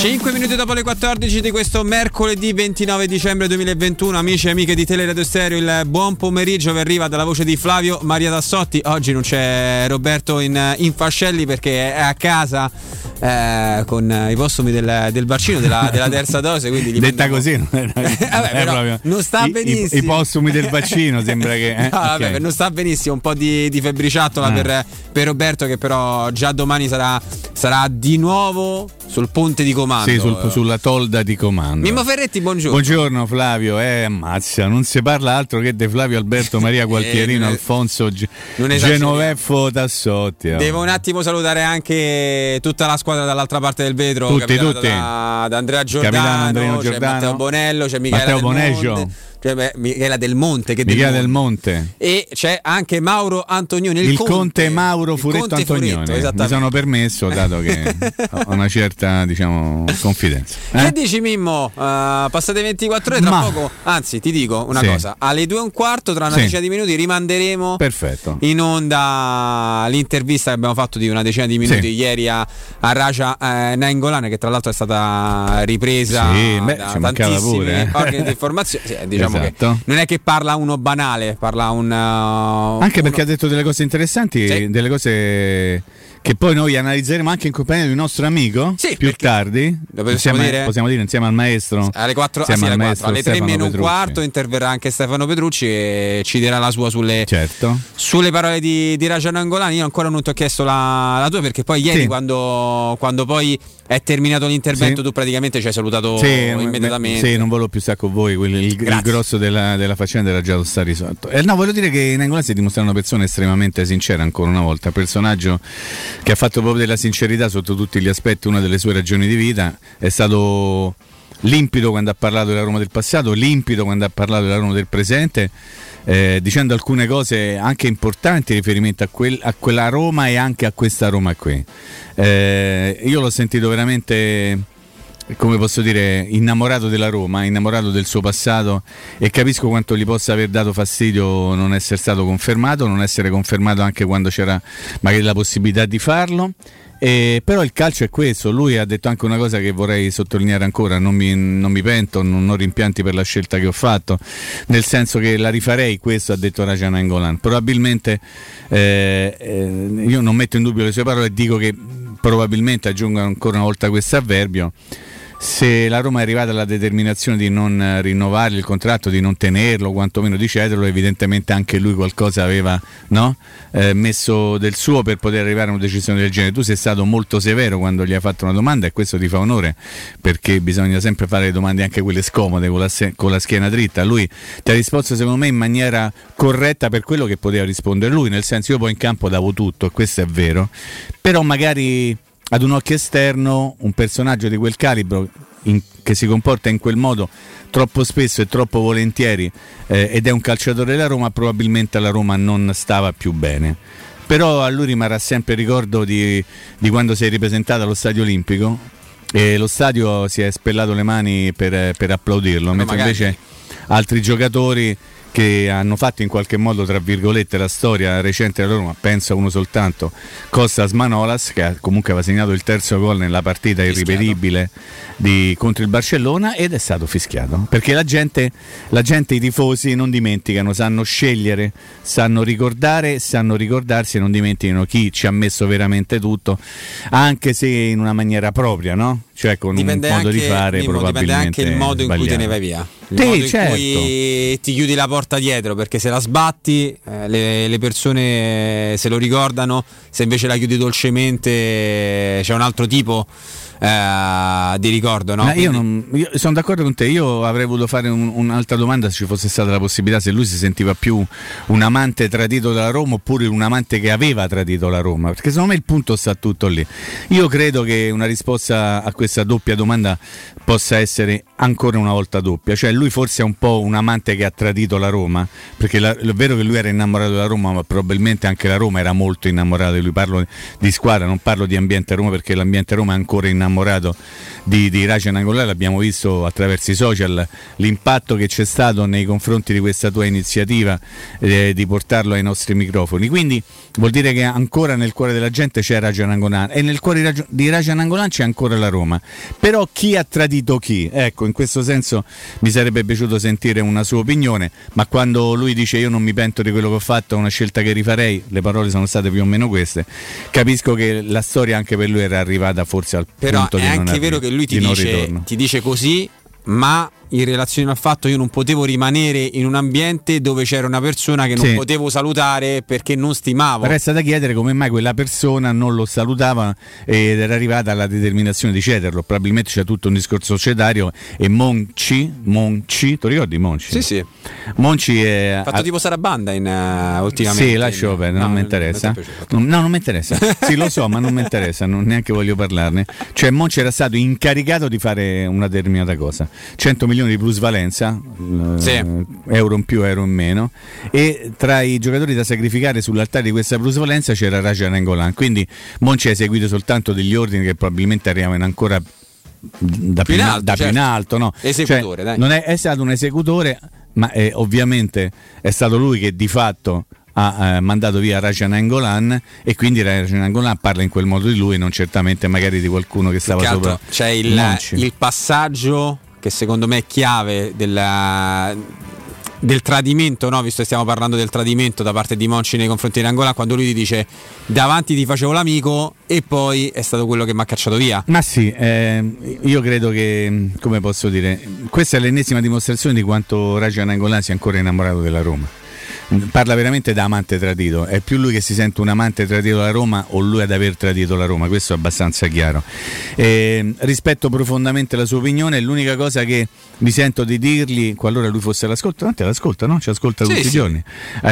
5 minuti dopo le 14 di questo mercoledì 29 dicembre 2021, amici e amiche di Teleradio Stereo, il buon pomeriggio vi arriva dalla voce di Flavio Maria Tassotti. Oggi non c'è Roberto in fascelli perché è a casa con i postumi del vaccino della terza dose, quindi gli detta mandiamo... così vabbè, non sta benissimo i postumi del vaccino sembra che no, vabbè, okay. non sta benissimo, un po' di febbriciattola per Roberto, che però già domani sarà di nuovo sul ponte di comando. Sì, sulla tolda di comando. Mimmo Ferretti, buongiorno. Buongiorno Flavio, ammazza, non si parla altro che di Flavio Alberto Maria Gualtierino Alfonso Genoveffo Tassotti. Devo un attimo salutare anche tutta la squadra dall'altra parte del vetro, tutti. Da Andrea Giordano, c'è Matteo Bonello, c'è Michela Michela Del Monte, Del Monte, e c'è anche Mauro Antonioni, il Conte Mauro Furetto Antonioni. Mi sono permesso, dato che ho una certa, diciamo, confidenza. Che dici, Mimmo? Passate 24 ore, tra poco, anzi ti dico una cosa, alle 2:15, tra una decina di minuti rimanderemo in onda l'intervista che abbiamo fatto di una decina di minuti ieri a Raja Nainggolan, che tra l'altro è stata ripresa da tantissimi organi di informazione. Diciamo che non è che parla uno banale, parla anche perché ha detto delle cose interessanti, delle cose che poi noi analizzeremo anche in compagnia di un nostro amico più tardi, possiamo dire insieme al maestro alle 4, alle 3 meno un quarto interverrà anche Stefano Petrucci e ci dirà la sua sulle parole di Raja Nainggolan. Io ancora non ti ho chiesto la tua, perché poi ieri quando poi è terminato l'intervento tu praticamente ci hai salutato immediatamente. Sì, non volevo più stare con voi, il grosso della faccenda era già sta risolto. No, voglio dire che Nainggolan si è dimostrato una persona estremamente sincera ancora una volta, personaggio che ha fatto proprio della sincerità sotto tutti gli aspetti una delle sue ragioni di vita. È stato limpido quando ha parlato della Roma del passato, limpido quando ha parlato della Roma del presente, dicendo alcune cose anche importanti in riferimento a quella Roma e anche a questa Roma qui. Io l'ho sentito veramente, come posso dire, innamorato della Roma, innamorato del suo passato, e capisco quanto gli possa aver dato fastidio non essere stato confermato, non essere confermato anche quando c'era magari la possibilità di farlo. Però il calcio è questo. Lui ha detto anche una cosa che vorrei sottolineare ancora: non mi pento, non ho rimpianti per la scelta che ho fatto, nel senso che la rifarei. Questo ha detto Raja Nainggolan. Probabilmente io non metto in dubbio le sue parole e dico che probabilmente, aggiungo ancora una volta questo avverbio, se la Roma è arrivata alla determinazione di non rinnovare il contratto, di non tenerlo, quantomeno di cederlo, evidentemente anche lui qualcosa aveva messo del suo per poter arrivare a una decisione del genere. Tu sei stato molto severo quando gli hai fatto una domanda, e questo ti fa onore, perché bisogna sempre fare le domande anche quelle scomode con la schiena dritta. Lui ti ha risposto secondo me in maniera corretta per quello che poteva rispondere lui, nel senso: io poi in campo davo tutto, e questo è vero, però magari ad un occhio esterno un personaggio di quel calibro che si comporta in quel modo troppo spesso e troppo volentieri ed è un calciatore della Roma, probabilmente alla Roma non stava più bene. Però a lui rimarrà sempre il ricordo di quando sei ripresentato allo Stadio Olimpico e lo stadio si è spellato le mani per applaudirlo, mentre invece altri giocatori che hanno fatto in qualche modo, tra virgolette, la storia recente della Roma, penso a uno soltanto, Kostas Manolas, che comunque aveva segnato il terzo gol nella partita irripetibile contro il Barcellona, ed è stato fischiato, perché la gente, i tifosi non dimenticano, sanno scegliere, sanno ricordare, sanno ricordarsi, e non dimenticano chi ci ha messo veramente tutto, anche se in una maniera propria, no? Cioè con un modo di fare probabilmente dipende anche il modo in cui te ne vai via, il modo in cui ti chiudi la porta dietro, perché se la sbatti le persone se lo ricordano, se invece la chiudi dolcemente c'è un altro tipo di ricordo, no? Io sono d'accordo con te. Io avrei voluto fare un'altra domanda, se ci fosse stata la possibilità, se lui si sentiva più un amante tradito dalla Roma oppure un amante che aveva tradito la Roma, perché secondo me il punto sta tutto lì. Io credo che una risposta a questa doppia domanda possa essere ancora una volta doppia, cioè lui forse è un po' un amante che ha tradito la Roma, perché è vero che lui era innamorato della Roma, ma probabilmente anche la Roma era molto innamorata di lui. Parlo di squadra, non parlo di ambiente Roma, perché l'ambiente Roma è ancora innamorato innamorato di Raja Nainggolan, l'abbiamo visto attraverso i social, l'impatto che c'è stato nei confronti di questa tua iniziativa di portarlo ai nostri microfoni, quindi vuol dire che ancora nel cuore della gente c'è Raja Nainggolan e nel cuore di Raja Nainggolan c'è ancora la Roma. Però chi ha tradito chi? Ecco, in questo senso mi sarebbe piaciuto sentire una sua opinione, ma quando lui dice io non mi pento di quello che ho fatto, è una scelta che rifarei, le parole sono state più o meno queste, capisco che la storia anche per lui era arrivata forse al punto di non arrivare. Però è anche vero che lui ti dice così, ma in relazione al fatto io non potevo rimanere in un ambiente dove c'era una persona che non potevo salutare perché non stimavo. Resta da chiedere come mai quella persona non lo salutava ed era arrivata alla determinazione di cederlo. Probabilmente c'è tutto un discorso societario e Monchi, ti ricordi Monchi? Sì. Monchi è fatto tipo Sarabanda ultimamente. Sì, lascio perdere, non mi interessa. Non mi interessa. Sì, lo so, ma non mi interessa, non neanche voglio parlarne. Cioè Monchi era stato incaricato di fare una determinata cosa. 100 milioni di plusvalenza, euro in più, euro in meno, e tra i giocatori da sacrificare sull'altare di questa plusvalenza c'era Raja Nainggolan, quindi Monchi ha eseguito soltanto degli ordini che probabilmente arrivavano ancora da più in alto, no? Esecutore, cioè, non è stato un esecutore, ma ovviamente è stato lui che di fatto ha mandato via Raja Nainggolan, e quindi Raja Nainggolan parla in quel modo di lui, non certamente magari di qualcuno che stava sopra. C'è il passaggio che secondo me è chiave del tradimento, no? Visto che stiamo parlando del tradimento da parte di Monchi nei confronti di Nainggolan, quando lui ti dice davanti ti facevo l'amico e poi è stato quello che mi ha cacciato via. Ma sì, io credo che, come posso dire, questa è l'ennesima dimostrazione di quanto Raja Nainggolan sia ancora innamorato della Roma. Parla veramente da amante tradito, è più lui che si sente un amante tradito dalla Roma o lui ad aver tradito la Roma, questo è abbastanza chiaro. Rispetto profondamente la sua opinione, l'unica cosa che mi sento di dirgli, qualora lui fosse all'ascolto, tanto l'ascolta, no? Ci ascolta tutti i giorni,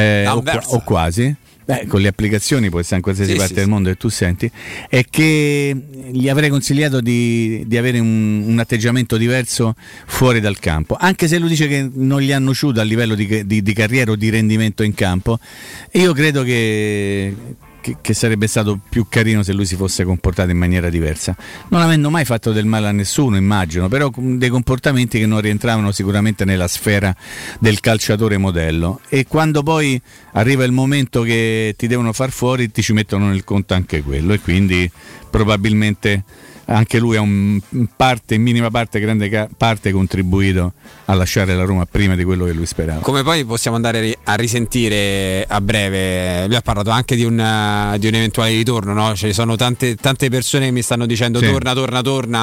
o quasi. Con le applicazioni può essere in qualsiasi parte del mondo che tu senti, è che gli avrei consigliato di avere un atteggiamento diverso fuori dal campo, anche se lui dice che non gli hanno ciuto a livello di carriera o di rendimento in campo. Io credo che sarebbe stato più carino se lui si fosse comportato in maniera diversa, non avendo mai fatto del male a nessuno, immagino, però dei comportamenti che non rientravano sicuramente nella sfera del calciatore modello, e quando poi arriva il momento che ti devono far fuori ti ci mettono nel conto anche quello, e quindi probabilmente anche lui ha in minima parte, grande parte contribuito a lasciare la Roma prima di quello che lui sperava. Come poi possiamo andare a risentire a breve, lui ha parlato anche di un eventuale ritorno, no? Ci sono tante persone che mi stanno dicendo torna,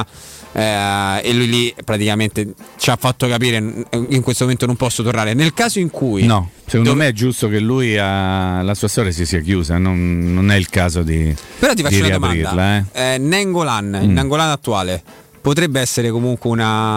e lui lì praticamente ci ha fatto capire in questo momento non posso tornare. Nel caso in cui secondo me è giusto che lui la sua storia si sia chiusa, non è il caso di però ti faccio una domanda, Nainggolan, Nainggolan attuale potrebbe essere comunque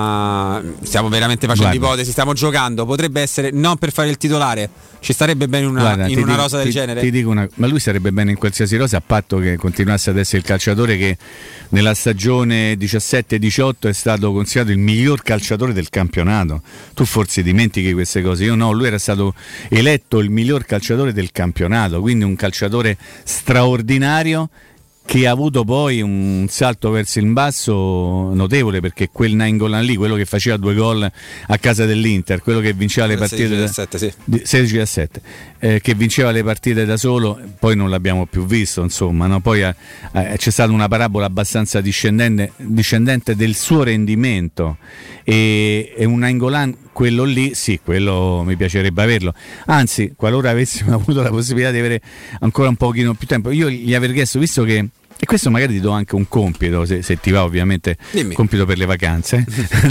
stiamo veramente facendo ipotesi, stiamo giocando, potrebbe essere, non per fare il titolare, ci starebbe bene in una rosa del genere? Ti dico ma lui sarebbe bene in qualsiasi rosa, a patto che continuasse ad essere il calciatore che nella stagione 17-18 è stato considerato il miglior calciatore del campionato. Tu forse dimentichi queste cose, io no, lui era stato eletto il miglior calciatore del campionato, quindi un calciatore straordinario che ha avuto poi un salto verso il basso notevole, perché quel Nainggolan lì, quello che faceva 2 gol a casa dell'Inter, quello che vinceva le partite 16-17, che vinceva le partite da solo, poi non l'abbiamo più visto, insomma, no? Poi c'è stata una parabola abbastanza discendente del suo rendimento, e un Nainggolan, quello lì, sì, quello mi piacerebbe averlo, anzi, qualora avessimo avuto la possibilità di avere ancora un pochino più tempo, io gli avrei chiesto, visto che, e questo magari ti do anche un compito, se ti va ovviamente. Dimmi. Compito per le vacanze,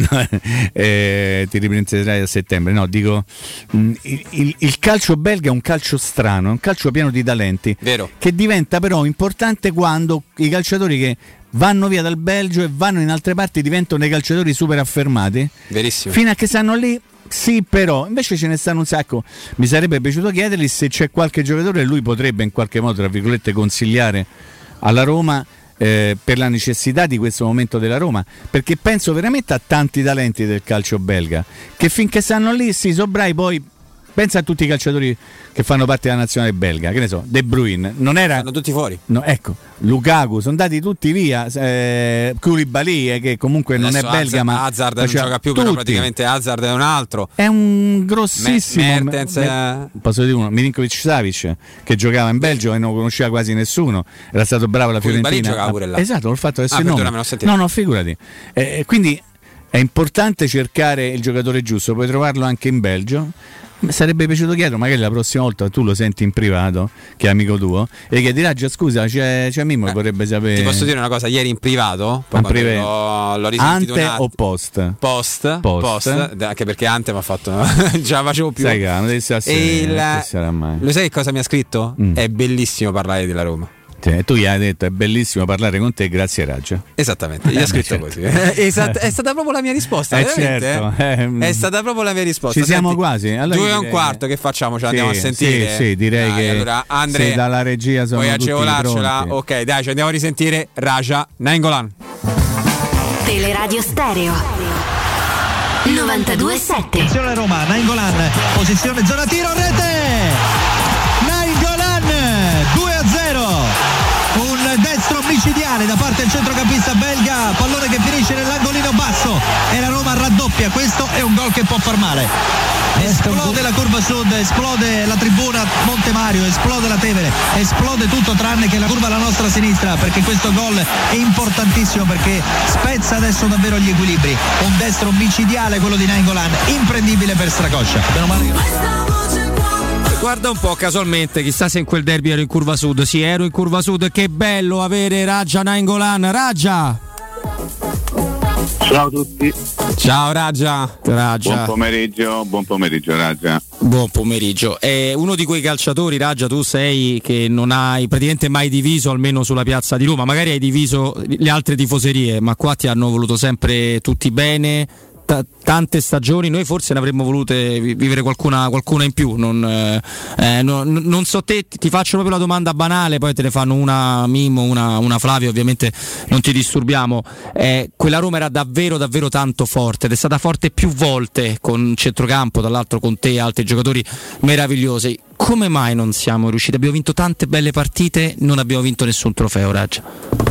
ti riprenderai a settembre, no, dico, il calcio belga è un calcio strano, è un calcio pieno di talenti, vero, che diventa però importante quando i calciatori che vanno via dal Belgio e vanno in altre parti diventano dei calciatori super affermati. Verissimo. Fino a che stanno lì, sì, però invece ce ne stanno un sacco. Mi sarebbe piaciuto chiedergli se c'è qualche giocatore che lui potrebbe in qualche modo, tra virgolette, consigliare alla Roma per la necessità di questo momento della Roma, perché penso veramente a tanti talenti del calcio belga che finché stanno lì, sì, so bravi, poi pensa a tutti i calciatori che fanno parte della nazionale belga, che ne so, De Bruyne, non era, sono tutti fuori. No, ecco, Lukaku, sono andati tutti via, Koulibaly che comunque non è belga, ma Hazard non gioca più, però praticamente Hazard è un altro. È un grossissimo posso dire uno, Milinkovic-Savic, che giocava in Belgio e non conosceva quasi nessuno, era stato bravo alla Fiorentina. Giocava pure là. Esatto, l'ho fatto adesso il nome. No, figurati. Quindi è importante cercare il giocatore giusto, puoi trovarlo anche in Belgio. Sarebbe piaciuto chiedere, magari la prossima volta tu lo senti in privato, che è amico tuo, e che dirà: scusa, c'è Mimmo che vorrebbe sapere. Ti posso dire una cosa, ieri in privato, l'ho risentito ante o post? Post, anche perché ante mi ha fatto già facevo più. Sai che non devi sarà mai. Lo sai che cosa mi ha scritto? È bellissimo parlare della Roma. Tu gli hai detto è bellissimo parlare con te, grazie Raggio. Esattamente, gli ha scritto così. È stata proprio la mia risposta, certo. È stata proprio la mia risposta. Ci siamo quasi. Allora 2:15 che facciamo? Ce l'andiamo a sentire? Sì, direi che allora, Andre, se dalla regia sono puoi tutti agevolarcela. Ok, dai, ci andiamo a risentire Raja Nainggolan. Teleradio Stereo 92.7. Attenzione Roma, Nainggolan, posizione zona tiro, rete! Nainggolan 2-0. Un destro micidiale da parte del centrocampista belga, pallone che finisce nell'angolino basso e la Roma raddoppia. Questo è un gol che può far male. Esplode la curva sud, esplode la tribuna Monte Mario, esplode la Tevere, esplode tutto tranne che la curva alla nostra sinistra, perché questo gol è importantissimo, perché spezza adesso davvero gli equilibri. Un destro micidiale quello di Nainggolan, imprendibile per Stracoscia. Meno male che... Guarda un po', casualmente, chissà se in quel derby ero in curva sud. Sì, ero in curva sud. Che bello avere Raja Nainggolan. Raja! Ciao a tutti. Ciao Raja. Buon pomeriggio Raja. Buon pomeriggio. È uno di quei calciatori, Raja, tu sei, che non hai praticamente mai diviso, almeno sulla piazza di Roma. Magari hai diviso le altre tifoserie, ma qua ti hanno voluto sempre tutti bene. Tante stagioni, noi forse ne avremmo volute vivere qualcuna in più. Non so te, ti faccio proprio la domanda banale, poi te ne fanno una Mimmo, una Flavio, ovviamente non ti disturbiamo. Quella Roma era davvero davvero tanto forte ed è stata forte più volte, con centrocampo, dall'altro con te e altri giocatori meravigliosi. Come mai non siamo riusciti? Abbiamo vinto tante belle partite, non abbiamo vinto nessun trofeo, Raja.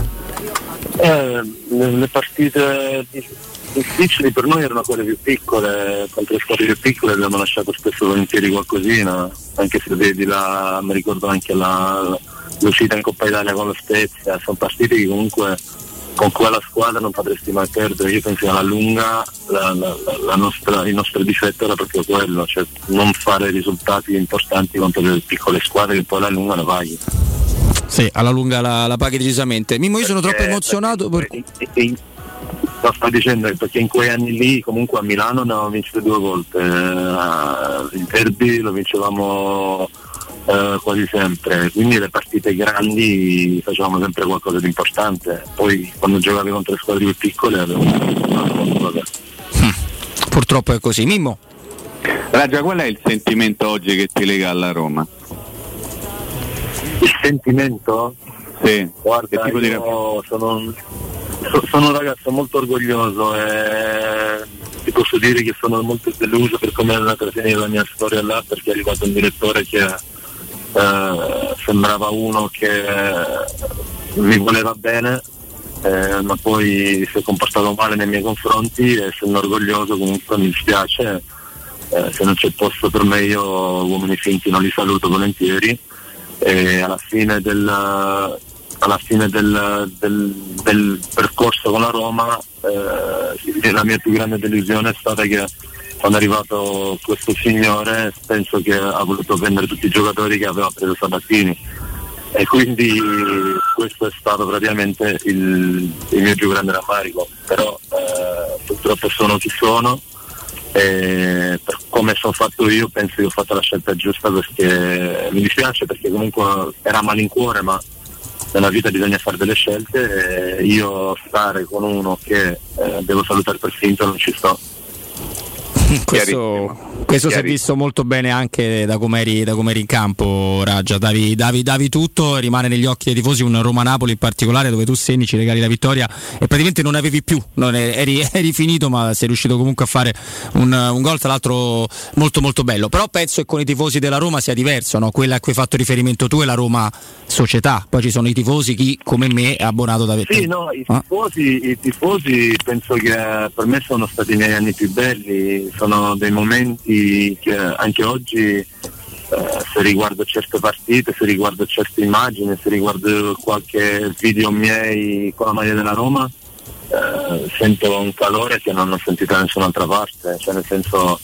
Le partite difficili per noi erano quelle più piccole, contro le squadre più piccole abbiamo lasciato spesso volentieri qualcosina, anche se vedi mi ricordo anche l'uscita in Coppa Italia con lo Spezia, sono partite che comunque con quella squadra non potresti mai perdere. Io penso che alla lunga il nostro difetto era proprio quello, cioè non fare risultati importanti contro le piccole squadre che poi alla lunga la paghi. Sì, alla lunga la paghi decisamente. Mimmo, io sono troppo emozionato Lo sto dicendo perché in quei anni lì comunque a Milano ne avevamo vincito 2 volte, il derby lo vincevamo quasi sempre, quindi le partite grandi facevamo sempre qualcosa di importante, poi quando giocavi contro le squadre più piccole avevamo purtroppo è così. Mimmo? Raja, qual è il sentimento oggi che ti lega alla Roma? Il sentimento? Sì. Guarda, io sono un ragazzo molto orgoglioso e ti posso dire che sono molto deluso per come è andata a finire la mia storia là, perché è arrivato un direttore che sembrava uno che mi voleva bene, ma poi si è comportato male nei miei confronti e sono orgoglioso. Comunque mi dispiace, se non c'è posto per me io uomini finti non li saluto volentieri, e alla fine del percorso con la Roma la mia più grande delusione è stata che quando è arrivato questo signore penso che ha voluto prendere tutti i giocatori che aveva preso Sabatini, e quindi questo è stato praticamente il mio più grande rammarico. Però purtroppo sono chi sono e per come sono fatto io penso che ho fatto la scelta giusta, perché mi dispiace, perché comunque era a malincuore, ma nella vita bisogna fare delle scelte e io stare con uno che devo salutare per finto non ci sto. Questo si è visto molto bene anche da come eri in campo, Raja. Davi tutto, rimane negli occhi dei tifosi un Roma-Napoli in particolare, dove tu segni, ci regali la vittoria e praticamente non avevi più, eri finito, ma sei riuscito comunque a fare un gol, tra l'altro molto molto bello. Però penso che con i tifosi della Roma sia diverso, no? Quella a cui hai fatto riferimento tu è la Roma società, poi ci sono i tifosi, chi come me è abbonato da Sì, no, i tifosi penso che per me sono stati i miei anni più belli, sono dei momenti che anche oggi se riguardo certe partite, se riguardo certe immagini, se riguardo qualche video miei con la maglia della Roma, sento un calore che non ho sentito da nessun'altra parte, cioè nel senso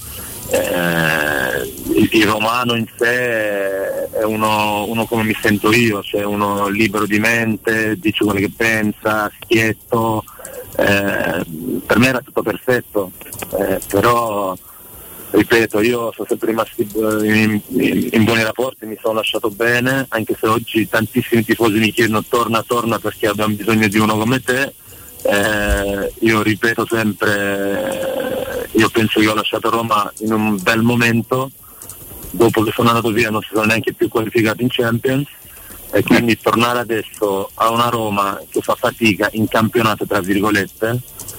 il romano in sé è uno come mi sento io, cioè uno libero di mente, dice quello che pensa, schietto, per me era tutto perfetto, però ripeto, io sono sempre rimasto in buoni rapporti, mi sono lasciato bene, anche se oggi tantissimi tifosi mi chiedono torna perché abbiamo bisogno di uno come te. Io ripeto sempre, io penso che ho lasciato Roma in un bel momento, dopo che sono andato via non si sono neanche più qualificati in Champions, e quindi tornare adesso a una Roma che fa fatica in campionato tra virgolette,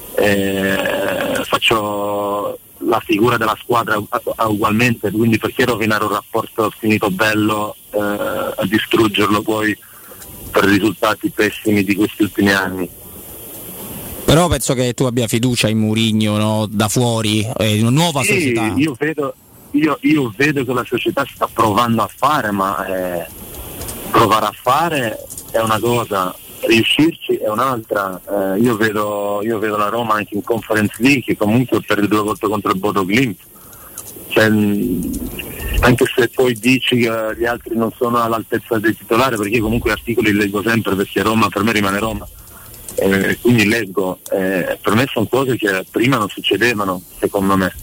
faccio la figura della squadra ugualmente, quindi perché rovinare un rapporto finito bello a distruggerlo poi per risultati pessimi di questi ultimi anni. Però penso che tu abbia fiducia in Mourinho, no? Da fuori, una nuova società. Io vedo che la società sta provando a fare, ma provare a fare è una cosa, riuscirci è un'altra. Io vedo la Roma anche in Conference League, che comunque perde 2 volte contro il Bodo Glimt, cioè, anche se poi dici che gli altri non sono all'altezza dei titolari, perché comunque articoli li leggo sempre, perché Roma per me rimane Roma, quindi leggo, per me sono cose che prima non succedevano, secondo me.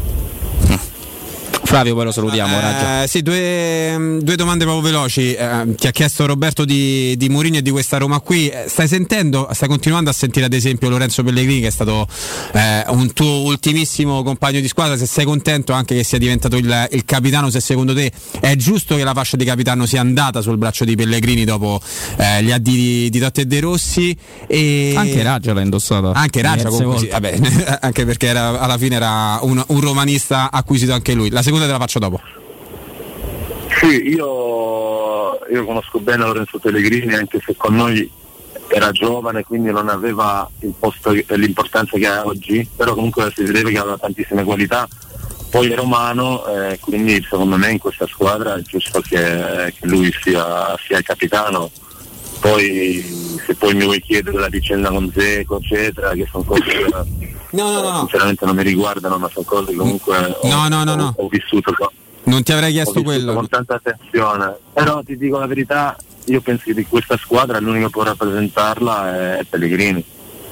Flavio, poi lo salutiamo. Sì, due domande proprio veloci. Ti ha chiesto Roberto di Mourinho e di questa Roma qui. Stai continuando a sentire ad esempio Lorenzo Pellegrini, che è stato un tuo ultimissimo compagno di squadra, se sei contento anche che sia diventato il capitano, se secondo te è giusto che la fascia di capitano sia andata sul braccio di Pellegrini dopo gli addii di Totti e De Rossi, e anche Raja l'ha indossata, anche Raja comunque sì, vabbè, anche perché alla fine era un romanista acquisito anche lui. La seconda te la faccio dopo. Sì, io conosco bene Lorenzo Pellegrini, anche se con noi era giovane, quindi non aveva il posto e l'importanza che ha oggi, però comunque si vedeva che aveva tantissime qualità. Poi è romano, quindi secondo me in questa squadra è giusto che lui sia il capitano. Poi se poi mi vuoi chiedere la vicenda con Zeco eccetera, che sono cose che no. sinceramente non mi riguardano, ma sono cose che comunque ho vissuto non ti avrei chiesto quello con tanta attenzione, però ti dico la verità, io penso che di questa squadra l'unico che può rappresentarla è Pellegrini.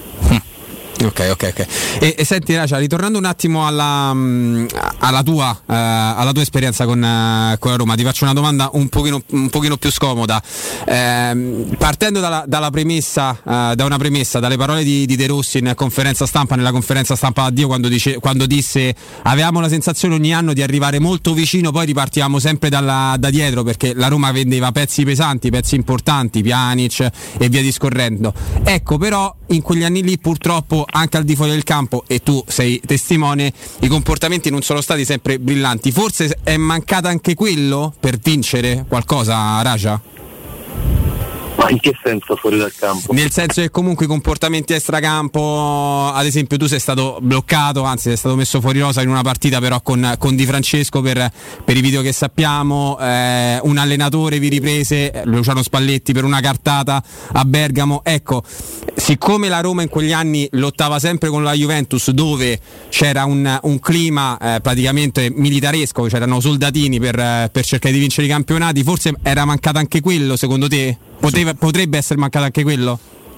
Ok. E senti Raja, ritornando un attimo alla tua esperienza con la Roma, ti faccio una domanda un pochino più scomoda, partendo dalla premessa, da una premessa, dalle parole di De Rossi in conferenza stampa, nella conferenza stampa addio, quando disse avevamo la sensazione ogni anno di arrivare molto vicino, poi ripartivamo sempre da dietro, perché la Roma vendeva pezzi pesanti, pezzi importanti, Pjanic e via discorrendo. Ecco, però in quegli anni lì purtroppo anche al di fuori del campo, e tu sei testimone, i comportamenti non sono stati sempre brillanti. Forse è mancato anche quello per vincere qualcosa, Raja? Ma in che senso fuori dal campo? Nel senso che comunque i comportamenti extracampo, ad esempio tu sei stato bloccato, anzi sei stato messo fuori rosa in una partita però con Di Francesco per i video che sappiamo, un allenatore vi riprese, Luciano Spalletti, per una cartata a Bergamo. Ecco, siccome la Roma in quegli anni lottava sempre con la Juventus, dove c'era un clima praticamente militaresco, c'erano soldatini per cercare di vincere i campionati, forse era mancato anche quello, secondo te? Potrebbe essere mancato anche quello?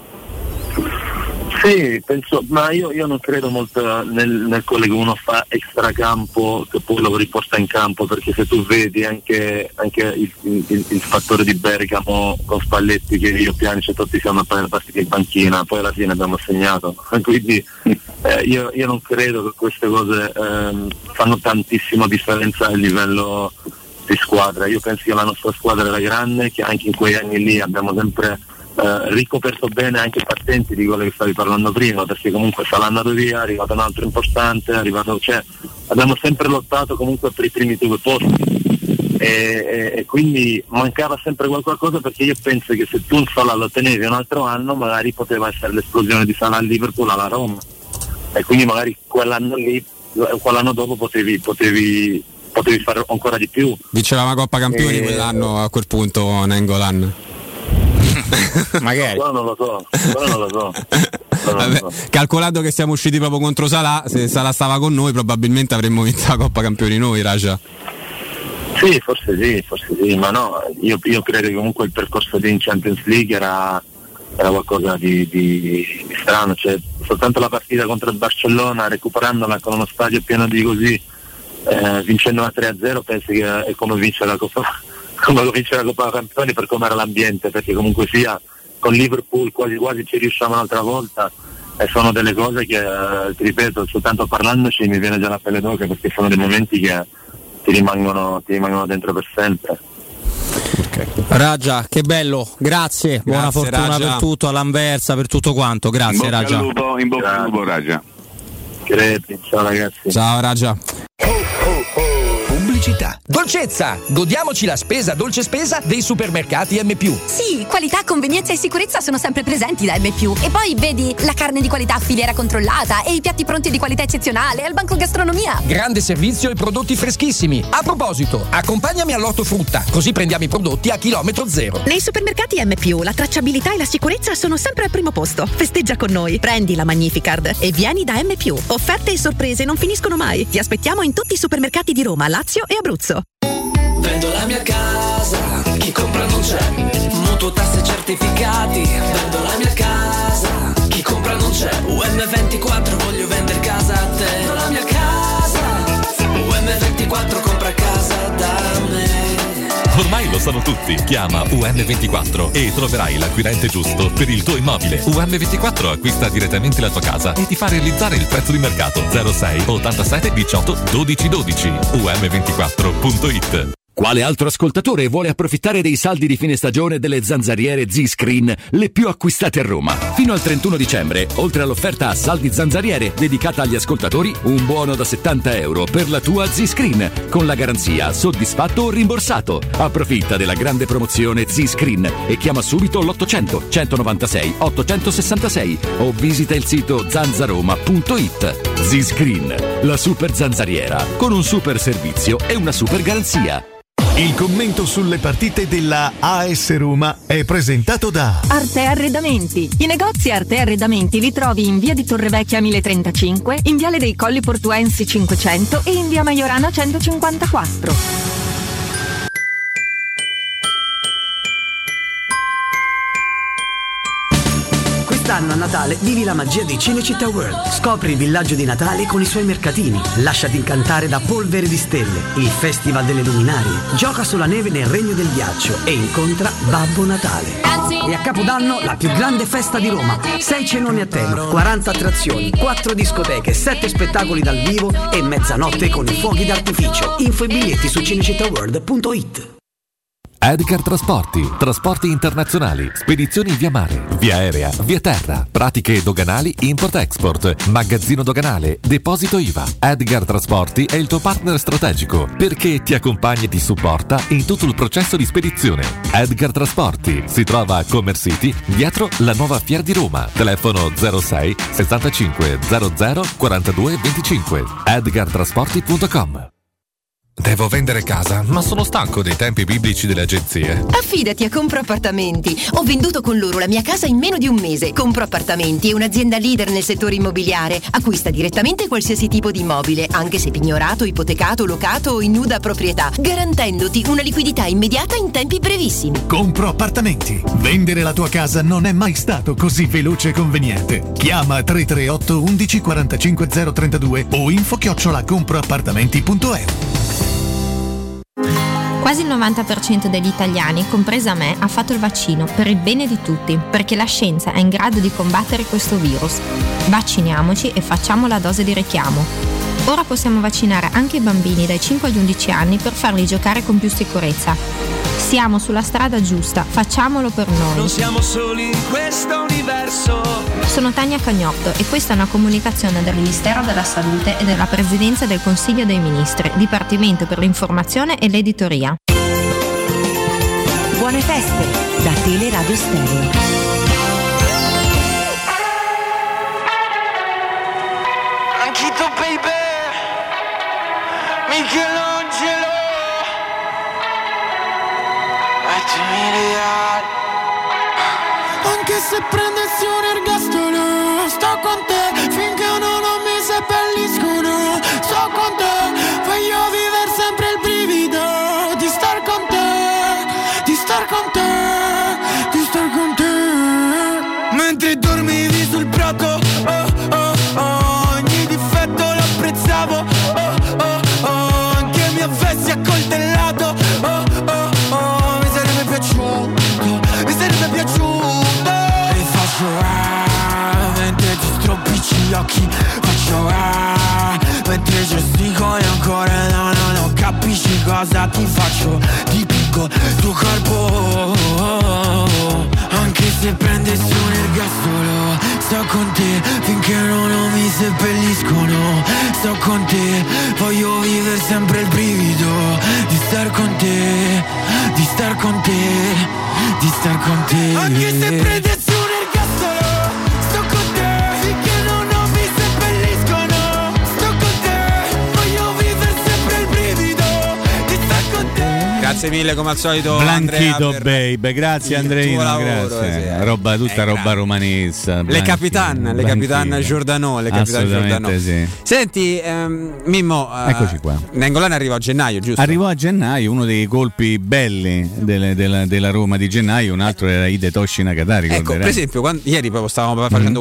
Sì, penso, ma io non credo molto nel quello che uno fa extracampo che poi lo riporta in campo, perché se tu vedi anche il fattore di Bergamo con Spalletti, che io Pjanic e Totti siamo partiti in panchina, poi alla fine abbiamo segnato, quindi io non credo che queste cose fanno tantissima differenza a livello di squadra. Io penso che la nostra squadra era grande, che anche in quei anni lì abbiamo sempre ricoperto bene anche i partenti di quello che stavi parlando prima, perché comunque Salah è andato via, è arrivato un altro importante, abbiamo sempre lottato comunque per i primi 2 posti e quindi mancava sempre qualcosa, perché io penso che se tu un Salah lo tenevi un altro anno magari poteva essere l'esplosione di Salah al Liverpool alla Roma, e quindi magari quell'anno dopo potevi fare ancora di più. Vinceva la Coppa Campioni quell'anno a quel punto Nainggolan. Magari. No, non lo so. Calcolando che siamo usciti proprio contro Salah, se Salah stava con noi probabilmente avremmo vinto la Coppa Campioni noi, Raja. Sì, forse sì, ma no, io credo che comunque il percorso di Champions League era qualcosa di strano, cioè soltanto la partita contro il Barcellona, recuperandola con uno stadio pieno di così, vincendo 3-0, penso che è come vincere la Coppa Campioni per come era l'ambiente, perché comunque sia con Liverpool quasi ci riusciamo un'altra volta, e sono delle cose che ti ripeto, soltanto parlandoci mi viene già la pelle d'oca, perché sono dei momenti che ti rimangono dentro per sempre. Okay. Raja, che bello, grazie, buona fortuna Raja. Per tutto all'Anversa, per tutto quanto, grazie Raja. In bocca al lupo Raja. Ciao ragazzi. Ciao Raja. Pubblicità. Dolcezza! Godiamoci la spesa dolce spesa dei supermercati M+. Sì, qualità, convenienza e sicurezza sono sempre presenti da M+. E poi vedi la carne di qualità a filiera controllata e i piatti pronti di qualità eccezionale al banco gastronomia. Grande servizio e prodotti freschissimi. A proposito, accompagnami all'ortofrutta, così prendiamo i prodotti a chilometro zero. Nei supermercati M+, la tracciabilità e la sicurezza sono sempre al primo posto. Festeggia con noi, prendi la Magnificard e vieni da M+. Offerte e sorprese non finiscono mai. Ti aspettiamo in tutti i supermercati di Roma, Lazio e Abruzzo. Vendo la mia casa, chi compra non c'è. Mutuo, tasse, certificati. Vendo la mia casa, chi compra non c'è. UM24, voglio vendere casa a te. Vendo la mia casa, UM24, compra casa da me. Ormai lo sanno tutti. Chiama UM24 e troverai l'acquirente giusto per il tuo immobile. UM24 acquista direttamente la tua casa e ti fa realizzare il prezzo di mercato. 06 87 18 12 12. UM24.it. Quale altro ascoltatore vuole approfittare dei saldi di fine stagione delle zanzariere Z-Screen, le più acquistate a Roma? Fino al 31 dicembre, oltre all'offerta a saldi zanzariere dedicata agli ascoltatori, un buono da €70 per la tua Z-Screen, con la garanzia soddisfatto o rimborsato. Approfitta della grande promozione Z-Screen e chiama subito l'800 196 866 o visita il sito zanzaroma.it. Z-Screen, la super zanzariera, con un super servizio e una super garanzia. Il commento sulle partite della AS Roma è presentato da Arte Arredamenti. I negozi Arte Arredamenti li trovi in via di Torrevecchia 1035, in viale dei Colli Portuensi 500 e in via Maiorana 154. Quest'anno a Natale vivi la magia di Cinecittà World. Scopri il villaggio di Natale con i suoi mercatini. Lasciati incantare da Polvere di Stelle, il festival delle luminarie. Gioca sulla neve nel regno del ghiaccio e incontra Babbo Natale. E a Capodanno la più grande festa di Roma. 6 cenoni a tema, 40 attrazioni, 4 discoteche, 7 spettacoli dal vivo e mezzanotte con i fuochi d'artificio. Info e biglietti su cinecittàworld.it. Edgar trasporti internazionali, spedizioni via mare, via aerea, via terra, pratiche doganali, import-export, magazzino doganale, deposito IVA. Edgar Trasporti è il tuo partner strategico perché ti accompagna e ti supporta in tutto il processo di spedizione. Edgar Trasporti si trova a Commerce City, dietro la nuova Fiera di Roma. Telefono 06 65 00 42 25. edgartrasporti.com. Devo vendere casa, ma sono stanco dei tempi biblici delle agenzie. Affidati a Compro Appartamenti. Ho venduto con loro la mia casa in meno di un mese. Compro Appartamenti è un'azienda leader nel settore immobiliare. Acquista direttamente qualsiasi tipo di immobile, anche se pignorato, ipotecato, locato o in nuda proprietà, garantendoti una liquidità immediata in tempi brevissimi. Compro Appartamenti. Vendere la tua casa non è mai stato così veloce e conveniente. Chiama 338 11 45 032 o info@comproappartamenti.eu. Quasi il 90% degli italiani, compresa me, ha fatto il vaccino per il bene di tutti, perché la scienza è in grado di combattere questo virus. Vacciniamoci e facciamo la dose di richiamo. Ora possiamo vaccinare anche i bambini dai 5 agli 11 anni per farli giocare con più sicurezza. Siamo sulla strada giusta, facciamolo per noi. Non siamo soli in questo universo. Sono Tania Cagnotto e questa è una comunicazione del Ministero della Salute e della Presidenza del Consiglio dei Ministri, Dipartimento per l'Informazione e l'Editoria. Buone feste da Teleradio Stereo. Anchito baby, Michelangelo, anche se prendessi un ergastolo, sto con te finché non mi seppelliscono. Sto con te, voglio vivere sempre il brivido di star con te, di star con te, di star con te. Mentre dormivi sul prato, oh oh oh, ogni difetto lo apprezzavo, oh oh oh, anche mi avessi accoltellato, oh oh oh, mi sarebbe piaciuto, mi sarebbe piaciuto. E faccio mentre ti stropicci gli occhi, faccio mentre gestico e ancora non capisci cosa ti faccio. Dipingo il tuo corpo, anche se prendessi un ergastolo. Sto con te finché non mi seppelliscono. Sto con te, voglio vivere sempre il brivido di star con te, di star con te, di star con te. Anche se prendessi un ergastolo, sto con te finché non mi seppelliscono. Sto con te, voglio vivere sempre il brivido di star con te. Grazie mille come al solito Blanchito Andrea, baby, grazie Andreino, lavoro, grazie. sì. Roba tutta roba romanista. Le capitan Giordano, le capitan Giordano. Sì. Senti, Mimmo, eccoci qua. Nainggolan arrivò a gennaio, giusto? Arrivò a gennaio, uno dei colpi belli della Roma di gennaio, un altro era Hidetoshi Nakata, ecco, per esempio, ieri proprio stavamo facendo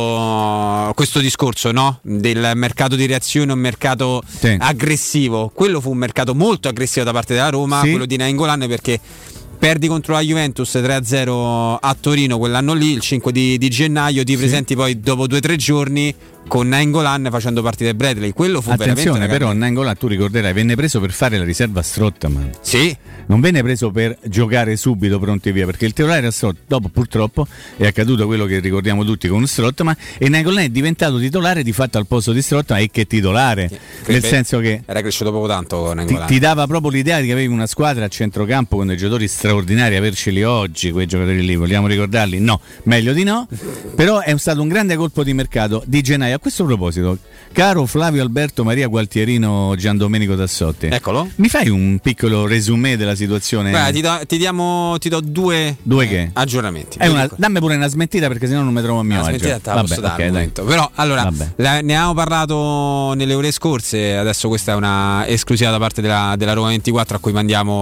questo discorso, no? Del mercato di reazione, un mercato aggressivo. Quello fu un mercato molto aggressivo da parte della Roma, quello di Nainggolan, perché perdi contro la Juventus 3-0 a Torino quell'anno lì, il 5 di gennaio, ti presenti poi dopo 2 o 3 giorni con Nainggolan facendo partire Bradley. Quello fu attenzione, veramente però Nainggolan, tu ricorderai, venne preso per fare la riserva a Strootman. Sì. Non venne preso per giocare subito pronti via, perché il titolare era Strootman. Dopo purtroppo è accaduto quello che ricordiamo tutti con Strootman, e Nainggolan è diventato titolare di fatto al posto di Strootman, e che titolare, nel senso che era cresciuto poco tanto Nainggolan. Ti dava proprio l'idea di che avevi una squadra a centrocampo con dei giocatori straordinari. Averceli oggi quei giocatori lì, vogliamo ricordarli? No, meglio di no. Però è stato un grande colpo di mercato di gennaio. A questo proposito, caro Flavio Alberto Maria Gualtierino Giandomenico Tassotti, eccolo, mi fai un piccolo resumé della situazione? Beh, ti do due che? aggiornamenti. Dammi pure una smentita, perché sennò non mi trovo a mio agio. Posso dare, però allora ne abbiamo parlato nelle ore scorse, adesso questa è una esclusiva da parte della Roma 24 a cui mandiamo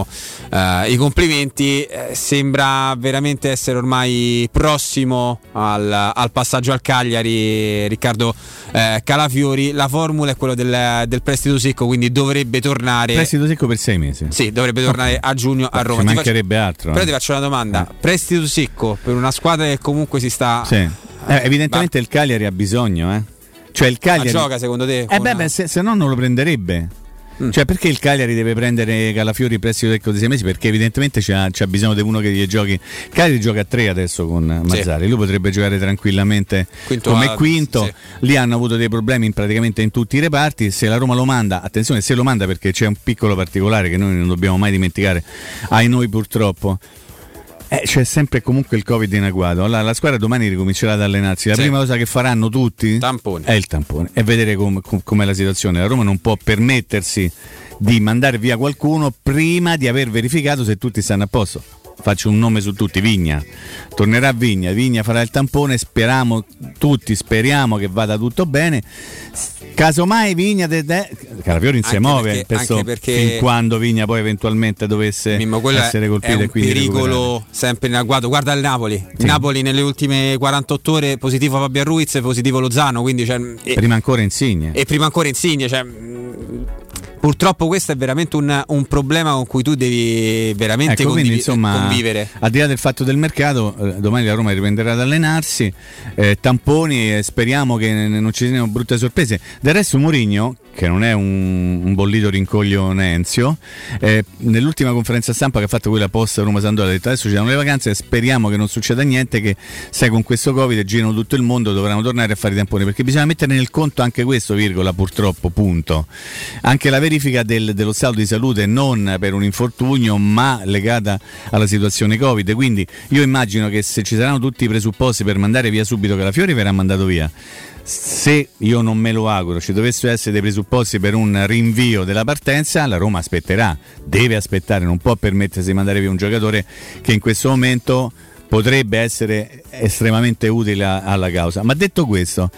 i complimenti. Sembra veramente essere ormai prossimo al passaggio al Cagliari Riccardo Calafiori. La formula è quella del prestito secco, quindi dovrebbe tornare. Prestito secco per 6 mesi? Sì, dovrebbe tornare a giugno a Roma. Ci mancherebbe altro. Però ti faccio una domanda: prestito secco per una squadra che comunque si sta. Sì. Evidentemente il Cagliari ha bisogno, Cioè il Cagliari. Ma gioca secondo te? Se no non lo prenderebbe. Cioè, perché il Cagliari deve prendere Calafiori prestito secco di 6 mesi? Perché evidentemente c'ha bisogno di uno che gli giochi. Il Cagliari gioca a 3 adesso con Mazzarri, lui potrebbe giocare tranquillamente come quinto. Sì. Lì hanno avuto dei problemi praticamente in tutti i reparti. Se la Roma lo manda, attenzione, se lo manda, perché c'è un piccolo particolare che noi non dobbiamo mai dimenticare, ai noi purtroppo. C'è sempre comunque il Covid in agguato. La squadra domani ricomincerà ad allenarsi. La prima cosa che faranno tutti è il tampone, e vedere com'è la situazione. La Roma non può permettersi di mandare via qualcuno prima di aver verificato se tutti stanno a posto. Faccio un nome su tutti: Vigna. Tornerà Vigna farà il tampone, tutti speriamo che vada tutto bene. Casomai Vigna Calafiori non si muove perché fin quando Vigna poi eventualmente dovesse essere colpito, è un e quindi pericolo sempre in agguato. Guarda il Napoli. Sì. Napoli nelle ultime 48 ore positivo Fabian Ruiz, positivo Lozano, quindi prima ancora Insigne. E prima ancora Insigne, purtroppo questo è veramente un problema con cui tu devi veramente convivere. Al di là del fatto del mercato, domani la Roma riprenderà ad allenarsi, tamponi, speriamo che non ci siano brutte sorprese. Del resto Mourinho, che non è un bollito rincoglio Nenzio, nell'ultima conferenza stampa che ha fatto quella post Roma Sampdoria ha detto adesso ci danno le vacanze e speriamo che non succeda niente, che sai con questo Covid girano tutto il mondo, dovranno tornare a fare i tamponi, perché bisogna mettere nel conto anche questo, virgola, purtroppo, punto. Anche la verifica dello stato di salute non per un infortunio ma legata alla situazione Covid, quindi io immagino che se ci saranno tutti i presupposti per mandare via subito Calafiori verrà mandato via. Se io non me lo auguro, ci dovessero essere dei presupposti per un rinvio della partenza, la Roma aspetterà, deve aspettare, non può permettersi di mandare via un giocatore che in questo momento potrebbe essere estremamente utile alla causa. Ma detto questo,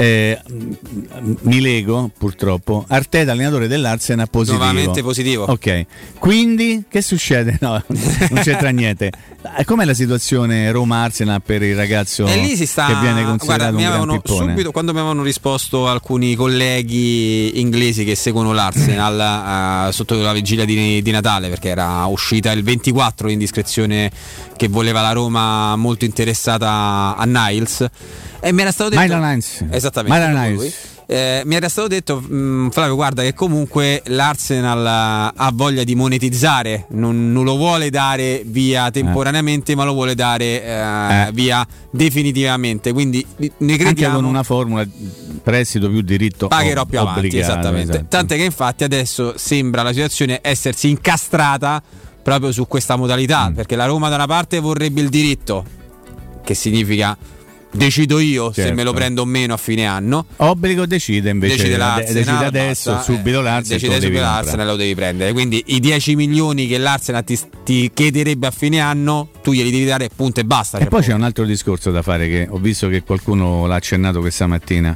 mi lego purtroppo, Arteta, allenatore dell'Arsenal, positivo. Nuovamente positivo. Ok, quindi che succede? No, non c'entra niente. Com'è la situazione Roma-Arsenal per il ragazzo che viene considerato un gran pippone? Subito, quando mi avevano risposto alcuni colleghi inglesi che seguono l'Arsenal sotto la vigilia di Natale, perché era uscita il 24 l'indiscrezione che voleva la Roma molto interessata a Niles, e mi era stato detto mi era stato detto Flavio, guarda che comunque l'Arsenal ha voglia di monetizzare, non lo vuole dare via temporaneamente ma lo vuole dare via definitivamente, quindi ne crediamo, anche con una formula prestito più diritto pagherò più avanti, esattamente. Esatto. Tant'è che infatti adesso sembra la situazione essersi incastrata proprio su questa modalità, perché la Roma da una parte vorrebbe il diritto, che significa decido io se me lo prendo o meno a fine anno. Obbligo decide invece, decide adesso, subito l'Arsenal lo devi prendere. Quindi i 10 milioni che l'Arsenal ti chiederebbe a fine anno tu glieli devi dare, punto e basta. E poi c'è un altro discorso da fare, che ho visto che qualcuno l'ha accennato questa mattina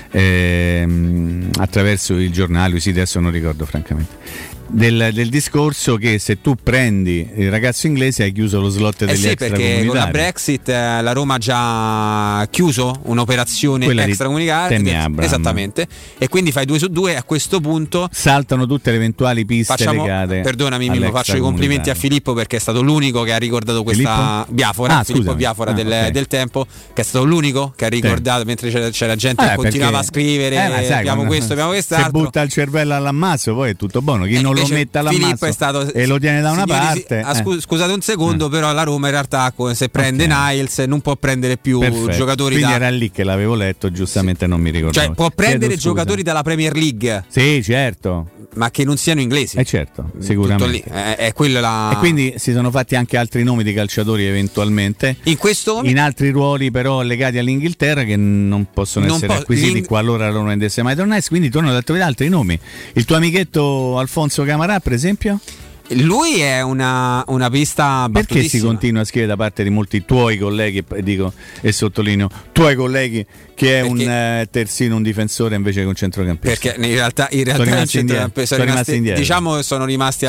attraverso il giornale, sì, adesso non ricordo francamente. Del discorso che se tu prendi il ragazzo inglese hai chiuso lo slot degli extracomunitari. Perché con la Brexit la Roma ha già chiuso un'operazione extracomunitaria, esattamente, e quindi fai 2 su 2, a questo punto saltano tutte le eventuali piste legate. Perdonami Mimmo, faccio i complimenti a Filippo perché è stato l'unico che ha ricordato questa Filippo Biafora del Tempo, che è stato l'unico che ha ricordato mentre c'era gente che continuava a scrivere abbiamo questo, abbiamo quest'altro. Se butta il cervello all'ammasso poi è tutto buono, chi non lo mette all'ammasso e lo tiene da una parte. Scusate un secondo, però la Roma in realtà se prende Niles non può prendere più giocatori. Quindi era lì che l'avevo letto, giustamente non mi ricordavo. Cioè può prendere giocatori dalla Premier League. Sì, certo. Ma che non siano inglesi. Certo, sicuramente. È quella E quindi si sono fatti anche altri nomi di calciatori eventualmente. In altri ruoli però legati all'Inghilterra che non possono essere acquisiti qualora non rendesse mai tornare. Quindi tornano da trovare altri nomi. Il tuo amichetto Alfonso Camarà, per esempio? Lui è una pista battutissima. Perché si continua a scrivere da parte di molti tuoi colleghi, dico e sottolineo tuoi colleghi, che è un terzino, un difensore invece che un centrocampista? Perché in realtà sono rimasti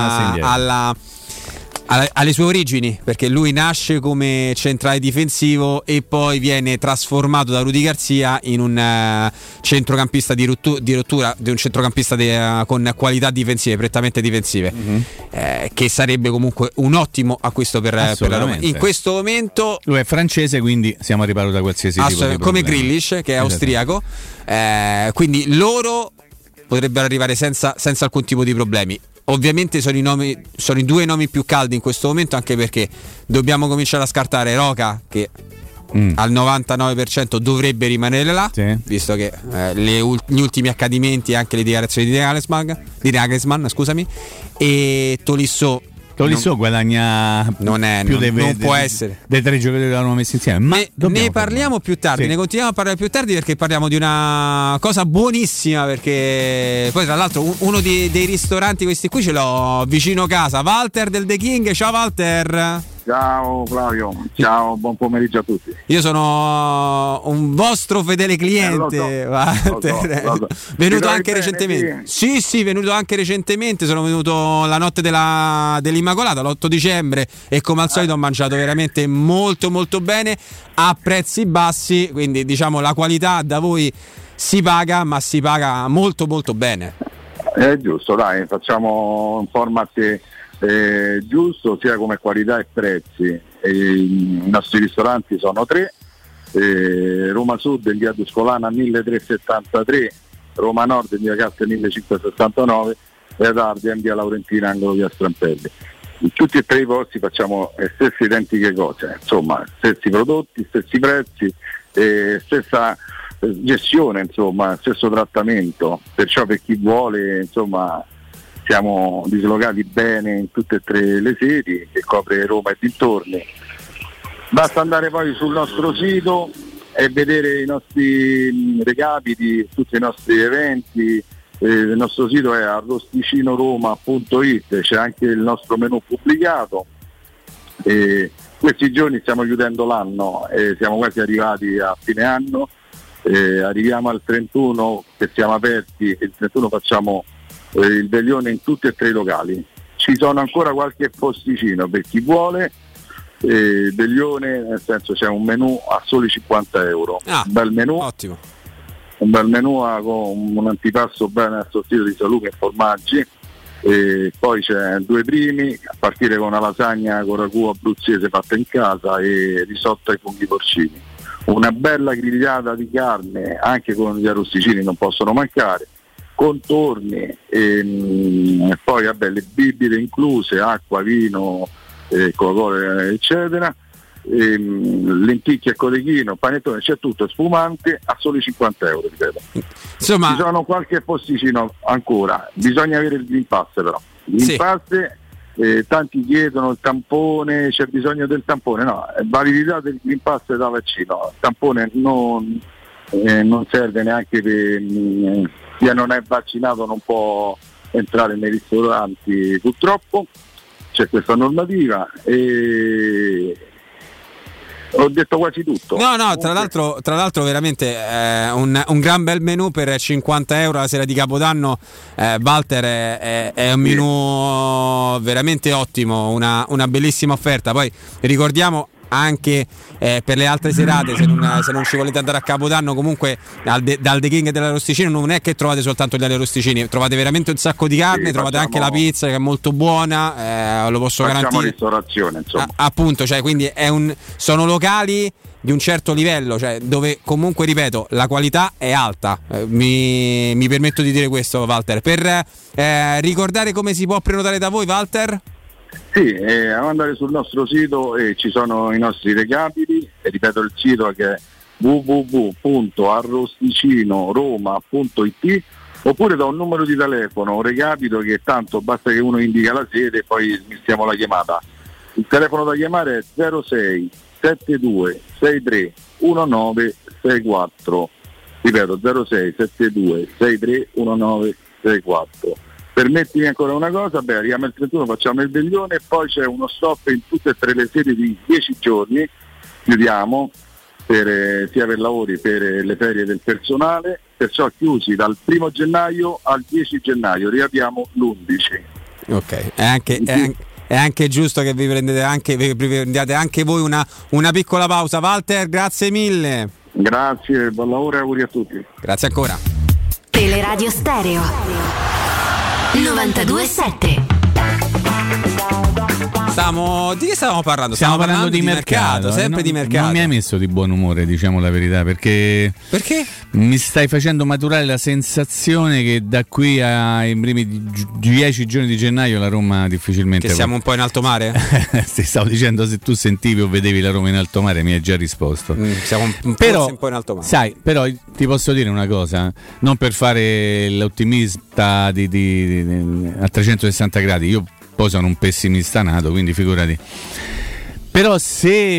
alle sue origini, perché lui nasce come centrale difensivo e poi viene trasformato da Rudy Garcia in un centrocampista di rottura, di un centrocampista con qualità difensive, prettamente difensive, che sarebbe comunque un ottimo acquisto per la Roma. In questo momento lui è francese, quindi siamo a riparo da qualsiasi tipo di problema. Come Grealish, che è austriaco, quindi loro potrebbero arrivare senza alcun tipo di problemi. Ovviamente sono i 2 nomi più caldi in questo momento, anche perché dobbiamo cominciare a scartare Roca, che al 99% dovrebbe rimanere là, visto che gli ultimi accadimenti e anche le dichiarazioni di Nagelsmann, scusami, e Tolisso guadagna non può essere dei 3 giocatori che l'hanno messi insieme, ma ne parliamo più tardi, ne continuiamo a parlare più tardi, perché parliamo di una cosa buonissima, perché poi tra l'altro uno dei ristoranti questi qui ce l'ho vicino casa, Walter del The King. Ciao Walter. Ciao Flavio, ciao, buon pomeriggio a tutti. Io sono un vostro fedele cliente, Walter. Lo so. Venuto anche recentemente. Sì, venuto anche recentemente. Sono venuto la notte dell'Immacolata, l'8 dicembre, e come al solito ho mangiato veramente molto molto bene a prezzi bassi. Quindi diciamo la qualità da voi si paga, ma si paga molto molto bene. È giusto, dai, facciamo un format giusto sia come qualità e prezzi. I nostri ristoranti sono 3, Roma Sud in via Tuscolana 1373, Roma Nord in via Caste 1569 e ad Ardea in via Laurentina angolo via Strampelli. In tutti e 3 i posti facciamo stesse identiche cose, insomma, stessi prodotti, stessi prezzi, stessa gestione, insomma, stesso trattamento, perciò per chi vuole, insomma, siamo dislocati bene in tutte e 3 le sedi che copre Roma e dintorni. Basta andare poi sul nostro sito e vedere i nostri recapiti, tutti i nostri eventi. Il nostro sito è arrosticinoroma.it, c'è anche il nostro menù pubblicato. Questi giorni stiamo chiudendo l'anno e siamo quasi arrivati a fine anno. Arriviamo al 31 che siamo aperti, il 31 facciamo il veglione in tutti e 3 i locali. Ci sono ancora qualche posticino per chi vuole, veglione, nel senso c'è un menù a soli 50 euro, un bel menù, ottimo. Un bel menù con un antipasto ben assortito di salumi e formaggi, e poi c'è 2 primi a partire con una lasagna con ragù abruzzese fatta in casa e risotto ai funghi porcini, una bella grigliata di carne anche con gli arrosticini, non possono mancare, contorni e poi vabbè, le bibite incluse, acqua, vino, Coca-Cola eccetera, lenticchie e cotechino, panettone, c'è tutto, spumante a soli 50 euro, ripeto. Insomma, ci sono qualche posticino ancora, bisogna avere il Green Pass però. Il Green Pass, tanti chiedono il tampone, c'è bisogno del tampone, no, validità del Green Pass da vaccino, il tampone non serve neanche per chi non è vaccinato, non può entrare nei ristoranti, purtroppo c'è questa normativa e ho detto quasi tutto. No, tra l'altro veramente un gran bel menù per 50 euro la sera di Capodanno, Walter, è un menù veramente ottimo, una bellissima offerta. Poi ricordiamo anche per le altre serate, se non ci volete andare a Capodanno, comunque dal The King dell'arrosticino non è che trovate soltanto gli arrosticini, trovate veramente un sacco di carne, trovate anche la pizza che è molto buona, lo posso garantire. Ristorazione, insomma. Appunto, cioè, quindi sono locali di un certo livello, cioè dove comunque, ripeto, la qualità è alta. Mi permetto di dire questo, Walter. Per ricordare come si può prenotare da voi, Walter? Sì, andare sul nostro sito e ci sono i nostri recapiti, e ripeto il sito che è www.arrosticinoroma.it, oppure da un numero di telefono, un recapito che tanto basta che uno indica la sede e poi smistiamo la chiamata. Il telefono da chiamare è 06 72 63 1964, ripeto 06 72 63 1964. Permettimi ancora una cosa, arriviamo il 31, facciamo il veglione e poi c'è uno stop in tutte e 3 le sedi di 10 giorni, chiudiamo sia per lavori per le ferie del personale, perciò chiusi dal 1 gennaio al 10 gennaio, riapriamo l'11. Ok, è anche giusto che vi prendiate anche voi una piccola pausa. Walter, grazie mille. Grazie, buon lavoro e auguri a tutti. Grazie ancora. Teleradio Stereo 92.7. Di che stavamo parlando? Stiamo parlando di mercato, sempre di mercato. Non mi hai messo di buon umore, diciamo la verità, perché mi stai facendo maturare la sensazione che da qui ai primi 10 giorni di gennaio la Roma difficilmente... Che siamo un po' in alto mare? Ti stavo dicendo, se tu sentivi o vedevi la Roma in alto mare mi hai già risposto. Siamo un po' in alto mare. Sai, però ti posso dire una cosa, non per fare l'ottimista a 360 gradi, io poi sono un pessimista nato, quindi figurati. Però se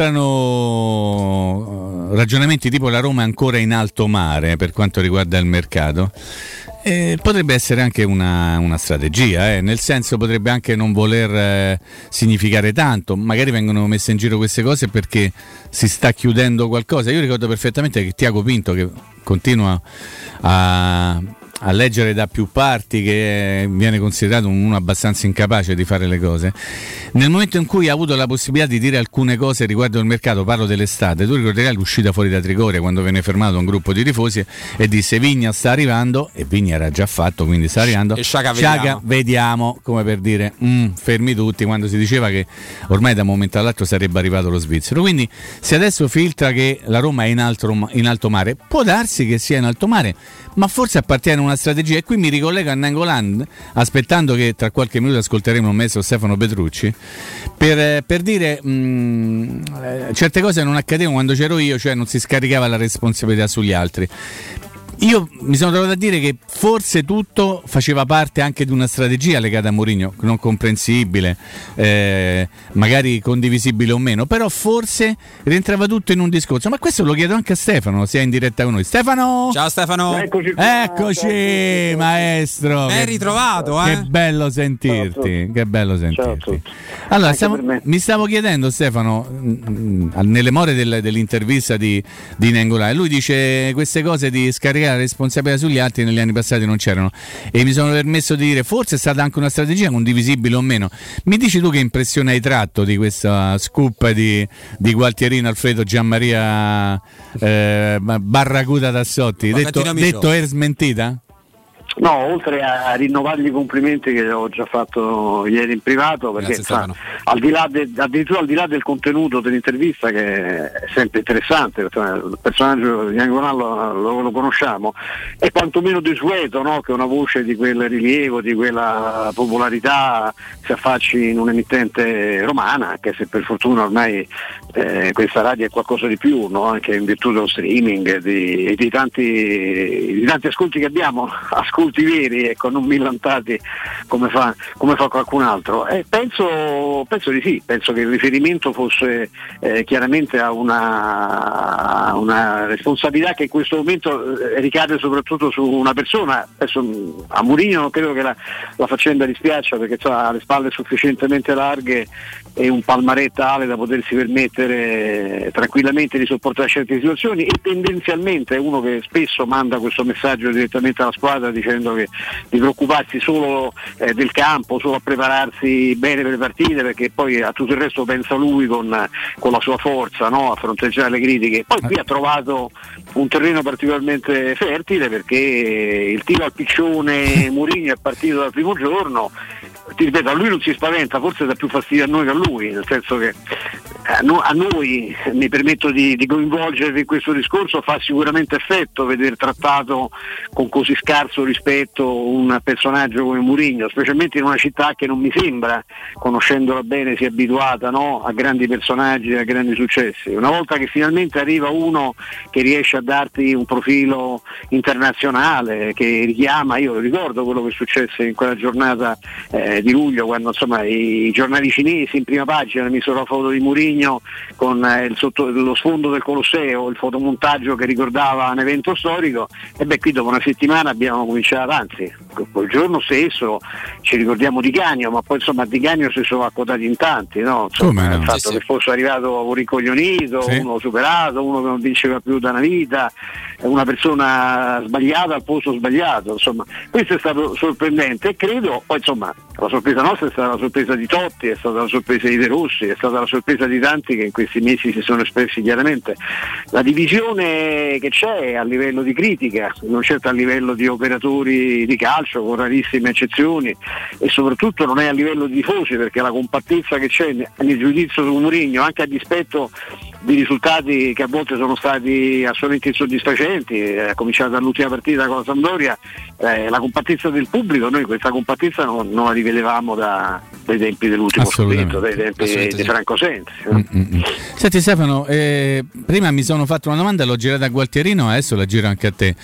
filtrano ragionamenti tipo la Roma è ancora in alto mare per quanto riguarda il mercato, potrebbe essere anche una strategia, nel senso potrebbe anche non voler significare tanto, magari vengono messe in giro queste cose perché si sta chiudendo qualcosa. Io ricordo perfettamente che Tiago Pinto, che continua a a leggere da più parti, che viene considerato uno abbastanza incapace di fare le cose, nel momento in cui ha avuto la possibilità di dire alcune cose riguardo il mercato, parlo dell'estate, tu ricorderai l'uscita fuori da Trigoria quando venne fermato un gruppo di tifosi e disse Vigna sta arrivando, e Vigna era già fatto, quindi sta arrivando, e Sciacca vediamo, come per dire fermi tutti, quando si diceva che ormai da un momento all'altro sarebbe arrivato lo svizzero. Quindi se adesso filtra che la Roma è in alto mare, può darsi che sia in alto mare, ma forse appartiene a una strategia, e qui mi ricollego a Nainggolan, aspettando che tra qualche minuto ascolteremo il maestro Stefano Petrucci per dire certe cose non accadevano quando c'ero io, cioè non si scaricava la responsabilità sugli altri. Io mi sono trovato a dire che forse tutto faceva parte anche di una strategia legata a Mourinho, non comprensibile, magari condivisibile o meno, però forse rientrava tutto in un discorso. Ma questo lo chiedo anche a Stefano, se è in diretta con noi. Stefano! Ciao Stefano! Eccoci maestro! Ben ritrovato, Che bello sentirti, che bello sentirti. Allora, mi stavo chiedendo, Stefano, nelle more dell'intervista di Nainggolan, lui dice queste cose di scaricare la responsabilità sugli altri negli anni passati non c'erano, e mi sono permesso di dire forse è stata anche una strategia condivisibile o meno. Mi dici tu che impressione hai tratto di questa scoop di Gualtierino Alfredo Gianmaria Barracuda Tassotti, detto smentita? No, oltre a rinnovargli i complimenti che ho già fatto ieri in privato, perché addirittura al di là del contenuto dell'intervista, che è sempre interessante, il personaggio di Nainggolan lo conosciamo, è quantomeno desueto, no? Che una voce di quel rilievo, di quella popolarità si affacci in un'emittente romana, anche se per fortuna ormai questa radio è qualcosa di più, no? Anche in virtù dello streaming e di tanti ascolti che abbiamo, ascolti veri, ecco, non millantati come fa qualcun altro. Penso di sì, penso che il riferimento fosse chiaramente a una responsabilità che in questo momento ricade soprattutto su una persona. Adesso a Mourinho non credo che la faccenda dispiaccia, perché ha le spalle sufficientemente larghe e un palmarès tale da potersi permettere tranquillamente di sopportare certe situazioni, e tendenzialmente è uno che spesso manda questo messaggio direttamente alla squadra dicendo che di preoccuparsi solo del campo, solo a prepararsi bene per le partite, perché poi a tutto il resto pensa lui con la sua forza, no? A fronteggiare le critiche. Poi qui ha trovato un terreno particolarmente fertile, perché il tiro al piccione Mourinho è partito dal primo giorno. Ti ripeto, a lui non si spaventa, forse dà più fastidio a noi che a lui, nel senso che a noi, mi permetto di coinvolgervi in questo discorso, fa sicuramente effetto vedere trattato con così scarso rispetto un personaggio come Mourinho, specialmente in una città che non mi sembra, conoscendola bene, sia abituata, no? A grandi personaggi e a grandi successi. Una volta che finalmente arriva uno che riesce a darti un profilo internazionale, che richiama, io ricordo quello che successe in quella giornata di luglio, quando insomma i giornali cinesi in prima pagina misero la foto di Mourinho con lo sfondo del Colosseo, il fotomontaggio che ricordava un evento storico, e qui dopo una settimana abbiamo cominciato, anzi quel giorno stesso ci ricordiamo di Canio, ma poi insomma di Canio si sono accodati in tanti, no? Insomma, il fatto che fosse arrivato un ricoglionito, uno superato, uno che non vinceva più da una vita, una persona sbagliata al posto sbagliato, insomma questo è stato sorprendente, e credo poi insomma la sorpresa nostra è stata la sorpresa di Totti, è stata la sorpresa di De Rossi, è stata la sorpresa di tanti che in questi mesi si sono espressi chiaramente. La divisione che c'è a livello di critica, non certo a livello di operatori di calcio, con rarissime eccezioni, e soprattutto non è a livello di tifosi, perché la compattezza che c'è nel giudizio su Mourinho, anche a dispetto di risultati che a volte sono stati assolutamente insoddisfacenti, a cominciare dall'ultima partita con la Sampdoria, la compattezza del pubblico, noi questa compattezza non la rivedevamo dai tempi dell'ultimo scudetto, dai tempi di Franco Sensi. Senti Stefano, prima mi sono fatto una domanda, l'ho girata a Gualtierino, adesso la giro anche a te,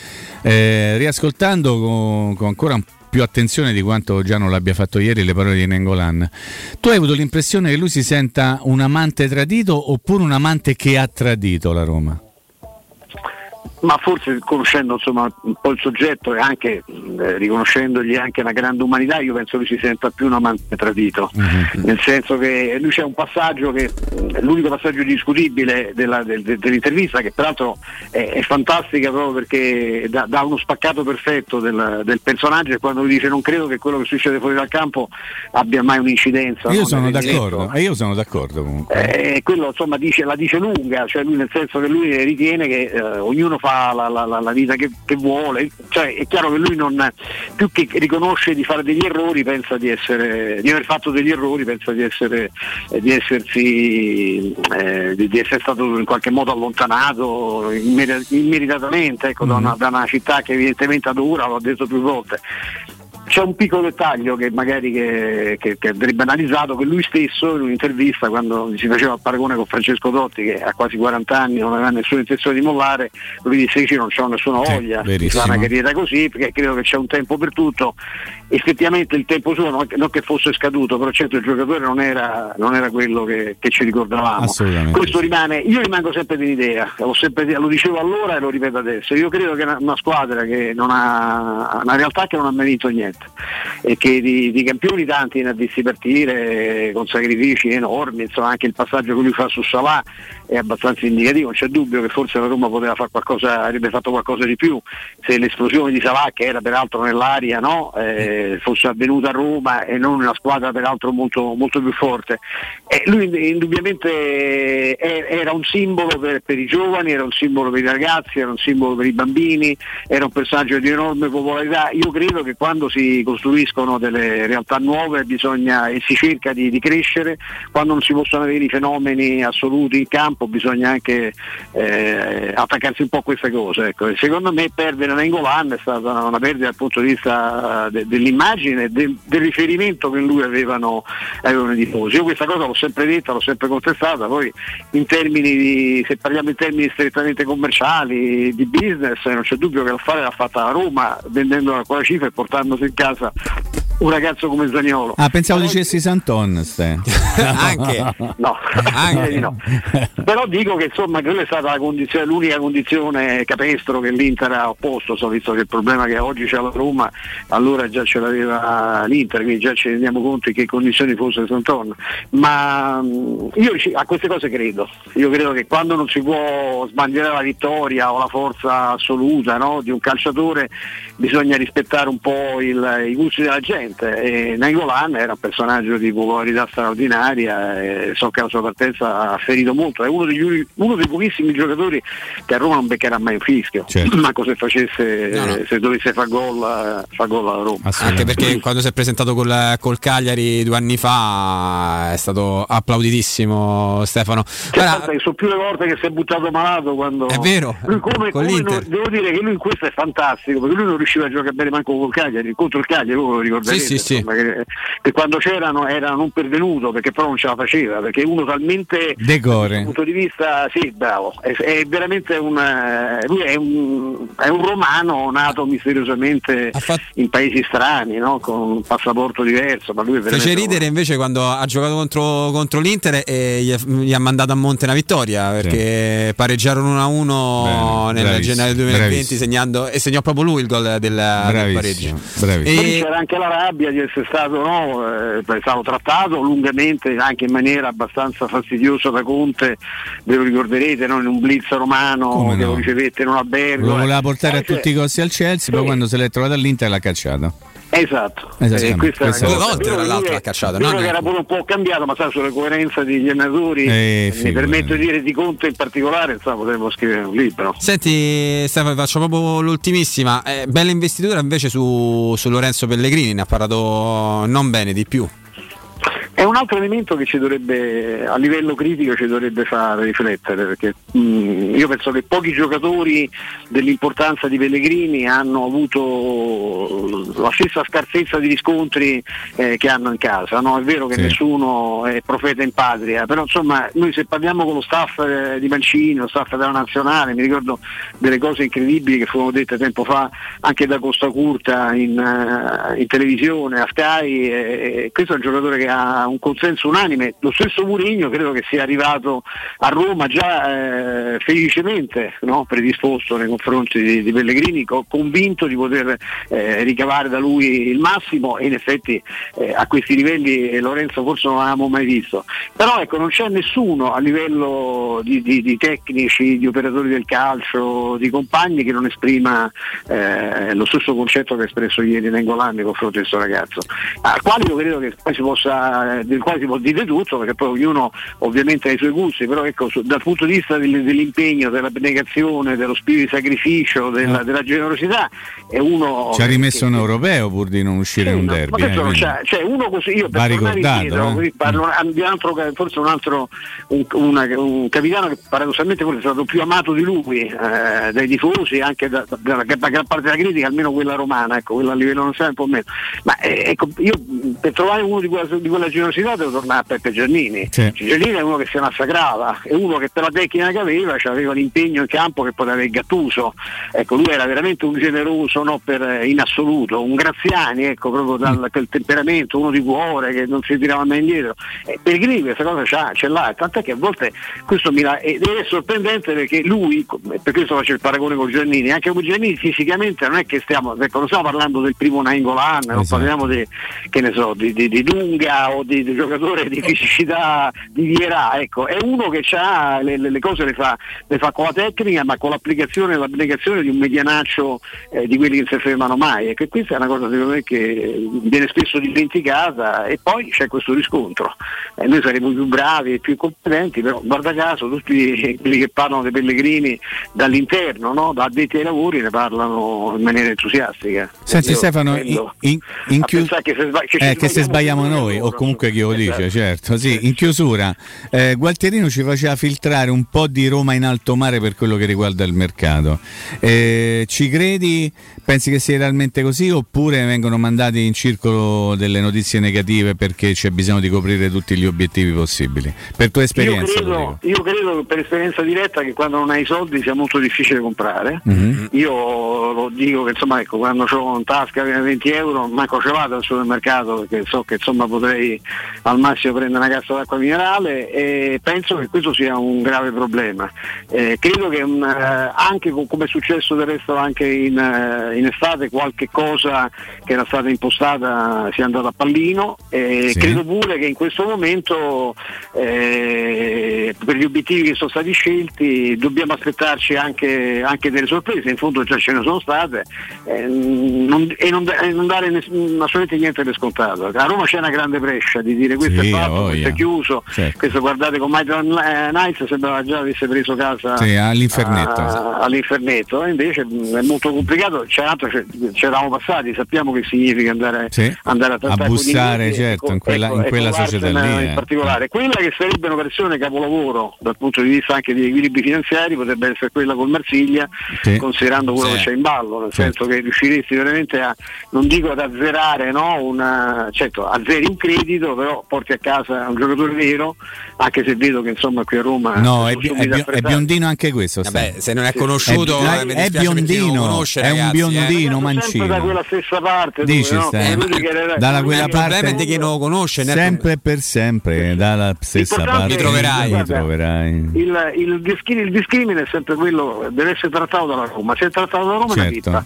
riascoltando con ancora un più attenzione di quanto già non l'abbia fatto ieri le parole di Nainggolan. Tu hai avuto l'impressione che lui si senta un amante tradito, oppure un amante che ha tradito la Roma? ma forse conoscendo insomma un po' il soggetto e anche riconoscendogli anche una grande umanità, io penso che si senta più un amante tradito, nel senso che lui c'è un passaggio che è l'unico passaggio discutibile dell'intervista, che peraltro è fantastica proprio perché dà uno spaccato perfetto del personaggio, e quando lui dice non credo che quello che succede fuori dal campo abbia mai un'incidenza. Io sono d'accordo comunque. Quello insomma la dice lunga, cioè lui, nel senso che lui ritiene che ognuno fa la vita che vuole, cioè è chiaro che lui non, più che riconosce di fare degli errori, pensa di aver fatto degli errori, pensa di essere stato in qualche modo allontanato immeritatamente, ecco, da una città che evidentemente adora, l'ho detto più volte. C'è un piccolo dettaglio che magari che andrebbe analizzato, che lui stesso in un'intervista, quando si faceva il paragone con Francesco Totti, che ha quasi 40 anni, non aveva nessuna intenzione di mollare, lui disse che non c'ho nessuna voglia di fare una carriera così, perché credo che c'è un tempo per tutto. Effettivamente il tempo suo non che fosse scaduto, però certo il giocatore non era quello che ci ricordavamo. Questo rimane, io rimango sempre dell'idea, lo dicevo allora e lo ripeto adesso, io credo che una squadra che non ha una realtà che non ha mai vinto niente, e che di campioni tanti ne ha visti partire con sacrifici enormi, insomma anche il passaggio che lui fa su Salah è abbastanza indicativo, non c'è dubbio che forse la Roma poteva fare qualcosa, avrebbe fatto qualcosa di più se l'esplosione di Salah, che era peraltro nell'aria, fosse avvenuta a Roma e non una squadra peraltro molto, molto più forte. Lui indubbiamente era un simbolo per i giovani, era un simbolo per i ragazzi, era un simbolo per i bambini, era un personaggio di enorme popolarità. Io credo che quando si costruiscono delle realtà nuove bisogna, e si cerca di crescere, quando non si possono avere i fenomeni assoluti in campo bisogna anche attaccarsi un po' a queste cose, ecco. Secondo me perdere Nainggolan è stata una perdita dal punto di vista dell'immagine e del riferimento che in lui avevano i tifosi. Io questa cosa l'ho sempre detta, l'ho sempre contestata, poi se parliamo in termini strettamente commerciali, di business, non c'è dubbio che l'affare l'ha fatta la Roma vendendola a quella cifra e portandosi in casa un ragazzo come Zaniolo. Pensavo dicessi Santon. Anche no, anche no. Però dico che insomma quella è stata l'unica condizione capestro che l'Inter ha opposto, visto che il problema che oggi c'è la Roma allora già ce l'aveva l'Inter, quindi già ci rendiamo conto in che condizioni fosse Santon. Ma io a queste cose credo. Io credo che quando non si può sbandierare la vittoria o la forza assoluta, no, di un calciatore, bisogna rispettare un po' i gusti della gente. E Nainggolan era un personaggio di popolarità straordinaria e so che la sua partenza ha ferito molto, è uno dei pochissimi giocatori che a Roma non beccherà mai un fischio, manco se facesse se dovesse far gol alla Roma, anche perché quando si è presentato col Cagliari 2 anni fa è stato applauditissimo Stefano. Sono più le volte che si è buttato malato quando è vero, devo dire che lui in questo è fantastico, perché lui non riusciva a giocare bene manco col Cagliari, contro il Cagliari, voi lo ricordate? Sì. Che quando c'erano era non pervenuto, perché però non ce la faceva, perché uno talmente decore dal punto di vista bravo, è veramente lui è un romano nato misteriosamente in paesi strani, no? Con un passaporto diverso, ma lui è veramente fece ridere invece quando ha giocato contro l'Inter e gli ha mandato a monte una vittoria, perché pareggiarono 1-1 nel gennaio 2020 segnò proprio lui il gol del pareggio. E c'era anche la rabbia di essere stato trattato lungamente, anche in maniera abbastanza fastidiosa da Conte, ve lo ricorderete, no? In un blitz romano che lo ricevette in un albergo. Lo voleva portare a tutti i costi al Chelsea, poi quando se l'è trovato all'Inter l'ha cacciata. Esatto. 2 volte tra l'altro l'ha cacciata. Che era pure un po' cambiato, ma sulla coerenza degli allenatori mi permetto di dire di Conte in particolare, potremmo scrivere un libro. Senti Stefano, faccio proprio l'ultimissima, bella investitura invece su Lorenzo Pellegrini, ne ha parlato non bene di più. È un altro elemento che ci dovrebbe, a livello critico, ci dovrebbe far riflettere, perché io penso che pochi giocatori dell'importanza di Pellegrini hanno avuto la stessa scarsezza di riscontri che hanno in casa, no? È vero che nessuno è profeta in patria, però insomma noi se parliamo con lo staff di Mancini, lo staff della Nazionale, mi ricordo delle cose incredibili che furono dette tempo fa anche da Costa Curta in televisione, a Sky, questo è un giocatore che ha un consenso unanime. Lo stesso Mourinho credo che sia arrivato a Roma già felicemente, no? Predisposto nei confronti di Pellegrini, convinto di poter ricavare da lui il massimo, e in effetti a questi livelli Lorenzo forse non l'avevamo mai visto. Però ecco, non c'è nessuno a livello di tecnici, di operatori del calcio, di compagni che non esprima lo stesso concetto che ha espresso ieri Nainggolan nei confronti di questo ragazzo, al quale io credo che poi del quale si può dire tutto, perché poi ognuno ovviamente ha i suoi gusti, però ecco, dal punto di vista dell'impegno, dell'abnegazione, dello spirito di sacrificio, della generosità, è uno ci ha rimesso un europeo pur di non uscire in un derby, cioè uno così, io per va ricordato, parlo di un capitano che paradossalmente forse è stato più amato di lui dai tifosi, anche da gran parte della critica, almeno quella romana, ecco, quella a livello nazionale un po' meno, ma ecco, io per trovare uno di quella generosità devo tornare a Peppe Giannini. Giannini è uno che si massacrava, è uno che per la tecnica che aveva l'impegno in campo che poteva avere Gattuso, ecco, lui era veramente un generoso, no, in assoluto, un Graziani, ecco, proprio quel temperamento, uno di cuore che non si tirava mai indietro. Pellegrini questa cosa ce l'ha, tant'è che a volte questo ed è sorprendente, perché lui, per questo faccio il paragone con Giannini, anche con Giannini fisicamente non è che non stiamo parlando del primo Nainggolan, non parliamo di Dunga o di giocatore di fisicità di Vieira, ecco, è uno che ha le cose le fa con la tecnica, ma con l'applicazione e l'abnegazione di un medianaccio di quelli che non si fermano mai, e che questa è una cosa secondo me che viene spesso dimenticata, e poi c'è questo riscontro. Noi saremo più bravi e più competenti, però guarda caso tutti quelli che parlano dei Pellegrini dall'interno, no? Da addetti ai lavori, ne parlano in maniera entusiastica. Senti Stefano, che se sbagliamo noi, o comunque chi lo dice, certo, sì, in chiusura Gualtierino ci faceva filtrare un po' di Roma in alto mare per quello che riguarda il mercato. Ci credi? Pensi che sia realmente così, oppure vengono mandati in circolo delle notizie negative perché c'è bisogno di coprire tutti gli obiettivi possibili? Per tua esperienza? Io credo per esperienza diretta che quando non hai soldi sia molto difficile comprare. Io lo dico che insomma, ecco, quando ho in tasca 20 euro manco ce vado al supermercato, perché so che insomma potrei al massimo prendere una cassa d'acqua minerale, e penso che questo sia un grave problema. Credo che anche come è successo del resto anche in estate, qualche cosa che era stata impostata sia andata a pallino, credo pure che in questo momento per gli obiettivi che sono stati scelti dobbiamo aspettarci anche delle sorprese, in fondo già ce ne sono state, e non dare assolutamente niente per scontato. A Roma c'è una grande brescia di dire questo è fatto, questo è chiuso, questo guardate con Maitland Niles sembrava già avesse preso casa all'infernetto, e invece è molto complicato. C'eravamo passati, sappiamo che significa andare a trattare, a bussare, certo, in quella società lì in particolare. Quella che sarebbe un'operazione capolavoro dal punto di vista anche degli equilibri finanziari potrebbe essere quella col Marsiglia, considerando quello che c'è in ballo, nel senso che riusciresti veramente a, non dico ad azzerare, no? Certo, azzeri un credito, però porti a casa un giocatore vero, anche se vedo che insomma qui a Roma è biondino anche questo. Vabbè, se non è conosciuto è biondino, è un biondino mancino da quella stessa parte, dici, dalla quella parte, il problema è che non lo conosce sempre per sempre, dalla stessa parte mi troverai. Il discrimine è sempre quello, deve essere trattato dalla Roma, se è trattato dalla Roma è una vita,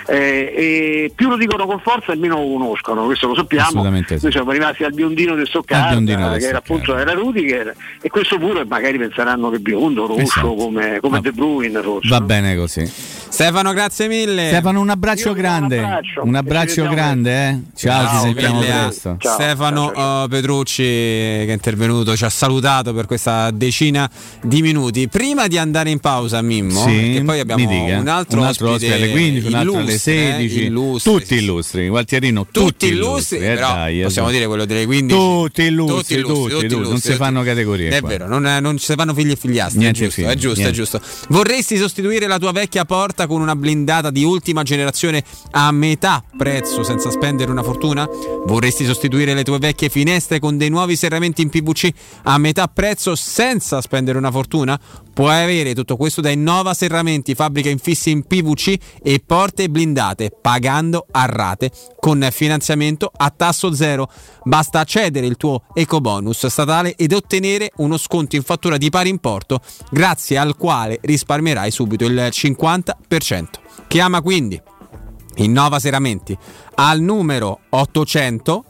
e più lo dicono con forza e meno lo conoscono, questo lo sappiamo. Noi siamo rimasti al biondino del Stoccarda, che era appunto era Rudiger, e questo pure magari penseranno che biondo, rosso, come De Bruyne forse. Va bene così. Stefano, grazie mille. Stefano, un abbraccio grande. Un abbraccio grande, Ciao, ci sentiamo presto. Ciao. Stefano Petrucci, che è intervenuto, ci ha salutato per questa decina di minuti. Prima di andare in pausa, Mimmo, che poi abbiamo un altro ospite alle 15, un altro alle 16, tutti illustri, Gualtierino, tutti illustri, però possiamo dire quello delle 15. Tutti illustri, non si fanno categorie. È vero, non si fanno figli e figliastri, è giusto. Vorresti sostituire la tua vecchia porta con una blindata di ultima generazione a metà prezzo senza spendere una fortuna? Vorresti sostituire le tue vecchie finestre con dei nuovi serramenti in PVC a metà prezzo senza spendere una fortuna? Puoi avere tutto questo da Innova Serramenti, fabbrica infissi in PVC e porte blindate, pagando a rate con finanziamento a tasso zero. Basta cedere il tuo ecobonus statale ed ottenere uno sconto in fattura di pari importo, grazie al quale risparmierai subito il 50%. Chiama quindi Innova Serramenti al numero 800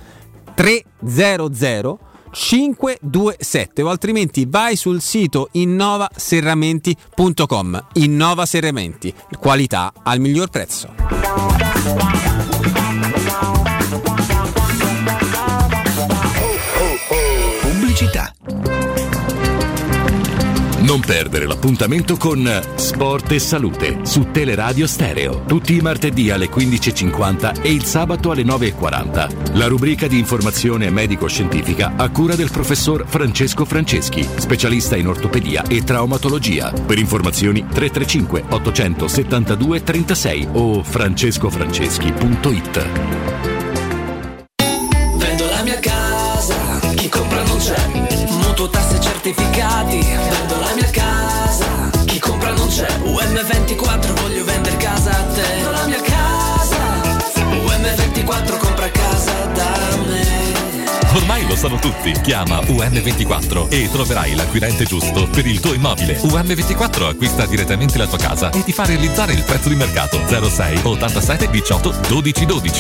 300 527 o altrimenti vai sul sito innovaserramenti.com. Innova Serramenti, qualità al miglior prezzo. Pubblicità. Non perdere l'appuntamento con Sport e Salute su Teleradio Stereo, tutti i martedì alle 15.50 e il sabato alle 9.40. La rubrica di informazione medico-scientifica a cura del professor Francesco Franceschi, specialista in ortopedia e traumatologia. Per informazioni 335 872 36 o francescofranceschi.it. Vendo la mia casa, chi compra non c'è. Mutuo, tasse, certificati. Vendo la mia casa, chi compra non c'è. UM24, voglio vendere casa a te. Vendo la mia casa, UM24, compra casa da me. Ormai lo sanno tutti. Chiama UM24 e troverai l'acquirente giusto per il tuo immobile. UM24 acquista direttamente la tua casa e ti fa realizzare il prezzo di mercato. 06 87 18 12 12.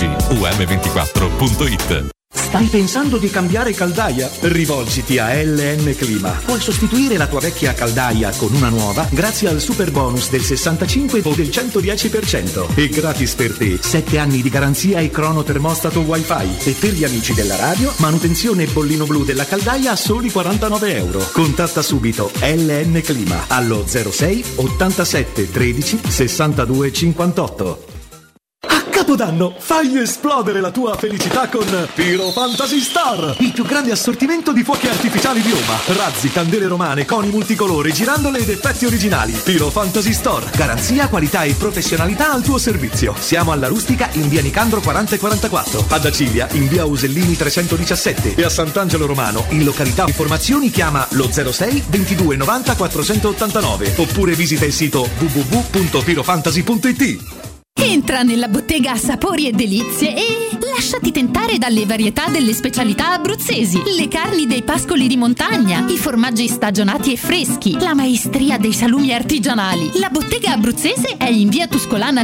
UM24.it. Stai pensando di cambiare caldaia? Rivolgiti a LN Clima. Puoi sostituire la tua vecchia caldaia con una nuova grazie al super bonus del 65 o del 110% e gratis per te 7 anni di garanzia e cronotermostato wifi. E per gli amici della radio, manutenzione e bollino blu della caldaia a soli €49. Contatta subito LN Clima allo 06 87 13 62 58. Capodanno, fai esplodere la tua felicità con Piro Fantasy Star, il più grande assortimento di fuochi artificiali di Roma. Razzi, candele romane, coni multicolore, girandole ed effetti originali. Piro Fantasy Store, garanzia, qualità e professionalità al tuo servizio. Siamo alla Rustica in via Nicandro 40 e 44, ad Acilia in via Usellini 317 e a Sant'Angelo Romano in località. Informazioni chiama lo 06 22 90 489 oppure visita il sito www.pirofantasy.it. Entra nella bottega Sapori e Delizie e lasciati tentare dalle varietà delle specialità abruzzesi, le carni dei pascoli di montagna, i formaggi stagionati e freschi, la maestria dei salumi artigianali. La bottega abruzzese è in via Tuscolana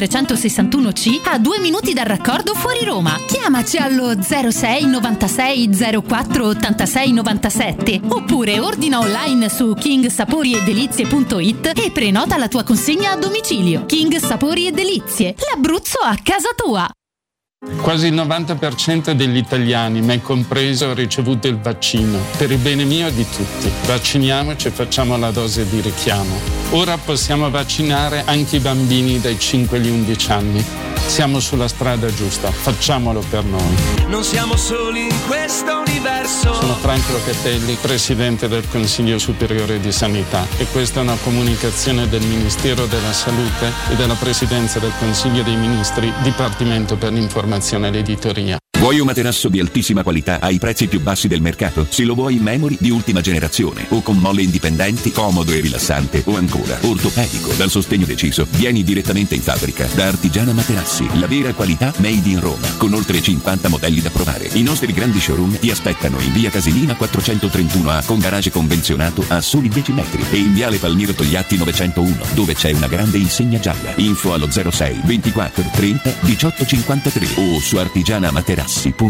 1361C, a 2 minuti dal raccordo fuori Roma. Chiamaci allo 06 96 04 86 97 oppure ordina online su kingsaporiedelizie.it e prenota la tua consegna a domicilio. King Sapori e Delizie, l'Abruzzo a casa tua. Quasi il 90% degli italiani, me compreso, ha ricevuto il vaccino. Per il bene mio e di tutti. Vacciniamoci e facciamo la dose di richiamo. Ora possiamo vaccinare anche i bambini dai 5 agli 11 anni. Siamo sulla strada giusta, facciamolo per noi. Non siamo soli in questo universo. Sono Franco Locatelli, Presidente del Consiglio Superiore di Sanità e questa è una comunicazione del Ministero della Salute e della Presidenza del Consiglio dei Ministri, Dipartimento per l'Informazione e l'Editoria. Vuoi un materasso di altissima qualità ai prezzi più bassi del mercato? Se lo vuoi in memory di ultima generazione o con molle indipendenti, comodo e rilassante o ancora ortopedico dal sostegno deciso, vieni direttamente in fabbrica da Artigiana Materassi, la vera qualità made in Roma, con oltre 50 modelli da provare. I nostri grandi showroom ti aspettano in via Casilina 431A con garage convenzionato a soli 10 metri e in viale Palmiro Togliatti 901 dove c'è una grande insegna gialla. Info allo 06 24 30 18 53 o su artigianamaterassi.com.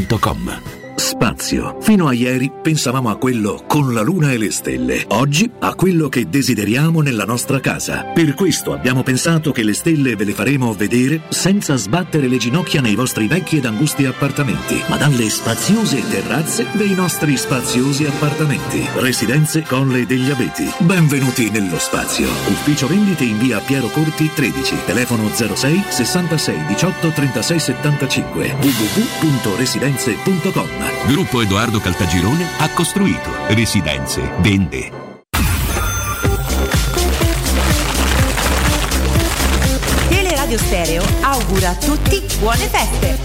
Spazio. Fino a ieri pensavamo a quello con la luna e le stelle. Oggi a quello che desideriamo nella nostra casa. Per questo abbiamo pensato che le stelle ve le faremo vedere senza sbattere le ginocchia nei vostri vecchi ed angusti appartamenti, ma dalle spaziose terrazze dei nostri spaziosi appartamenti. Residenze Colle degli Abeti. Benvenuti nello spazio. Ufficio vendite in via Piero Corti 13. Telefono 06 66 18 36 75. www.residenze.com. Gruppo Edoardo Caltagirone ha costruito, residenze, vende. Teleradio Stereo augura a tutti buone feste.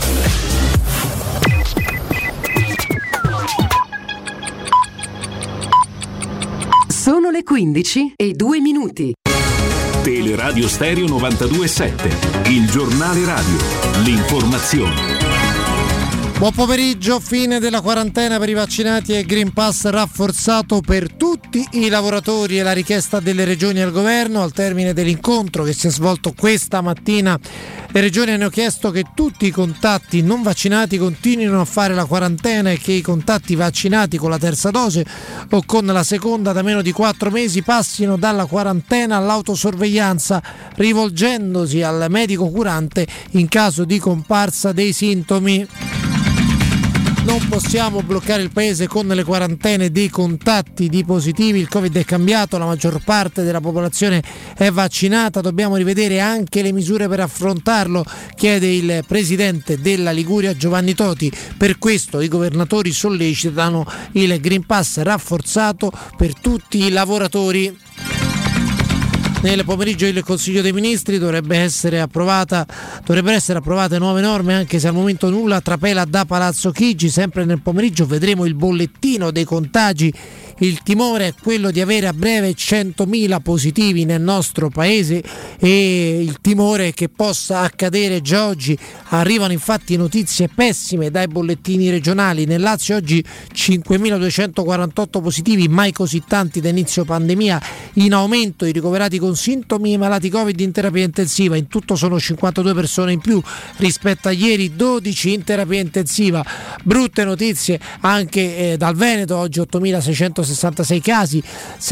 Sono le 15:02. Teleradio Stereo 92.7, il giornale radio, l'informazione. Buon pomeriggio, fine della quarantena per i vaccinati e Green Pass rafforzato per tutti i lavoratori e la richiesta delle regioni al governo. Al termine dell'incontro che si è svolto questa mattina, le regioni hanno chiesto che tutti i contatti non vaccinati continuino a fare la quarantena e che i contatti vaccinati con la terza dose o con la seconda da meno di 4 mesi passino dalla quarantena all'autosorveglianza, rivolgendosi al medico curante in caso di comparsa dei sintomi. Non possiamo bloccare il paese con le quarantene dei contatti di positivi, il Covid è cambiato, la maggior parte della popolazione è vaccinata, dobbiamo rivedere anche le misure per affrontarlo, chiede il presidente della Liguria Giovanni Toti. Per questo i governatori sollecitano il Green Pass rafforzato per tutti i lavoratori. Nel pomeriggio il Consiglio dei Ministri dovrebbero essere approvate nuove norme, anche se al momento nulla trapela da Palazzo Chigi. Sempre nel pomeriggio vedremo il bollettino dei contagi. Il timore è quello di avere a breve 100.000 positivi nel nostro paese e il timore che possa accadere già oggi. Arrivano infatti notizie pessime dai bollettini regionali. Nel Lazio oggi 5.248 positivi, mai così tanti da inizio pandemia, in aumento i ricoverati con sintomi e malati Covid in terapia intensiva. In tutto sono 52 persone in più rispetto a ieri, 12 in terapia intensiva. Brutte notizie anche dal Veneto, oggi 8.666 casi,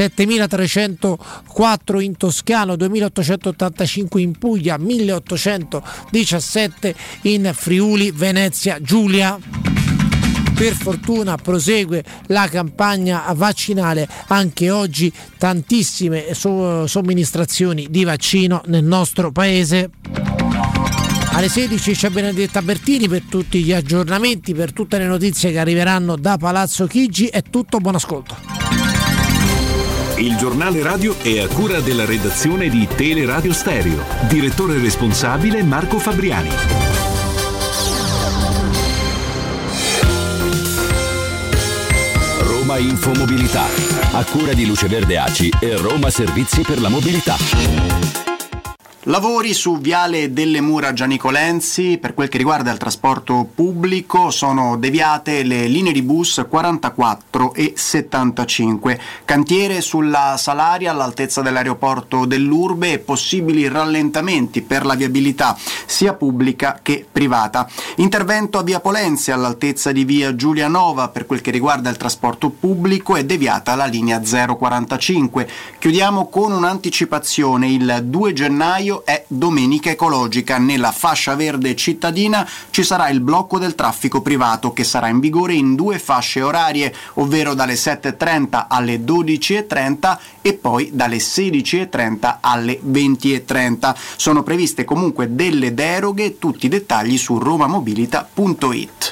7.304 in Toscano, 2.885 in Puglia, 1.817 in Friuli Venezia Giulia. Per fortuna prosegue la campagna vaccinale, anche oggi tantissime somministrazioni di vaccino nel nostro paese. Alle 16 c'è Benedetta Bertini per tutti gli aggiornamenti, per tutte le notizie che arriveranno da Palazzo Chigi. È tutto, buon ascolto. Il giornale radio è a cura della redazione di Teleradio Stereo. Direttore responsabile Marco Fabriani. Roma Infomobilità, a cura di Luce Verde ACI e Roma Servizi per la Mobilità. Lavori su Viale delle Mura Gianico Lenzi. Per quel che riguarda il trasporto pubblico sono deviate le linee di bus 44 e 75. Cantiere sulla Salaria all'altezza dell'aeroporto dell'Urbe e possibili rallentamenti per la viabilità sia pubblica che privata. Intervento a Via Polenzia all'altezza di Via Giulianova. Per quel che riguarda il trasporto pubblico è deviata la linea 045. Chiudiamo con un'anticipazione. Il 2 gennaio è domenica ecologica. Nella fascia verde cittadina ci sarà il blocco del traffico privato che sarà in vigore in 2 fasce orarie, ovvero dalle 7.30 alle 12.30 e poi dalle 16.30 alle 20.30. Sono previste comunque delle deroghe, tutti i dettagli su romamobilita.it.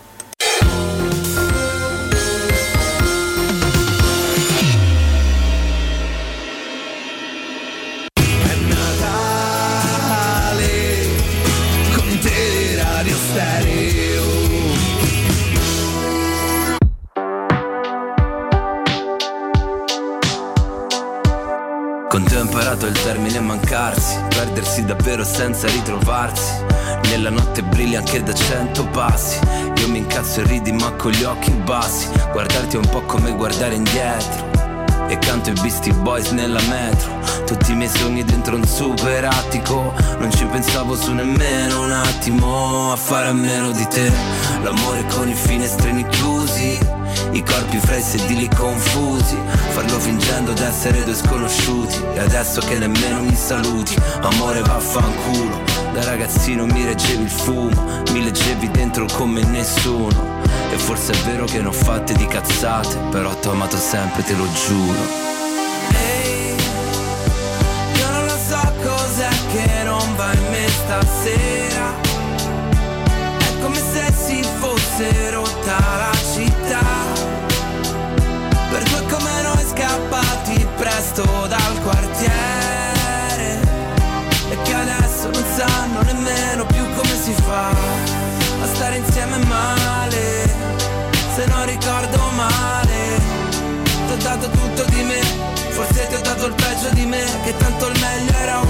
Con te ho imparato il termine mancarsi, perdersi davvero senza ritrovarsi. Nella notte brilli anche da 100 passi. Io mi incazzo e ridi ma con gli occhi bassi. Guardarti è un po' come guardare indietro. E canto i Beastie Boys nella metro. Tutti i miei sogni dentro un super attico. Non ci pensavo su nemmeno un attimo a fare a meno di te. L'amore con i finestrini chiusi, i corpi fra i sedili confusi. Farlo fingendo d'essere 2 sconosciuti. E adesso che nemmeno mi saluti. Amore vaffanculo. Da ragazzino mi reggevi il fumo, mi leggevi dentro come nessuno. E forse è vero che ne ho fatte di cazzate, però t'ho amato sempre, te lo giuro. Ehi, io non lo so cos'è che non va in me stasera. È come se si fosse rotta la città. Per due come noi scappati presto dal quartiere. E che adesso non sanno nemmeno più come si fa a stare insieme male. Se non ricordo male, ti ho dato tutto di me. Forse ti ho dato il peggio di me, che tanto il meglio era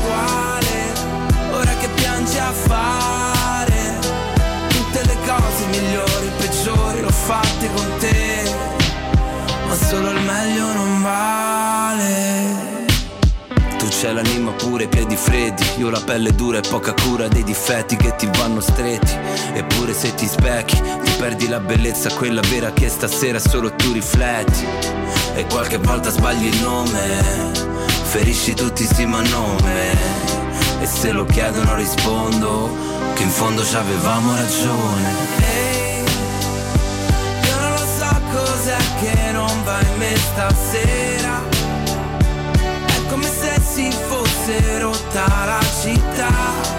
uguale. Ora che piangi a fare tutte le cose migliori. pure i piedi freddi. Io la pelle dura e poca cura dei difetti che ti vanno stretti. Eppure se ti specchi ti perdi la bellezza, quella vera che stasera solo tu rifletti. E qualche volta sbagli il nome, ferisci tutti sì ma nome. E se lo chiedono rispondo che in fondo ci avevamo ragione. Ehi, io non lo so cos'è che non va in me stasera. È come se si fosse rotta la città,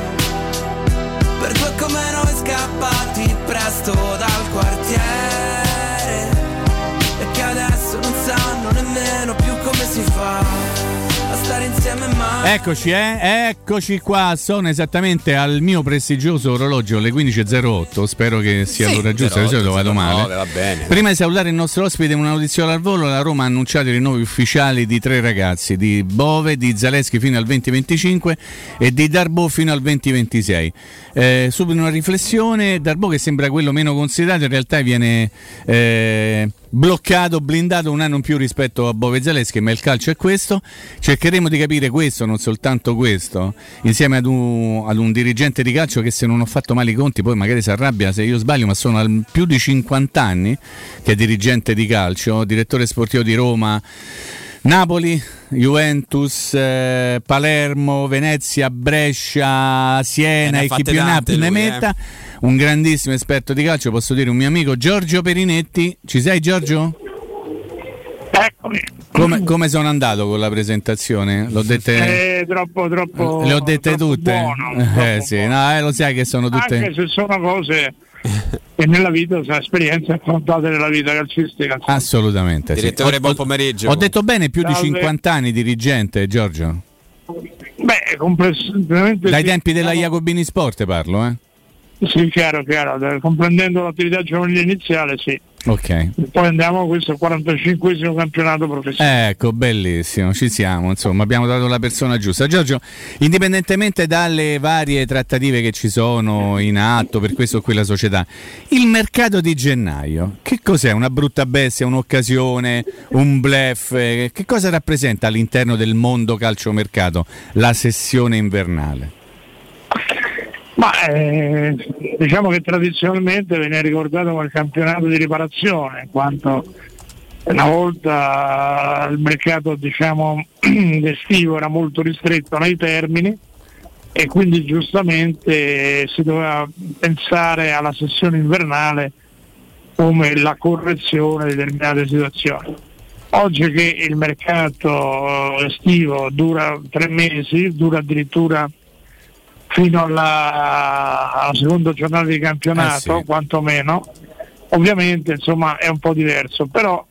per due come noi scappati presto dal quartiere, e che adesso non sanno nemmeno più come si fa a stare insieme mai. Eccoci qua, sono esattamente al mio prestigioso orologio le 15.08, spero che sia l'ora giusta, di solito vado male. Va bene. Prima di salutare il nostro ospite, una notiziola al volo: la Roma ha annunciato i rinnovi ufficiali di 3 ragazzi, di Bove, di Zaleschi fino al 2025 e di Darboe fino al 2026. Subito una riflessione: Darboe, che sembra quello meno considerato, in realtà viene bloccato, blindato un anno in più rispetto a Bove e Zaleschi, ma il calcio è questo. Cercheremo di capire questo, non soltanto questo, insieme ad un dirigente di calcio che, se non ho fatto male i conti, poi magari si arrabbia se io sbaglio, ma sono più di 50 anni che è dirigente di calcio, direttore sportivo di Roma, Napoli, Juventus, Palermo, Venezia, Brescia, Siena, Equipe ne metta. Un grandissimo esperto di calcio, posso dire un mio amico, Giorgio Perinetti. Ci sei, Giorgio? Eccomi. Come sono andato con la presentazione? L'ho dette troppo le ho dette tutte? Buono, sì, no, lo sai che sono tutte, anche se sono cose che nella vita, sono esperienze affrontate nella vita calcistica. Assolutamente. Direttore, sì. Buon pomeriggio. Ho detto bene, più di 50 anni dirigente, Giorgio? Beh, complessivamente dai tempi della Jacobini Sport parlo, Sì, chiaro, comprendendo l'attività giovanile iniziale, sì. Ok. E poi andiamo a questo 45esimo campionato professionale. Ecco, bellissimo, ci siamo, insomma, abbiamo dato la persona giusta. Giorgio, indipendentemente dalle varie trattative che ci sono in atto per questo o quella società, il mercato di gennaio, che cos'è? Una brutta bestia, un'occasione, un bluff? Che cosa rappresenta all'interno del mondo calciomercato la sessione invernale? Ma diciamo che tradizionalmente viene ricordato come il campionato di riparazione, in quanto una volta il mercato, diciamo, estivo era molto ristretto nei termini e quindi giustamente si doveva pensare alla sessione invernale come la correzione di determinate situazioni. Oggi che il mercato estivo dura 3 mesi, dura addirittura fino alla seconda giornata di campionato, quantomeno, ovviamente insomma è un po' diverso, però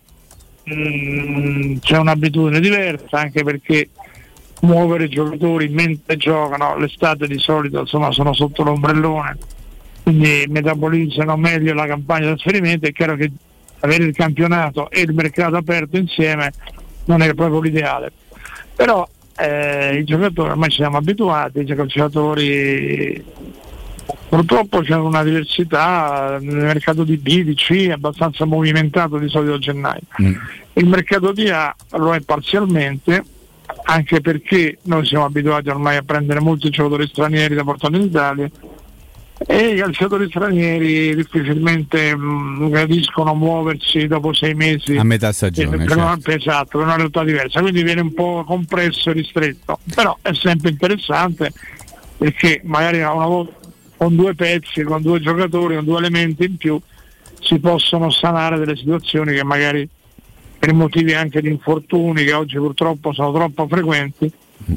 c'è un'abitudine diversa, anche perché muovere i giocatori mentre giocano, l'estate di solito insomma sono sotto l'ombrellone, quindi metabolizzano meglio la campagna di trasferimento. È chiaro che avere il campionato e il mercato aperto insieme non è proprio l'ideale, però i giocatori ormai ci siamo abituati, i giocatori purtroppo c'è una diversità nel mercato di B, di C abbastanza movimentato di solito a gennaio. Il mercato di A lo è parzialmente, anche perché noi siamo abituati ormai a prendere molti giocatori stranieri da portare in Italia e i calciatori stranieri difficilmente gradiscono muoversi dopo 6 mesi a metà stagione, esatto, per una realtà diversa, quindi viene un po' compresso e ristretto, però è sempre interessante, perché magari una volta con 2 pezzi, con 2 giocatori, con 2 elementi in più si possono sanare delle situazioni che magari per motivi anche di infortuni, che oggi purtroppo sono troppo frequenti,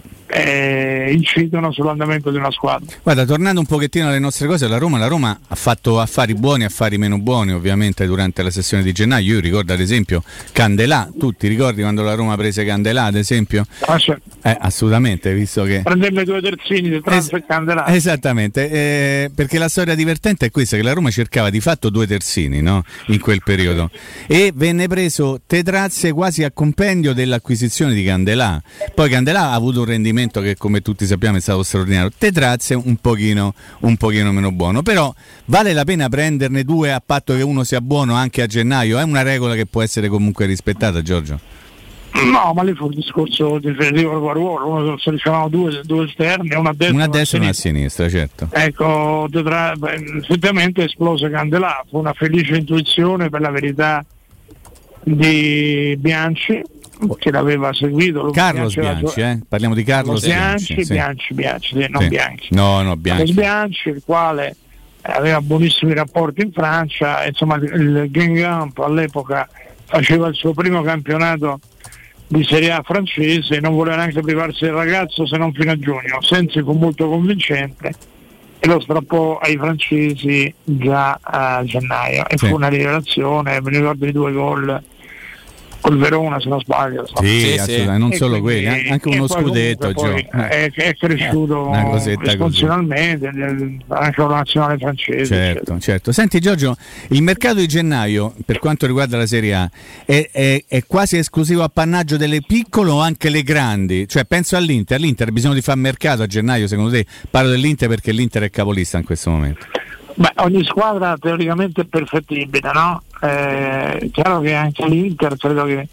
incidono sull'andamento di una squadra. Guarda, tornando un pochettino alle nostre cose, la Roma ha fatto affari buoni, affari meno buoni ovviamente durante la sessione di gennaio. Io ricordo ad esempio Candelà, tu ti ricordi quando la Roma prese Candelà ad esempio? Certo. Assolutamente, visto che prendemmo i 2 terzini di Trans e Candelà. Esattamente, perché la storia divertente è questa, che la Roma cercava di fatto 2 terzini, no? In quel periodo, e venne preso Tetrazze quasi a compendio dell'acquisizione di Candelà. Poi Candelà ha avuto un rendimento che, come tutti sappiamo, è stato straordinario. Tetrazze un pochino meno buono, però vale la pena prenderne 2 a patto che uno sia buono anche a gennaio? È una regola che può essere comunque rispettata, Giorgio? No, ma lì fu il discorso definitivo del ruolo, uno se dicevamo due esterni, una a destra e una a sinistra, certo. Ecco, effettivamente esplose Candelà, fu una felice intuizione per la verità di Bianchi, che l'aveva seguito. Carlos Bianchi, parliamo di Carlos Bianchi. Bianchi, non sì. Bianchi. No, Bianchi. Bianchi, il quale aveva buonissimi rapporti in Francia, insomma il Guingamp all'epoca faceva il suo primo campionato di Serie A francese e non voleva neanche privarsi del ragazzo se non fino a giugno. Sensi fu molto convincente e lo strappò ai francesi già a gennaio e fu una rivelazione, mi ricordo i 2 gol col Verona se non sbaglio. Sì, assolutamente, non solo quelli, anche uno scudetto è cresciuto funzionalmente anche la nazionale francese. Certo. Senti Giorgio, il mercato di gennaio per quanto riguarda la Serie A è quasi esclusivo appannaggio delle piccole o anche le grandi? Cioè penso l'Inter ha bisogno di fare mercato a gennaio, secondo te? Parlo dell'Inter perché l'Inter è capolista in questo momento. Beh, ogni squadra teoricamente è perfettibile, no? Chiaro che anche l'Inter credo che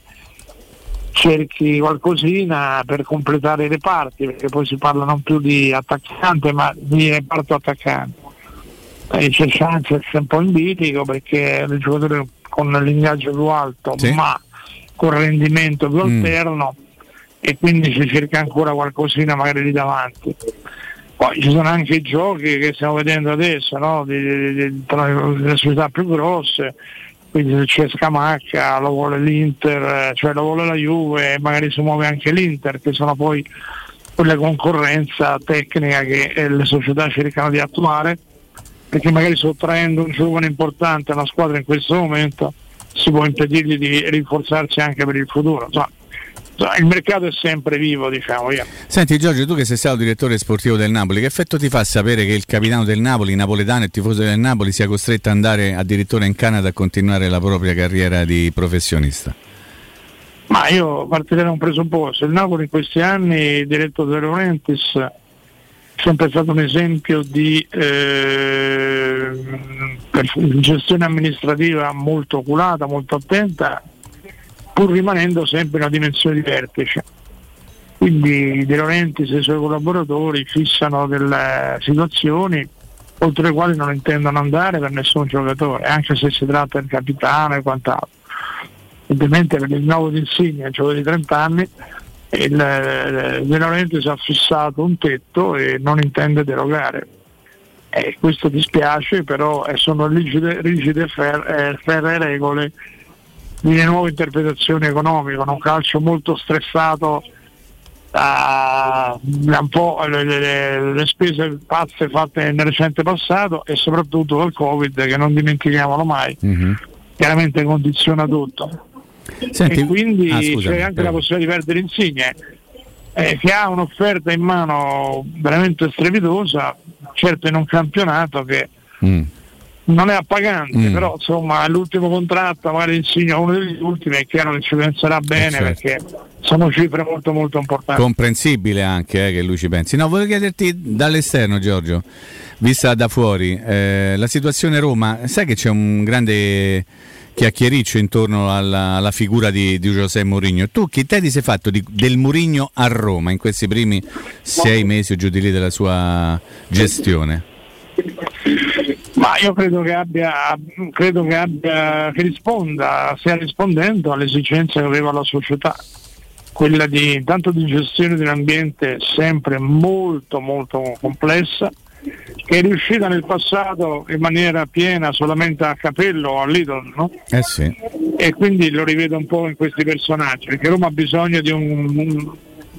cerchi qualcosina per completare i reparti, perché poi si parla non più di attaccante ma di reparto attaccante. C'è Sanchez un po' in bilico perché è un giocatore con l'ingaggio più alto ma con rendimento più alterno e quindi si cerca ancora qualcosina magari lì davanti. Poi ci sono anche i giochi che stiamo vedendo adesso, no? Tra le società più grosse, quindi se c'è Scamacca lo vuole l'Inter, cioè lo vuole la Juve e magari si muove anche l'Inter, che sono poi quella concorrenza tecnica che le società cercano di attuare, perché magari sottraendo un giovane importante a una squadra in questo momento si può impedirgli di rinforzarsi anche per il futuro. Insomma, il mercato è sempre vivo, diciamo. Senti Giorgio, tu che sei stato direttore sportivo del Napoli, che effetto ti fa sapere che il capitano del Napoli, napoletano e tifoso del Napoli, sia costretto ad andare addirittura in Canada a continuare la propria carriera di professionista? Ma io partirei da un presupposto: il Napoli in questi anni, diretto da De Laurentiis, è sempre stato un esempio di gestione amministrativa molto oculata, molto attenta, pur rimanendo sempre una dimensione di vertice. Quindi De Laurentiis e i suoi collaboratori fissano delle situazioni oltre le quali non intendono andare per nessun giocatore, anche se si tratta del capitano e quant'altro. Ovviamente per il nuovo di Insigne, giocatore di 30 anni, De Laurentiis ha fissato un tetto e non intende derogare. Questo dispiace, però sono rigide ferre regole di nuove interpretazioni economiche, un calcio molto stressato un po' le spese pazze fatte nel recente passato e soprattutto dal Covid, che non dimentichiamolo mai, chiaramente condiziona tutto. Senti, e quindi c'è anche la possibilità di perdere Insigne, che ha un'offerta in mano veramente strepitosa, certo in un campionato che non è appagante, però insomma l'ultimo contratto, magari Insigne uno degli ultimi, è chiaro che ci penserà bene, perché sono cifre molto molto importanti. Comprensibile anche che lui ci pensi. No, volevo chiederti dall'esterno, Giorgio, vista da fuori, la situazione Roma, sai che c'è un grande chiacchiericcio intorno alla figura di José Mourinho. Tu che te ti sei fatto del Mourinho a Roma in questi primi 6 mesi o giù di lì della sua gestione? Ma io credo che stia rispondendo alle esigenze che aveva la società, quella di intanto di gestione di un ambiente sempre molto molto complessa, che è riuscita nel passato in maniera piena solamente a Capello o all'Idol, no? Sì. E quindi lo rivedo un po' in questi personaggi, perché Roma ha bisogno di un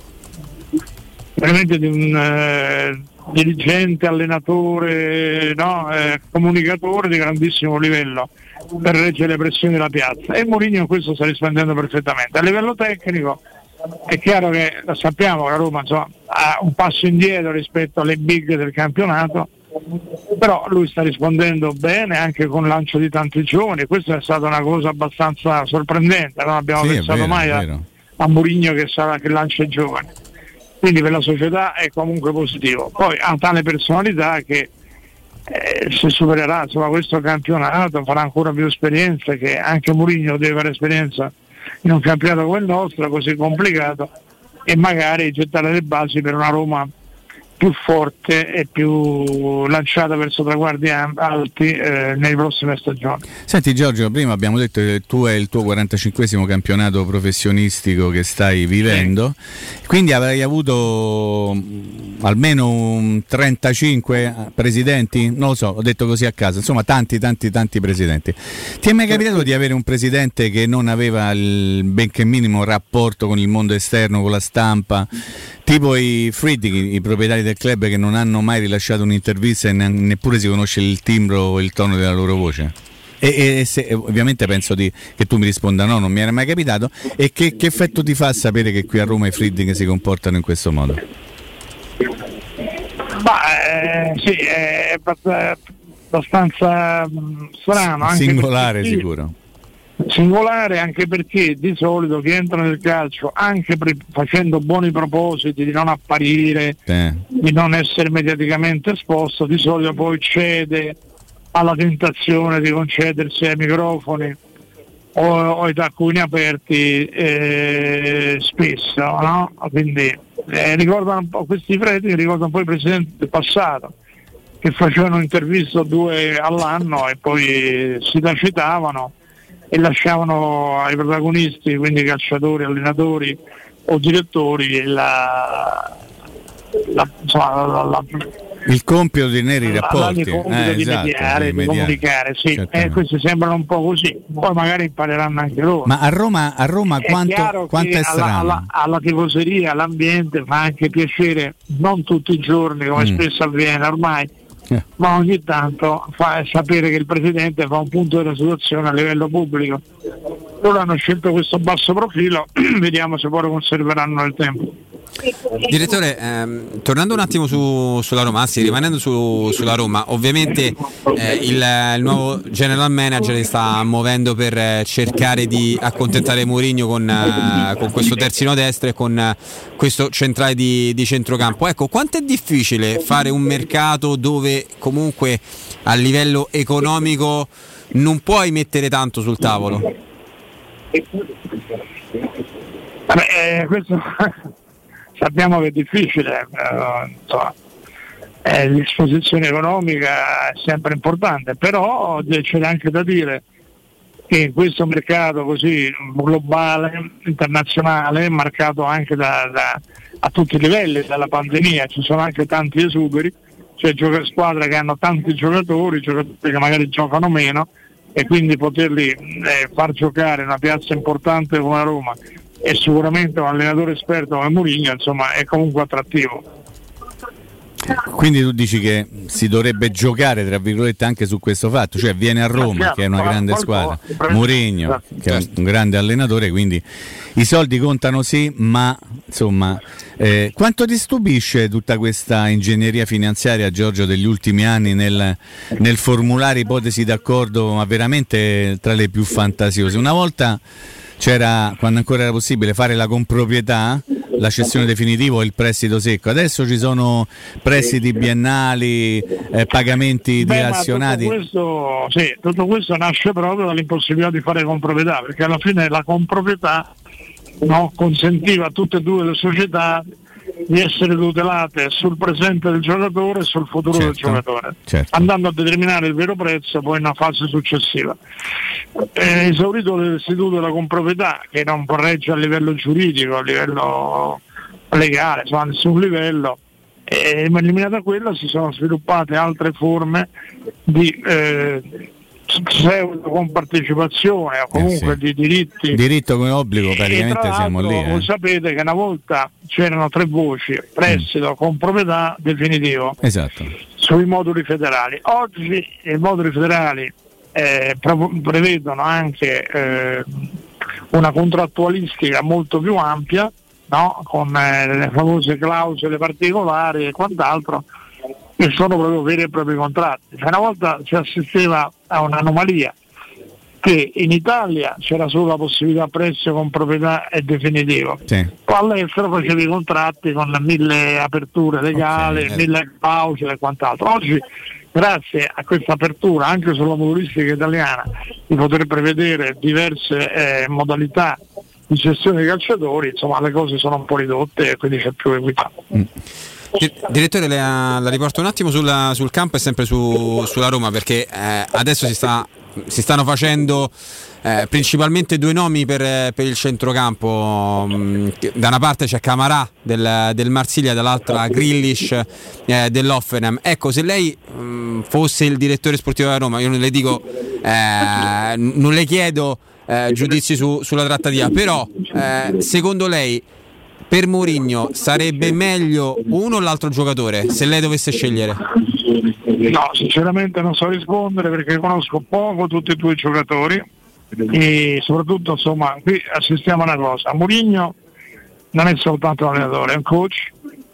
dirigente, allenatore, comunicatore di grandissimo livello per reggere le pressioni della piazza, e Mourinho in questo sta rispondendo perfettamente. A livello tecnico è chiaro che sappiamo che la Roma ha un passo indietro rispetto alle big del campionato, però lui sta rispondendo bene anche con il lancio di tanti giovani. Questa è stata una cosa abbastanza sorprendente, non abbiamo pensato mai a Mourinho che lancia i giovani, quindi per la società è comunque positivo. Poi ha tale personalità che se supererà questo campionato farà ancora più esperienza, che anche Mourinho deve avere esperienza in un campionato come il nostro, così complicato, e magari gettare le basi per una Roma più forte e più lanciata verso traguardi alti nelle prossime stagioni. Senti Giorgio, prima abbiamo detto che tu è il tuo 45esimo campionato professionistico che stai vivendo, quindi avrai avuto almeno un 35 presidenti, non lo so, ho detto così a caso, insomma tanti presidenti. Ti è mai capitato di avere un presidente che non aveva il benché minimo rapporto con il mondo esterno, con la stampa? Tipo i Friedrich, i proprietari del club, che non hanno mai rilasciato un'intervista e neppure si conosce il timbro o il tono della loro voce. E ovviamente penso che tu mi risponda no, non mi era mai capitato. E che effetto ti fa sapere che qui a Roma i Friedrich si comportano in questo modo? Sì, è abbastanza strano. Anche singolare sicuro. Singolare anche perché di solito chi entra nel calcio, anche facendo buoni propositi di non apparire, di non essere mediaticamente esposto, di solito poi cede alla tentazione di concedersi ai microfoni o ai tacconi aperti spesso, no? Quindi ricordano un po' questi preti, ricordano un po' i presidenti del passato che facevano interviste 2 all'anno e poi si tacitavano e lasciavano ai protagonisti, quindi calciatori, allenatori o direttori, il compito di tenere i rapporti, di mediare, di comunicare, sì. Questi sembrano un po' così, poi magari impareranno anche loro. Ma a Roma quanto è strano? Alla tifoseria, all'ambiente fa anche piacere, non tutti i giorni come spesso avviene ormai, ma ogni tanto fa sapere che il presidente fa un punto della situazione a livello pubblico. Loro hanno scelto questo basso profilo, vediamo se poi lo conserveranno nel tempo. Direttore, tornando un attimo sulla Roma, rimanendo sulla Roma, ovviamente il nuovo general manager si sta muovendo per cercare di accontentare Mourinho con questo terzino destro e con questo centrale di centrocampo. Ecco, quanto è difficile fare un mercato dove comunque a livello economico non puoi mettere tanto sul tavolo? Questo sappiamo che è difficile, l'esposizione economica è sempre importante, però c'è anche da dire che in questo mercato così globale, internazionale, marcato anche a tutti i livelli dalla pandemia, ci sono anche tanti esuberi, cioè squadre che hanno tanti giocatori che magari giocano meno, e quindi poterli far giocare in una piazza importante come Roma e sicuramente un allenatore esperto come Mourinho, insomma, è comunque attrattivo. Quindi tu dici che si dovrebbe giocare, tra virgolette, anche su questo fatto, cioè viene a Roma, che è una grande squadra, Mourinho, che è un grande allenatore, quindi i soldi contano sì, ma insomma, quanto ti stupisce tutta questa ingegneria finanziaria, Giorgio, degli ultimi anni nel formulare ipotesi d'accordo, ma veramente tra le più fantasiose? Una volta c'era, quando ancora era possibile, fare la comproprietà, la cessione definitiva o il prestito secco. Adesso ci sono prestiti biennali, pagamenti dilazionati. Tutto questo nasce proprio dall'impossibilità di fare comproprietà, perché alla fine la comproprietà consentiva a tutte e due le società di essere tutelate sul presente del giocatore e sul futuro del giocatore, andando a determinare il vero prezzo poi in una fase successiva. Esaurito l'istituto della comproprietà, che non regge a livello giuridico, a livello legale, insomma a nessun livello, ma eliminata quella si sono sviluppate altre forme di pseudo compartecipazione o comunque di diritto come obbligo, praticamente siamo lì. Voi sapete che una volta c'erano 3 voci: prestito, comproprietà, definitivo, sui moduli federali. Oggi i moduli federali prevedono anche una contrattualistica molto più ampia, con le famose clausole particolari e quant'altro, che sono proprio veri e propri contratti. Una volta si assisteva a un'anomalia, che in Italia c'era solo la possibilità prestito con proprietà e definitivo, poi all'estero facevi i contratti con 1000 aperture legali, 1000 clausole e quant'altro. Oggi, grazie a questa apertura anche sulla modulistica italiana, di poter prevedere diverse modalità di gestione dei calciatori, insomma le cose sono un po' ridotte e quindi c'è più equità. Direttore, la riporto un attimo sul campo e sempre sulla Roma, perché adesso si stanno facendo principalmente due nomi per il centrocampo. Da una parte c'è Camarà del Marsiglia, dall'altra Grealish dell'Hoffenheim. Ecco, se lei fosse il direttore sportivo della Roma, io non le dico, non le chiedo giudizi sulla trattativa, però secondo lei per Mourinho sarebbe meglio uno o l'altro giocatore se lei dovesse scegliere? No, sinceramente non so rispondere perché conosco poco tutti e due i giocatori e soprattutto insomma qui assistiamo a una cosa: Mourinho non è soltanto un allenatore, è un coach,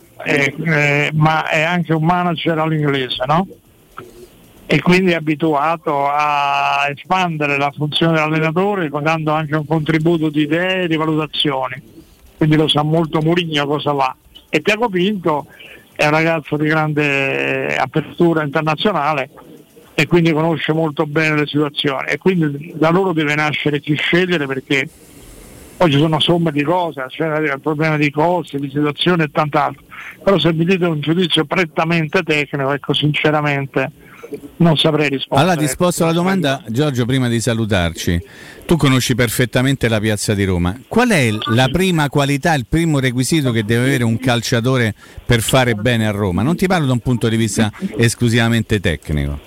ma è anche un manager all'inglese, no? E quindi è abituato a espandere la funzione dell'allenatore dando anche un contributo di idee e di valutazioni, quindi lo sa molto Mourinho cosa va. E Tiago Pinto è un ragazzo di grande apertura internazionale e quindi conosce molto bene le situazioni, e quindi da loro deve nascere chi scegliere, perché poi ci sono somme di cose, c'è il problema di costi, di situazioni e tant'altro. Però se mi dite un giudizio prettamente tecnico, ecco, sinceramente non saprei rispondere. Allora, risposto alla domanda, Giorgio, prima di salutarci, tu conosci perfettamente la piazza di Roma. Qual è la prima qualità, il primo requisito che deve avere un calciatore per fare bene a Roma? Non ti parlo da un punto di vista esclusivamente tecnico.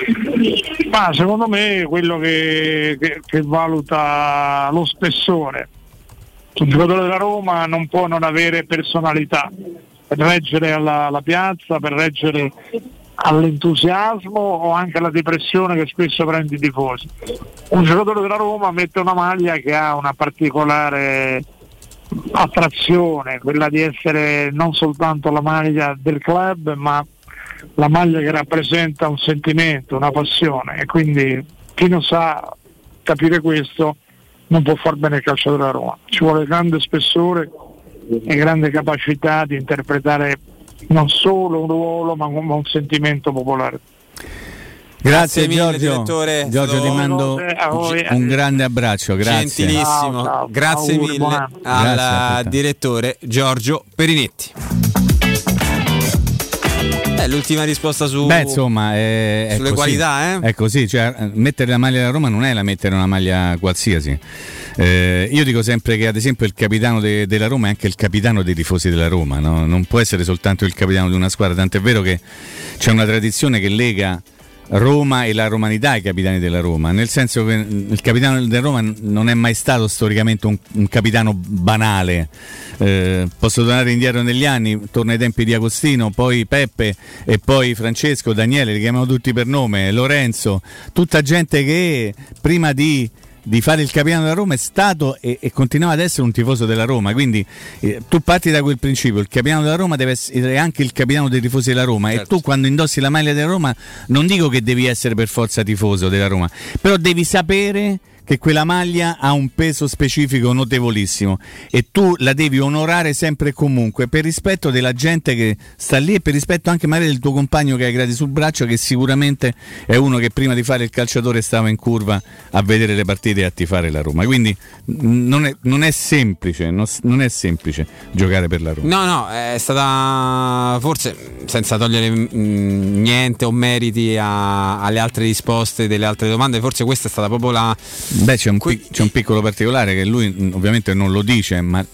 Ma secondo me quello che valuta lo spessore. Un giocatore della Roma non può non avere personalità per reggere alla piazza, per reggere all'entusiasmo o anche alla depressione che spesso prende i tifosi. Un giocatore della Roma mette una maglia che ha una particolare attrazione, quella di essere non soltanto la maglia del club, ma la maglia che rappresenta un sentimento, una passione, e quindi chi non sa capire questo non può far bene il calciatore della Roma. Ci vuole grande spessore e grande capacità di interpretare non solo un ruolo ma un sentimento popolare. Grazie Giorgio. Direttore. Giorgio, ti mando un grande abbraccio, grazie. Gentilissimo, ciao. Grazie mille al direttore Giorgio Perinetti. L'ultima risposta sulle così. Qualità, È così, cioè mettere la maglia della Roma non è mettere una maglia qualsiasi. Io dico sempre che ad esempio il capitano della Roma è anche il capitano dei tifosi della Roma, no? Non può essere soltanto il capitano di una squadra, tant'è vero che c'è una tradizione che lega Roma e la romanità ai capitani della Roma, nel senso che il capitano della Roma non è mai stato storicamente un capitano banale. Posso tornare indietro negli anni, torno ai tempi di Agostino, poi Peppe e poi Francesco, Daniele, li chiamano tutti per nome, Lorenzo, tutta gente che prima di fare il capitano della Roma è stato e continuava ad essere un tifoso della Roma, quindi tu parti da quel principio: il capitano della Roma deve essere anche il capitano dei tifosi della Roma, certo. E tu quando indossi la maglia della Roma non dico che devi essere per forza tifoso della Roma, però devi sapere che quella maglia ha un peso specifico notevolissimo e tu la devi onorare sempre e comunque, per rispetto della gente che sta lì e per rispetto anche magari del tuo compagno che hai gradi sul braccio, che sicuramente è uno che prima di fare il calciatore stava in curva a vedere le partite e a tifare la Roma. Quindi non è semplice giocare per la Roma. No, è stata, forse senza togliere niente o meriti alle altre risposte delle altre domande, forse questa è stata proprio la... Beh, c'è un piccolo particolare che lui ovviamente non lo dice, ma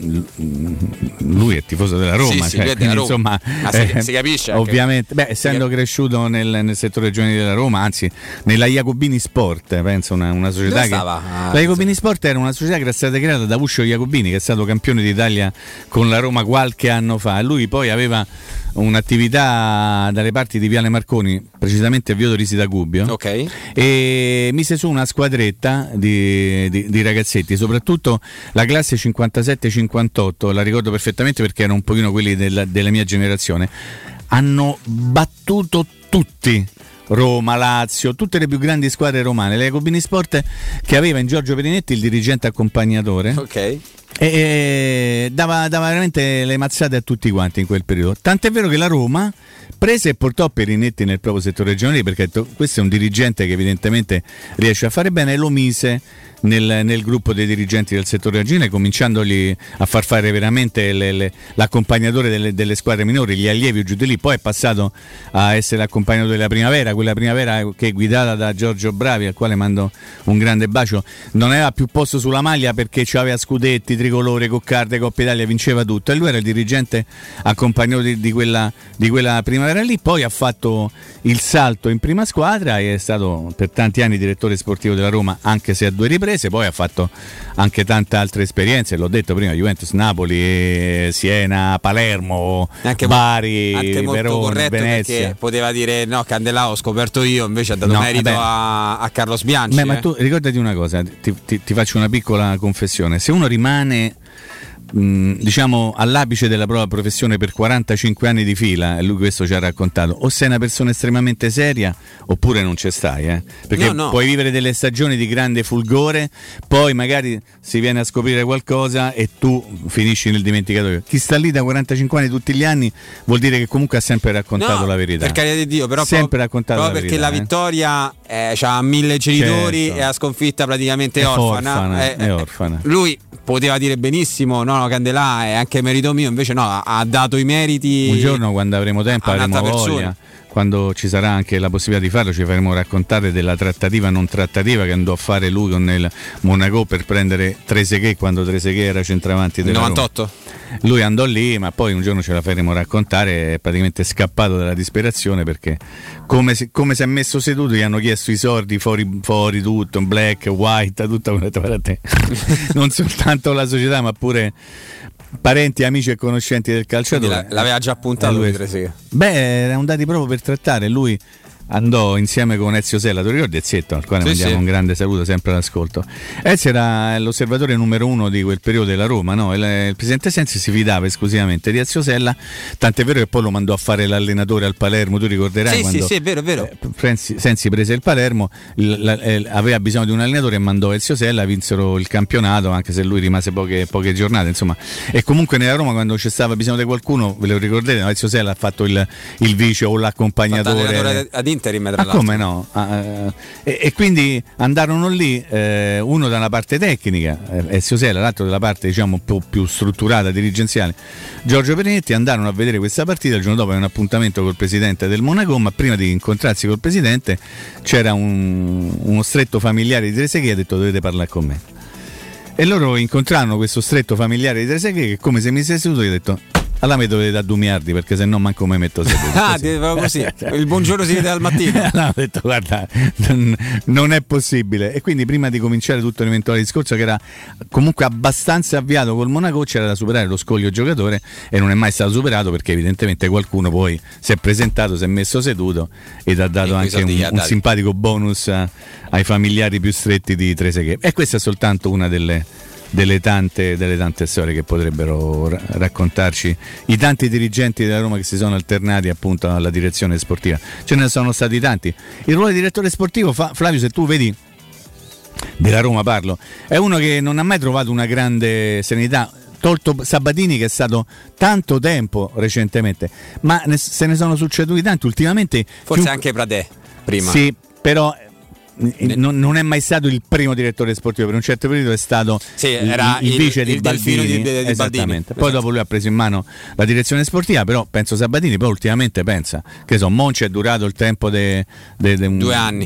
lui è tifoso della Roma, sì, cioè, quindi, insomma, si capisce ovviamente, essendo cresciuto nel settore giovanile della Roma, anzi nella Jacobini Sport, penso una società che la Jacobini Sport era una società che era stata creata da Uscio Jacobini, che è stato campione d'Italia con la Roma qualche anno fa. Lui poi aveva un'attività dalle parti di Viale Marconi, precisamente a Via Torisi da Gubbio, okay. E mise su una squadretta di ragazzetti, soprattutto la classe 57-58, la ricordo perfettamente perché erano un pochino quelli della mia generazione. Hanno battuto tutti, Roma, Lazio, tutte le più grandi squadre romane. La Jacobini Sport, che aveva in Giorgio Perinetti il dirigente accompagnatore, ok, e dava veramente le mazzate a tutti quanti in quel periodo. Tant'è vero che la Roma prese e portò Perinetti nel proprio settore regionale, perché ha detto, questo è un dirigente che evidentemente riesce a fare bene, e lo mise nel gruppo dei dirigenti del settore regionale, cominciandogli a far fare veramente l'accompagnatore delle squadre minori, gli allievi giù di lì. Poi è passato a essere l'accompagnatore della Primavera, quella Primavera che è guidata da Giorgio Bravi, al quale mando un grande bacio. Non aveva più posto sulla maglia perché aveva scudetti, tricolore, coccarde, Coppa Italia, vinceva tutto, e lui era il dirigente accompagnatore di quella Primavera lì. Poi ha fatto il salto in prima squadra e è stato per tanti anni direttore sportivo della Roma, anche se a 2 riprese. Poi ha fatto anche tante altre esperienze, l'ho detto prima, Juventus, Napoli, Siena, Palermo, anche Bari, anche molto Verona, Venezia. Perché poteva dire no, Candelà ho scoperto io, invece ha dato merito a Carlos Bianchi. Ma tu ricordati una cosa, ti faccio una piccola confessione: se uno rimane diciamo all'apice della propria professione per 45 anni di fila, e lui questo ci ha raccontato, o sei una persona estremamente seria oppure non ci stai, perché puoi vivere delle stagioni di grande fulgore, poi magari si viene a scoprire qualcosa e tu finisci nel dimenticatoio. Chi sta lì da 45 anni tutti gli anni vuol dire che comunque ha sempre raccontato la verità, per carità di Dio, però sempre raccontato la perché verità, la vittoria c'ha 1000 genitori, certo, e la sconfitta praticamente è orfana. Lui poteva dire benissimo no, Candelà è anche merito mio, invece no, ha dato i meriti. Un giorno, quando avremo tempo, avremo voglia, quando ci sarà anche la possibilità di farlo, ci faremo raccontare della trattativa non trattativa che andò a fare lui con il Monaco per prendere Trezeguet, quando Trezeguet era centravanti del 98 Roma. Lui andò lì, ma poi un giorno ce la faremo raccontare, è praticamente scappato dalla disperazione, perché come si è messo seduto gli hanno chiesto i soldi fuori tutto, black, white, tutto quello che te. Non soltanto la società, ma pure parenti, amici e conoscenti del calciatore. L'aveva già puntato lui Trezeguet. Erano andati proprio per trattare. Lui andò insieme con Ezio Sella, tu ricordi Ezietto, al quale mandiamo un grande saluto sempre all'ascolto. Ezio era l'osservatore numero 1 di quel periodo della Roma, no? Il presidente Sensi si fidava esclusivamente di Ezio Sella, tant'è vero che poi lo mandò a fare l'allenatore al Palermo, tu ricorderai quando è vero. Sensi prese il Palermo, aveva bisogno di un allenatore e mandò Ezio Sella, vinsero il campionato, anche se lui rimase poche giornate, insomma. E comunque nella Roma, quando c'è stava bisogno di qualcuno, ve lo ricordate, no? Ezio Sella ha fatto il vice o l'accompagnatore ad Interim, tra come no? E quindi andarono lì, uno da una parte tecnica, Ezio Sella, l'altro dalla parte diciamo più strutturata, dirigenziale, Giorgio Perinetti. Andarono a vedere questa partita, il giorno dopo aveva un appuntamento col presidente del Monaco, ma prima di incontrarsi col presidente c'era uno stretto familiare di Trezeguet che ha detto dovete parlare con me, e loro incontrarono questo stretto familiare di Trezeguet che, come se mi stesse seduto, gli ha detto allora mi dovete addumiardi, perché se no manco mi metto seduto. Così. Il buongiorno si vede al mattino. Ho detto guarda, non è possibile. E quindi prima di cominciare tutto l'eventuale discorso, che era comunque abbastanza avviato col Monaco, c'era da superare lo scoglio giocatore, e non è mai stato superato perché evidentemente qualcuno poi si è presentato, si è messo seduto ed ha dato anche un simpatico bonus ai familiari più stretti di Trezeguet. E questa è soltanto una delle tante storie che potrebbero raccontarci i tanti dirigenti della Roma che si sono alternati appunto alla direzione sportiva. Ce ne sono stati tanti. Il ruolo di direttore sportivo, Flavio, se tu vedi, della Roma parlo, è uno che non ha mai trovato una grande serenità, tolto Sabatini, che è stato tanto tempo recentemente, ma se ne sono succeduti tanti ultimamente. Forse anche Pradè prima. Sì, però non è mai stato il primo direttore sportivo, per un certo periodo è stato il vice di Baldini, esattamente. Poi dopo lui ha preso in mano la direzione sportiva, però penso Sabatini, poi ultimamente pensa che Monci è durato il tempo 2 anni,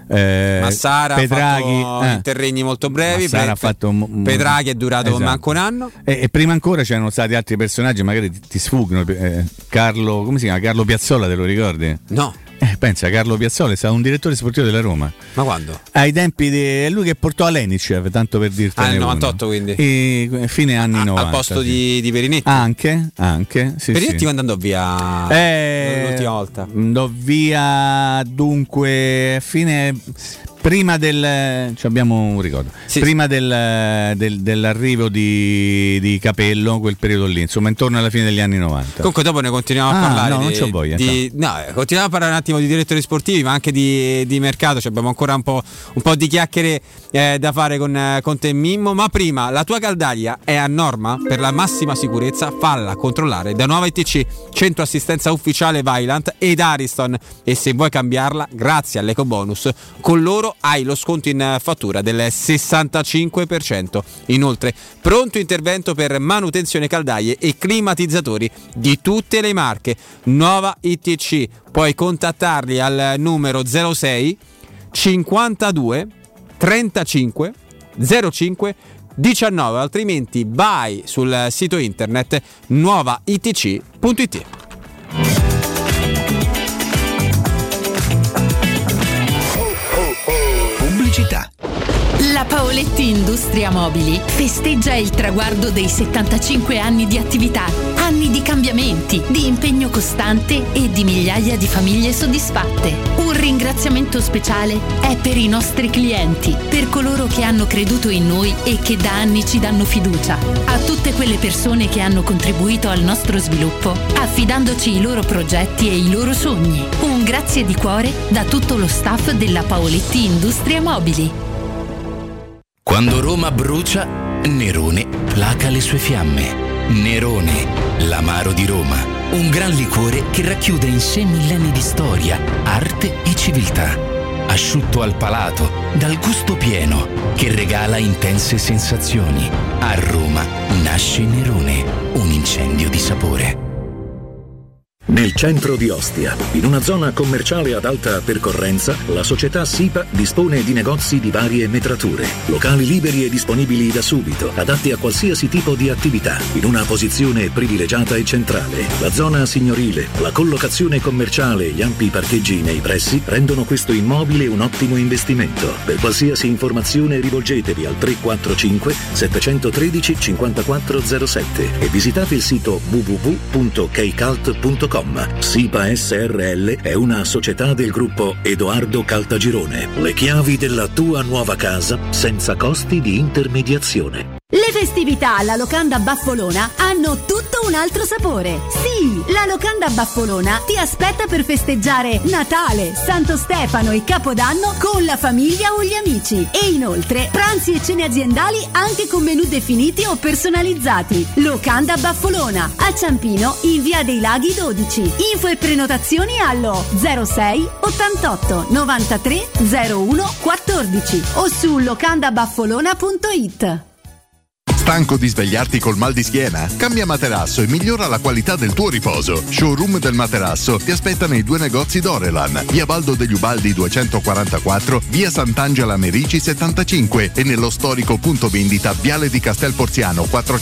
Massara Petraghi, ha fatto interregni molto brevi, Petraghi è durato manco un anno, e prima ancora c'erano stati altri personaggi, magari ti sfuggono, Carlo, come si chiama? Carlo Piazzolla, te lo ricordi? No. Pensa, Carlo Piazzolla è stato un direttore sportivo della Roma. Ma quando? Ai tempi è lui che portò Alenic, tanto per dirti. Nel 98 quindi. E fine anni 90. Al posto di Perinetti? Anche. Sì, Perinetti quando andò via l'ultima volta? Andò via dunque fine prima abbiamo un ricordo. Sì, prima dell'arrivo di Capello, quel periodo lì, insomma, intorno alla fine degli anni 90. Comunque dopo ne continuiamo a parlare. No, non c'ho voglia. Continuiamo a parlare un attimo di direttori sportivi, ma anche di mercato. Cioè, abbiamo ancora un po' di chiacchiere da fare con te, Mimmo. Ma prima, la tua caldaia è a norma? Per la massima sicurezza, falla controllare da Nuova ITC, centro assistenza ufficiale Vaillant ed Ariston. E se vuoi cambiarla, grazie all'ecobonus, con loro hai lo sconto in fattura del 65%. Inoltre, pronto intervento per manutenzione caldaie e climatizzatori di tutte le marche. Nuova ITC, puoi contattarli al numero 06 52 35 05 19, altrimenti vai sul sito internet nuovaitc.it. Pubblicità. La Paoletti Industria Mobili festeggia il traguardo dei 75 anni di attività, anni di cambiamenti, di impegno costante e di migliaia di famiglie soddisfatte. Un ringraziamento speciale è per i nostri clienti, per coloro che hanno creduto in noi e che da anni ci danno fiducia, a tutte quelle persone che hanno contribuito al nostro sviluppo, affidandoci i loro progetti e i loro sogni. Un grazie di cuore da tutto lo staff della Paoletti Industria Mobili. Quando Roma brucia, Nerone placa le sue fiamme. Nerone, l'amaro di Roma. Un gran liquore che racchiude in sé millenni di storia, arte e civiltà. Asciutto al palato, dal gusto pieno, che regala intense sensazioni. A Roma nasce Nerone, un incendio di sapore. Nel centro di Ostia, in una zona commerciale ad alta percorrenza, la società SIPA dispone di negozi di varie metrature, locali liberi e disponibili da subito, adatti a qualsiasi tipo di attività, in una posizione privilegiata e centrale. La zona signorile, la collocazione commerciale e gli ampi parcheggi nei pressi rendono questo immobile un ottimo investimento. Per qualsiasi informazione rivolgetevi al 345 713 5407 e visitate il sito www.keicalt.com. SIPA SRL è una società del gruppo Edoardo Caltagirone. Le chiavi della tua nuova casa senza costi di intermediazione. Le festività alla Locanda Baffolona hanno tutto un altro sapore. Sì, la Locanda Baffolona ti aspetta per festeggiare Natale, Santo Stefano e Capodanno con la famiglia o gli amici. E inoltre pranzi e cene aziendali anche con menù definiti o personalizzati. Locanda Baffolona, a Ciampino in via dei Laghi 12. Info e prenotazioni allo 06 88 93 01 14 o su locandabaffolona.it. Stanco di svegliarti col mal di schiena? Cambia materasso e migliora la qualità del tuo riposo. Showroom del Materasso ti aspetta nei due negozi Dorelan, via Baldo degli Ubaldi 244, via Sant'Angela Merici 75 e nello storico punto vendita Viale di Castel Porziano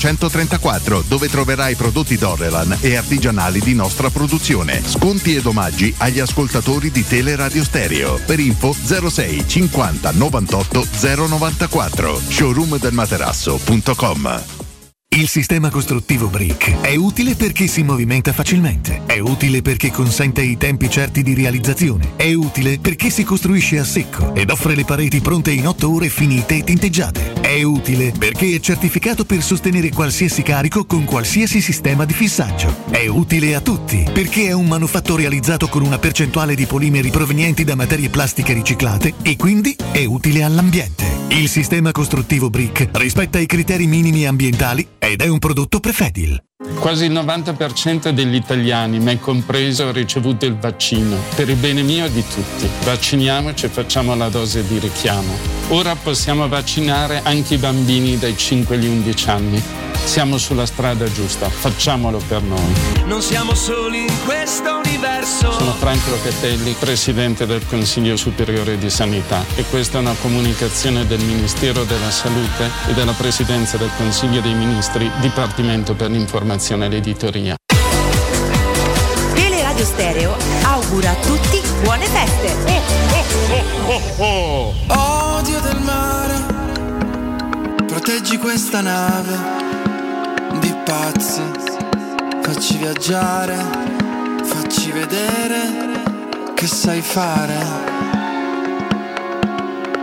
434, dove troverai prodotti Dorelan e artigianali di nostra produzione. Sconti ed omaggi agli ascoltatori di Teleradio Stereo. Per info 06 50 98 094. showroomdelmaterasso.com. Il sistema costruttivo Brick è utile perché si movimenta facilmente, è utile perché consente i tempi certi di realizzazione, è utile perché si costruisce a secco ed offre le pareti pronte in 8 ore finite e tinteggiate, è utile perché è certificato per sostenere qualsiasi carico con qualsiasi sistema di fissaggio, è utile a tutti perché è un manufatto realizzato con una percentuale di polimeri provenienti da materie plastiche riciclate e quindi è utile all'ambiente. Il sistema costruttivo Brick rispetta i criteri minimi ambientali ed è un prodotto Prefedil. Quasi il 90% degli italiani, me compreso, ha ricevuto il vaccino. Per il bene mio e di tutti. Vacciniamoci e facciamo la dose di richiamo. Ora possiamo vaccinare anche i bambini dai 5 agli 11 anni. Siamo sulla strada giusta, facciamolo per noi. Non siamo soli in questo universo. Sono Franco Locatelli, Presidente del Consiglio Superiore di Sanità e questa è una comunicazione del Ministero della Salute e della Presidenza del Consiglio dei Ministri, Dipartimento per l'Informazione e l'Editoria. Teleradio Stereo augura a tutti buone feste. Odio del mare, proteggi questa nave di pazzi, facci viaggiare, facci vedere che sai fare.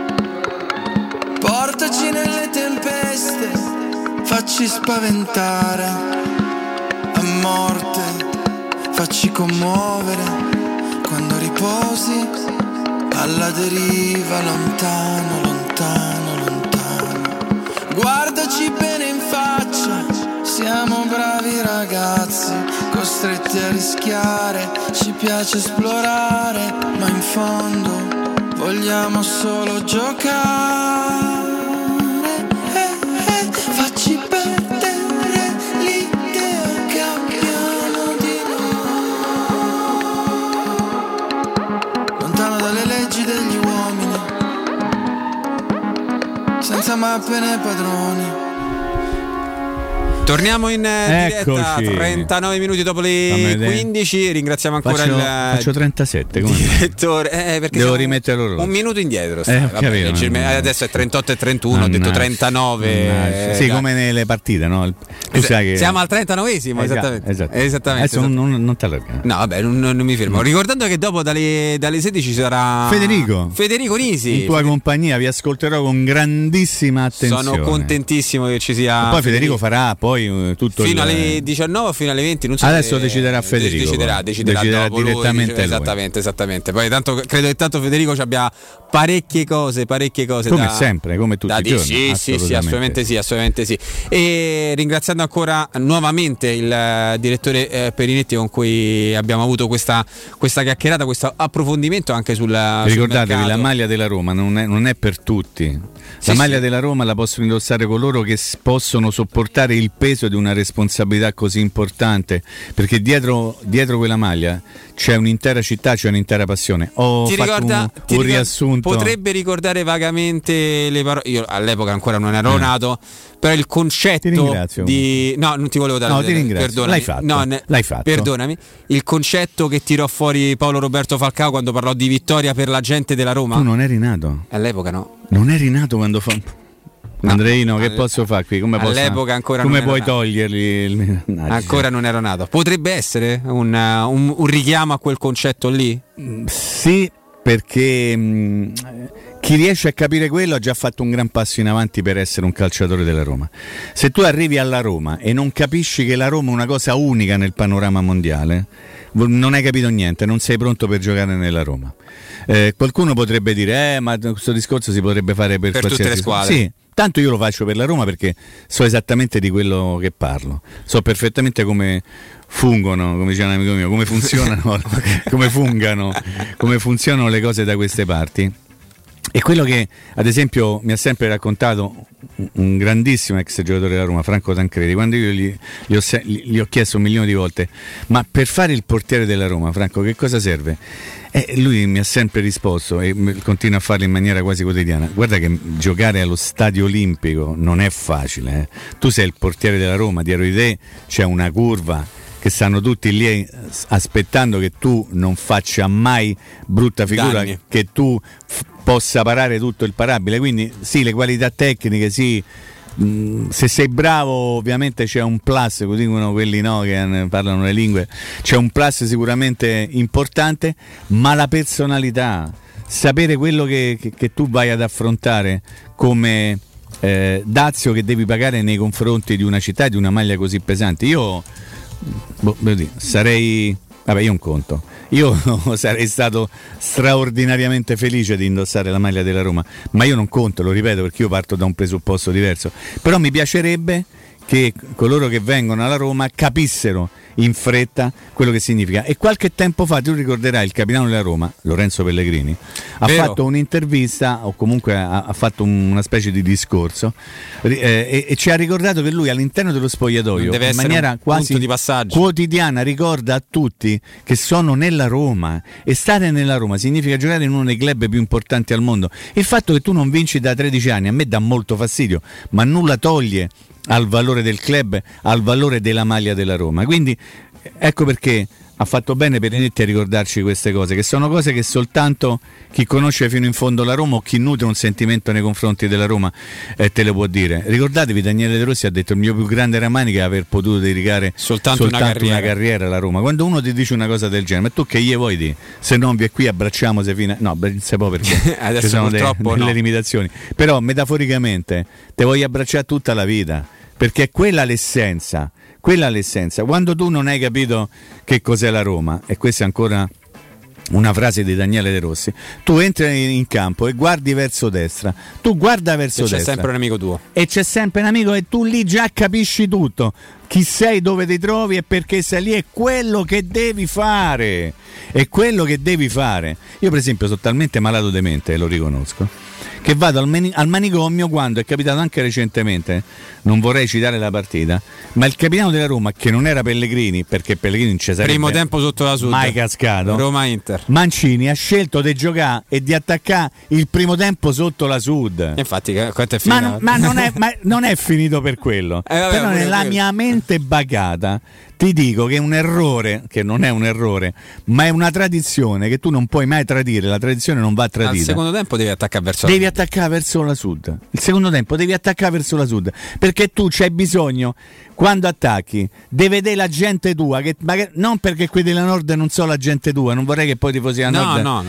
triste, facci spaventare, a morte, facci commuovere, quando riposi alla deriva, lontano, lontano, lontano. Guardaci bene in faccia, siamo bravi ragazzi, costretti a rischiare, ci piace esplorare, ma in fondo vogliamo solo giocare. Facci perdere l'idea che abbiamo di noi, lontano dalle leggi degli uomini, senza mappe né padroni. Torniamo in diretta 39 minuti dopo le 15. Ringraziamo ancora faccio 37 come direttore, perché devo rimettere l'orologio. Un minuto indietro. Adesso è 38 e 31, ho detto 39. Sì, come nelle partite, no? Tu sai che siamo al 39esimo, esattamente. Adesso non ti allargare. No, vabbè, non mi fermo. Ricordando che dopo dalle 16 ci sarà Federico Nisi in tua compagnia. Vi ascolterò con grandissima attenzione. Sono contentissimo che ci sia. E poi Federico farà tutto fino alle 19 o fino alle 20 non so. Adesso deciderà Federico, deciderà direttamente lui, esattamente. Poi credo che tanto Federico ci abbia parecchie cose come sempre, come tutti i giorni. Sì, assolutamente sì. E ringraziando ancora nuovamente il direttore Perinetti, con cui abbiamo avuto questa chiacchierata, questo approfondimento anche ricordatevi, la maglia della Roma non è per tutti. La maglia della Roma la possono indossare coloro che possono sopportare il peso di una responsabilità così importante, perché dietro quella maglia c'è un'intera città, c'è un'intera passione. Un riassunto. Potrebbe ricordare vagamente le parole. Io all'epoca ancora non ero nato, però il concetto no, non ti volevo dare. No, ti ringrazio. L'hai fatto. Perdonami. Il concetto che tirò fuori Paolo Roberto Falcao quando parlò di vittoria per la gente della Roma. Tu non eri nato. All'epoca no. Non eri nato quando Andreino, che posso fare qui? All'epoca ancora come non puoi toglierli? Ancora non ero nato. Potrebbe essere un richiamo a quel concetto lì? Sì, perché chi riesce a capire quello ha già fatto un gran passo in avanti per essere un calciatore della Roma. Se tu arrivi alla Roma e non capisci che la Roma è una cosa unica nel panorama mondiale, non hai capito niente, non sei pronto per giocare nella Roma. Qualcuno potrebbe dire ma questo discorso si potrebbe fare per tutte le squadre. Sì, tanto io lo faccio per la Roma perché so esattamente di quello che parlo, so perfettamente come fungono, come diceva un amico mio, come funzionano come funzionano le cose da queste parti. E quello che ad esempio mi ha sempre raccontato un grandissimo ex giocatore della Roma, Franco Tancredi, quando io gli ho chiesto 1 milione di volte: ma per fare il portiere della Roma, Franco, che cosa serve? Lui mi ha sempre risposto, e continua a farlo in maniera quasi quotidiana: guarda che giocare allo Stadio Olimpico non è facile. Tu sei il portiere della Roma, dietro di te c'è una curva che stanno tutti lì aspettando che tu non faccia mai brutta figura, che tu possa parare tutto il parabile. Quindi sì, le qualità tecniche, sì, se sei bravo ovviamente c'è un plus, così come quelli che parlano le lingue, c'è un plus sicuramente importante, ma la personalità, sapere quello che tu vai ad affrontare come dazio che devi pagare nei confronti di una città, di una maglia così pesante. Io sarei, io un conto, io sarei stato straordinariamente felice di indossare la maglia della Roma, ma io non conto, lo ripeto, perché io parto da un presupposto diverso. Però mi piacerebbe che coloro che vengono alla Roma capissero in fretta quello che significa. E qualche tempo fa, tu ricorderai, il capitano della Roma, Lorenzo Pellegrini, ha fatto un'intervista, o comunque ha fatto una specie di discorso, e ci ha ricordato che lui all'interno dello spogliatoio, in maniera quasi quotidiana, ricorda a tutti che sono nella Roma, e stare nella Roma significa giocare in uno dei club più importanti al mondo. Il fatto che tu non vinci da 13 anni a me dà molto fastidio, ma nulla toglie al valore del club, al valore della maglia della Roma. Quindi ecco perché ha fatto bene Perinetti a ricordarci queste cose, che sono cose che soltanto chi conosce fino in fondo la Roma o chi nutre un sentimento nei confronti della Roma te le può dire. Ricordatevi, Daniele De Rossi ha detto: il mio più grande rammarico è aver potuto dedicare soltanto una carriera alla Roma. Quando uno ti dice una cosa del genere, ma tu che gli vuoi dire? Se non vi è qui abbracciamo se fine. No, non si può, perché ci sono delle limitazioni. Però metaforicamente te voglio abbracciare tutta la vita, perché è quella l'essenza. Quando tu non hai capito che cos'è la Roma, e questa è ancora una frase di Daniele De Rossi, tu entri in campo e guardi verso destra, tu guarda verso destra, c'è sempre un amico tuo, e c'è sempre un amico, e tu lì già capisci tutto, chi sei, dove ti trovi e perché sei lì, è quello che devi fare, Io per esempio sono talmente malato di mente, lo riconosco, che vado al manicomio quando è capitato anche recentemente, non vorrei citare la partita, ma il capitano della Roma, che non era Pellegrini, perché Pellegrini non ci sarebbe primo tempo sotto la Sud, mai cascato, Roma-Inter, Mancini ha scelto di giocare e di attaccare il primo tempo sotto la Sud. Infatti quanto è finito? Ma non è finito per quello, però nella mia mente bagata ti dico che è un errore, che non è un errore, ma è una tradizione che tu non puoi mai tradire, la tradizione non va tradita. Al secondo tempo devi attaccare verso la Sud. Il secondo tempo devi attaccare verso la Sud, perché tu c'hai bisogno, quando attacchi, di vedere la gente tua, che magari, non perché quelli della Nord non sono la gente tua, non vorrei che poi i tifosi della Nord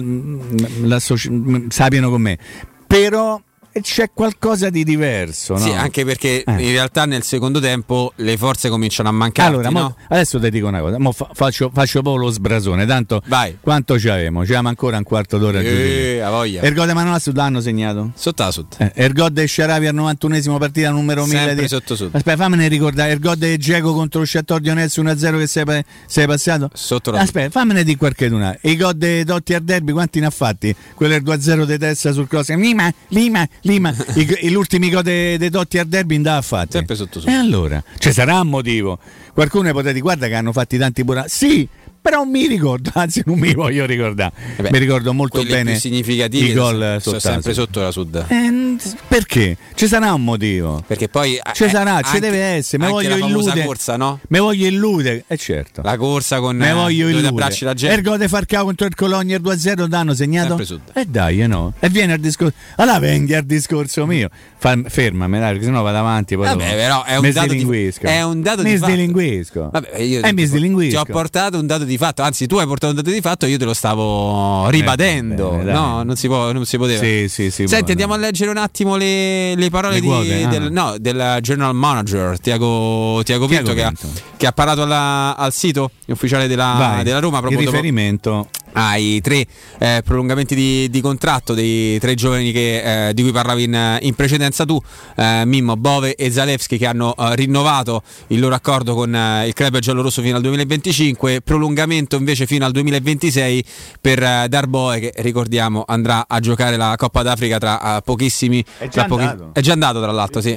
sappiano con me, però c'è qualcosa di diverso, no? Sì, anche perché in realtà nel secondo tempo le forze cominciano a mancare. Allora, no? Adesso ti dico una cosa, faccio proprio lo sbrasone, tanto vai. Quanto c'avevamo? C'avevamo ancora un quarto d'ora a giudicare. A voglia. Ergode Manola Sud hanno segnato? Sotto la Sud. Ergode Sciaravi al 91esimo partita numero 1000 sempre sotto Sud. Aspetta, fammene ricordare. Ergode e Geco contro lo Chateau Dionès 1-0 che sei passato? Sotto la Sud. Aspetta, fammene di qualche una. E i gol dei Totti al derby quanti ne ha fatti? Quello del 2-0 di testa sul cross. Lima. L'ultimo gol dei Totti al derby andava a fatti. Sempre sotto Sud. E allora? Ci sarà un motivo. Qualcuno potete dire, guarda che hanno fatti tanti buoni. Sì, però mi ricordo, anzi non mi voglio ricordare, mi ricordo molto bene più significativi i gol sono sempre sotto la Sud. Perché? Ci sarà un motivo, perché poi ci sarà, ci deve essere. Me voglio illudere corsa, no? Me voglio illudere, certo, la corsa con me voglio illudere, abbracci la gente. Ergode Falcao contro il Cologna, il 2-0 danno segnato, e dai, no, e viene al discorso, allora vengi al discorso mio, fermami, dai, perché sennò vado avanti, poi però è un dato di fatto. Vabbè, io ti ho portato un dato di fatto, anzi tu hai portato un dato di fatto e io te lo stavo ribadendo. Bene, no, non si poteva. Sì, senti, andiamo a leggere un attimo le parole del general manager Tiago Pinto che ha parlato al sito ufficiale della Roma proprio in riferimento ai 3 prolungamenti di contratto dei 3 giovani di cui parlavi in precedenza tu, Mimmo, Bove e Zalewski, che hanno rinnovato il loro accordo con il club giallorosso fino al 2025, prolungamento invece fino al 2026 per Darboe, che ricordiamo andrà a giocare la Coppa d'Africa tra pochissimi. È già andato tra l'altro, sì.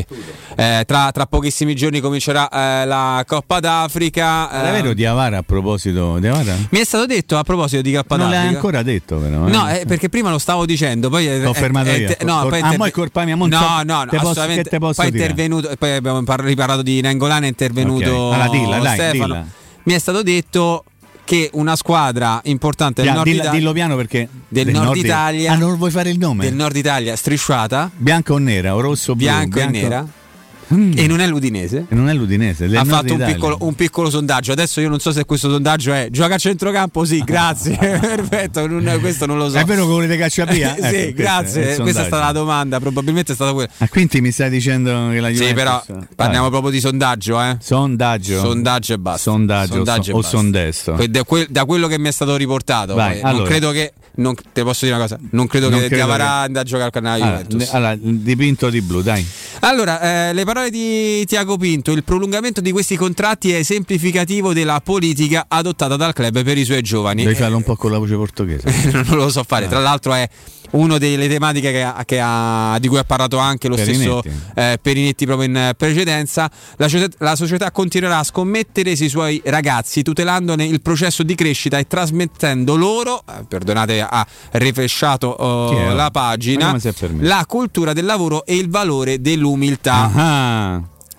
Tra pochissimi giorni comincerà la Coppa d'Africa. È vero, Diawara, a proposito, Diawara? Mi è stato detto a proposito di Coppa d'Africa. Non l'hai ancora detto, però. No, perché prima lo stavo dicendo, poi l'ho fermato io. Poi è colpa mia. No, assolutamente. Poi è intervenuto, poi abbiamo riparlato di Nainggolan, è intervenuto Stefano. Dai. Mi è stato detto che una squadra importante del Nord Italia, dillo piano perché del Nord Italia, non vuoi fare il nome? Del Nord Italia, strisciata, bianca o nera, o rosso, bianco e nera. E non è l'Udinese. Ha fatto un piccolo sondaggio. Adesso io non so se questo sondaggio è gioca a centrocampo. Sì, grazie. Perfetto. Questo non lo so. È vero che volete caccia via? Sì, grazie. Questa è stata la domanda. Probabilmente è stata quella. Quindi mi stai dicendo che la Juventus... Sì, però parliamo proprio di sondaggio, Sondaggio e basta. Sondaggio o sondesto. Da quello che mi è stato riportato. Vai, non credo che. Te posso dire una cosa? Non credo che Diawara andrà a giocare con la Juventus. Allora, dipinto di blu, dai. Allora, le parole di Tiago Pinto: il prolungamento di questi contratti è esemplificativo della politica adottata dal club per i suoi giovani. Devi farlo un po' con la voce portoghese. Non lo so fare. Tra l'altro è una delle tematiche di cui ha parlato anche lo stesso Perinetti proprio in precedenza. La società continuerà a scommettere sui suoi ragazzi, tutelandone il processo di crescita e trasmettendo loro, perdonate, ha refresciato la pagina, la cultura del lavoro e il valore dell'umiltà.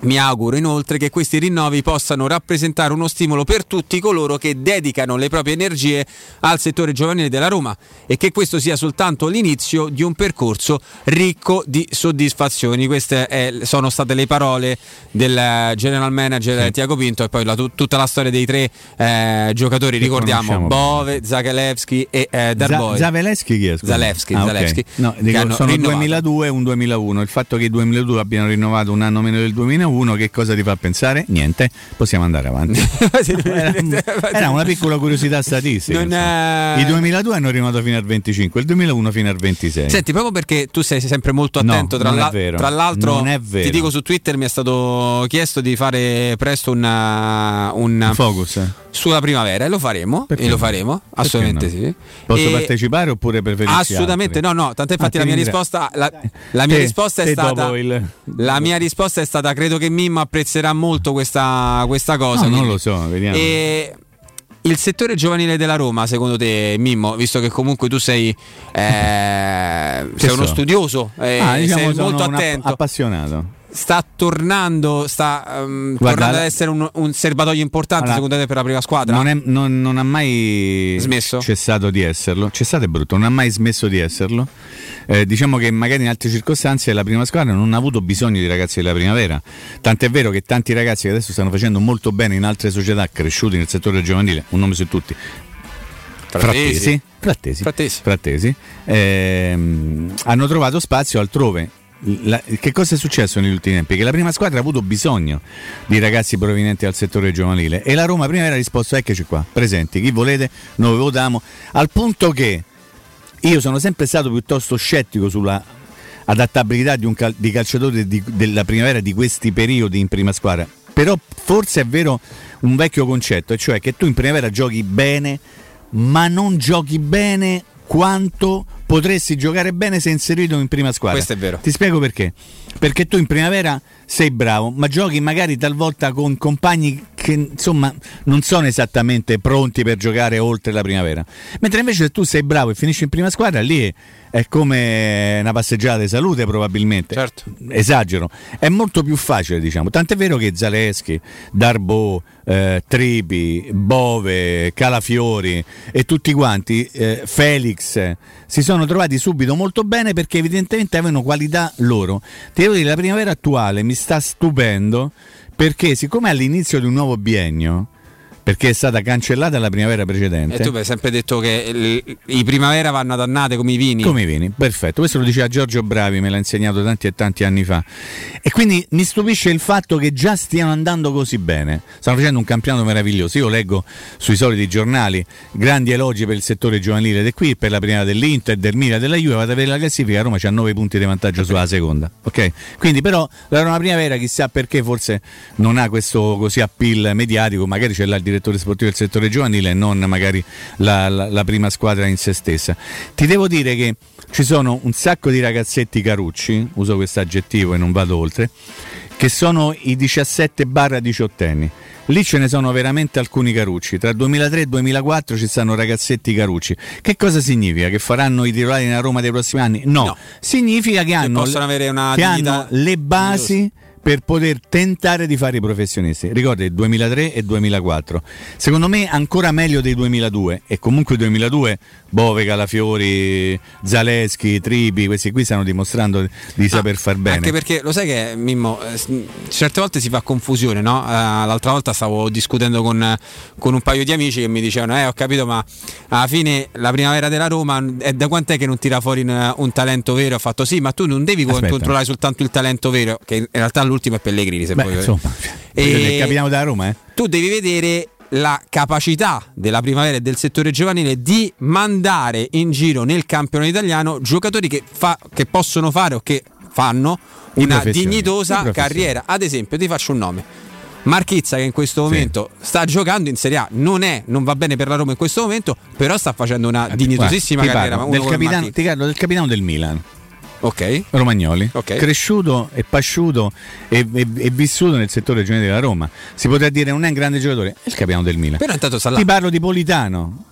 Mi auguro inoltre che questi rinnovi possano rappresentare uno stimolo per tutti coloro che dedicano le proprie energie al settore giovanile della Roma e che questo sia soltanto l'inizio di un percorso ricco di soddisfazioni. Queste sono state le parole del general manager Tiago Pinto e poi tutta la storia dei tre giocatori, ricordiamo Bove, Zalewski e Darboe. Zalewski chi è? Zalewski. No, sono il 2002 e un 2001. Il fatto che i 2002 abbiano rinnovato un anno meno del 2001, che cosa ti fa pensare? Niente, possiamo andare avanti. Era una piccola curiosità statistica. I 2002 hanno rinnovato fino al 25, il 2001 fino al 26. Senti, proprio perché tu sei sempre molto attento, tra l'altro ti dico, su Twitter mi è stato chiesto di fare presto un focus sulla primavera e lo faremo. Assolutamente no? Sì. Posso partecipare oppure preferisci assolutamente altri? No, tant'è infatti la mia risposta la mia risposta è stata credo che Mimmo apprezzerà molto questa cosa. Non lo so, vediamo. Il settore giovanile della Roma, secondo te, Mimmo, visto che comunque tu sei uno studioso, sei molto attento, appassionato, sta tornando ad essere un serbatoio importante, secondo te, per la prima squadra? Non ha mai smesso? Cessato di esserlo. Cessato è brutto, non ha mai smesso di esserlo. Diciamo che magari in altre circostanze la prima squadra non ha avuto bisogno di ragazzi della primavera. Tant'è vero che tanti ragazzi che adesso stanno facendo molto bene in altre società cresciuti nel settore giovanile, un nome su tutti, Frattesi, hanno trovato spazio altrove. Che cosa è successo negli ultimi tempi? Che la prima squadra ha avuto bisogno di ragazzi provenienti dal settore giovanile e la Roma primavera ha risposto: eccoci qua, presenti, chi volete, noi votiamo. Al punto che io sono sempre stato piuttosto scettico sulla adattabilità di calciatori della primavera di questi periodi in prima squadra, però forse è vero un vecchio concetto, e cioè che tu in primavera giochi bene ma non giochi bene quanto potresti giocare bene se inserito in prima squadra. Questo è vero. Ti spiego perché. Perché tu in primavera sei bravo, ma giochi magari talvolta con compagni che insomma non sono esattamente pronti per giocare oltre la primavera. Mentre invece se tu sei bravo e finisci in prima squadra, lì è come una passeggiata di salute probabilmente. Certo. Esagero. È molto più facile, diciamo. Tant'è vero che Zalewski, Darboe, Tripi, Bove, Calafiori e tutti quanti, Felix, si sono trovati subito molto bene perché evidentemente avevano qualità loro. Ti devo dire, la primavera attuale mi sta stupendo perché siccome all'inizio di un nuovo biennio, perché è stata cancellata la primavera precedente. E tu hai sempre detto che i primavera vanno ad annate come i vini. Come i vini, perfetto. Questo lo diceva Giorgio Bravi, me l'ha insegnato tanti e tanti anni fa. E quindi mi stupisce il fatto che già stiano andando così bene. Stanno facendo un campionato meraviglioso. Io leggo sui soliti giornali grandi elogi per il settore giovanile ed è qui, per la prima dell'Inter, del Milan, della Juve. Vado a vedere la classifica, Roma c'ha 9 punti di vantaggio sulla seconda. Ok? Quindi però la Roma primavera chissà perché forse non ha questo così appeal mediatico, magari c'è là il direttore sportivo del settore giovanile e non magari la prima squadra in se stessa. Ti devo dire che ci sono un sacco di ragazzetti carucci, uso questo aggettivo e non vado oltre, che sono i 17-18 anni. Lì ce ne sono veramente alcuni carucci. Tra 2003 e 2004 ci stanno ragazzetti carucci. Che cosa significa? Che faranno i titolari nella Roma dei prossimi anni? No. Significa che hanno le basi per poter tentare di fare i professionisti. Ricordi, 2003 e 2004. Secondo me ancora meglio dei 2002, e comunque 2002 Bove, Calafiori, Zalewski, Tripi, questi qui stanno dimostrando di saper far bene. Anche perché lo sai che, Mimmo, certe volte si fa confusione, no? L'altra volta stavo discutendo con un paio di amici che mi dicevano ho capito, ma alla fine la primavera della Roma è da quant'è che non tira fuori un talento vero? Ho fatto sì, ma tu non devi controllare soltanto il talento vero, che in realtà l'ultimo è Pellegrini, se vuoi. Insomma, il capitano della Roma, tu devi vedere la capacità della primavera e del settore giovanile di mandare in giro nel campionato italiano giocatori che possono fare o che fanno una dignitosa carriera. Ad esempio, ti faccio un nome: Marchizza, che in questo momento sta giocando in Serie A, non va bene per la Roma in questo momento, però sta facendo una dignitosissima carriera. Ti parlo del capitano del Milan. Ok. Romagnoli, cresciuto e pasciuto e vissuto nel settore giovanile della Roma. Si potrà dire non è un grande giocatore, è il capitano del Milan. Però intanto Ti parlo di Politano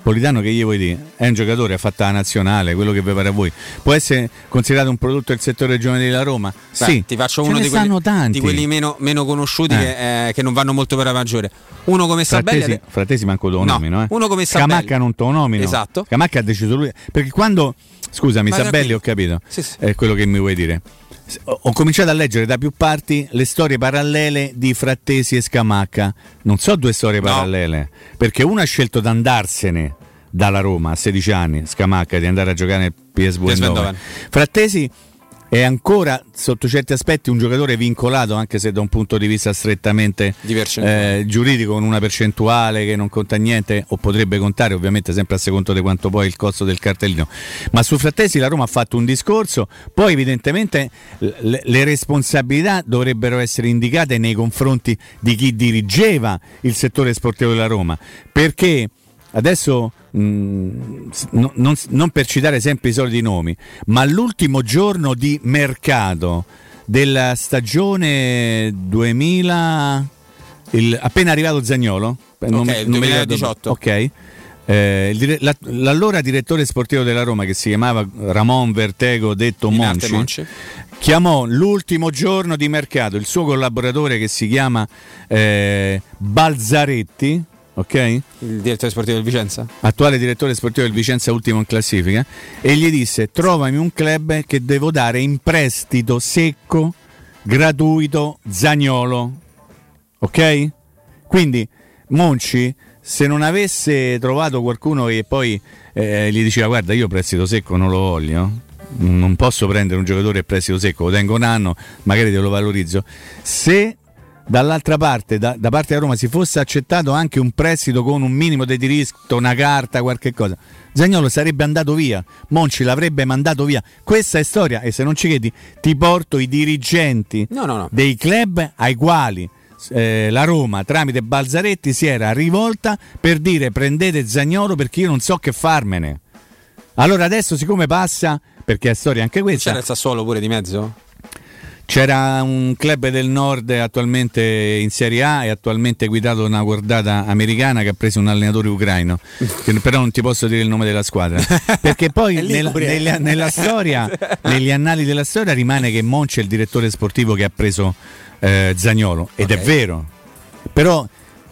Politano, che gli vuoi dire? È un giocatore, ha fatto la nazionale, quello che vi pare a voi. Può essere considerato un prodotto del settore giovanile della Roma? Sì, ti faccio uno di quelli meno conosciuti che non vanno molto per la maggiore. Uno come Sabelli, Frattesi manco lo nomino, uno come Sabelli. Scamacca non te lo nomino. Esatto. Scamacca ha deciso lui, perché quando, scusami, Sabelli, ho capito, è quello che mi vuoi dire. Ho cominciato a leggere da più parti le storie parallele di Frattesi e Scamacca. Non so due storie parallele, perché uno ha scelto di andarsene dalla Roma a 16 anni, Scamacca, di andare a giocare nel PSV Eindhoven. Frattesi è ancora sotto certi aspetti un giocatore vincolato, anche se da un punto di vista strettamente giuridico, con una percentuale che non conta niente, o potrebbe contare, ovviamente sempre a secondo di quanto poi il costo del cartellino. Ma su Frattesi la Roma ha fatto un discorso, poi evidentemente le responsabilità dovrebbero essere indicate nei confronti di chi dirigeva il settore sportivo della Roma, perché adesso non per citare sempre i soliti nomi, ma l'ultimo giorno di mercato della stagione 2000, appena arrivato Zaniolo, non 2018, ok, l'allora direttore sportivo della Roma, che si chiamava Ramon Vertego detto Monci, chiamò l'ultimo giorno di mercato il suo collaboratore, che si chiama Balzaretti, ok? Il direttore sportivo del Vicenza? Attuale direttore sportivo del Vicenza, ultimo in classifica, e gli disse: trovami un club che devo dare in prestito secco, gratuito, Zaniolo. Ok? Quindi Monci, se non avesse trovato qualcuno che poi gli diceva: guarda, io prestito secco non lo voglio, non posso prendere un giocatore a prestito secco, lo tengo un anno, magari te lo valorizzo. Se dall'altra parte, da parte della Roma, si fosse accettato anche un prestito con un minimo di diritto, una carta, qualche cosa, Zaniolo sarebbe andato via, Monci l'avrebbe mandato via. Questa è storia, e se non ci credi ti porto i dirigenti dei club ai quali la Roma tramite Balzaretti si era rivolta per dire: prendete Zaniolo perché io non so che farmene. Allora adesso, siccome passa, perché è storia anche questa, c'era il Sassuolo pure di mezzo? C'era un club del nord attualmente in Serie A e attualmente guidato da una guardata americana che ha preso un allenatore ucraino, che però non ti posso dire il nome della squadra, perché poi nella storia, negli annali della storia, rimane che Monci è il direttore sportivo che ha preso Zaniolo, ed è vero, però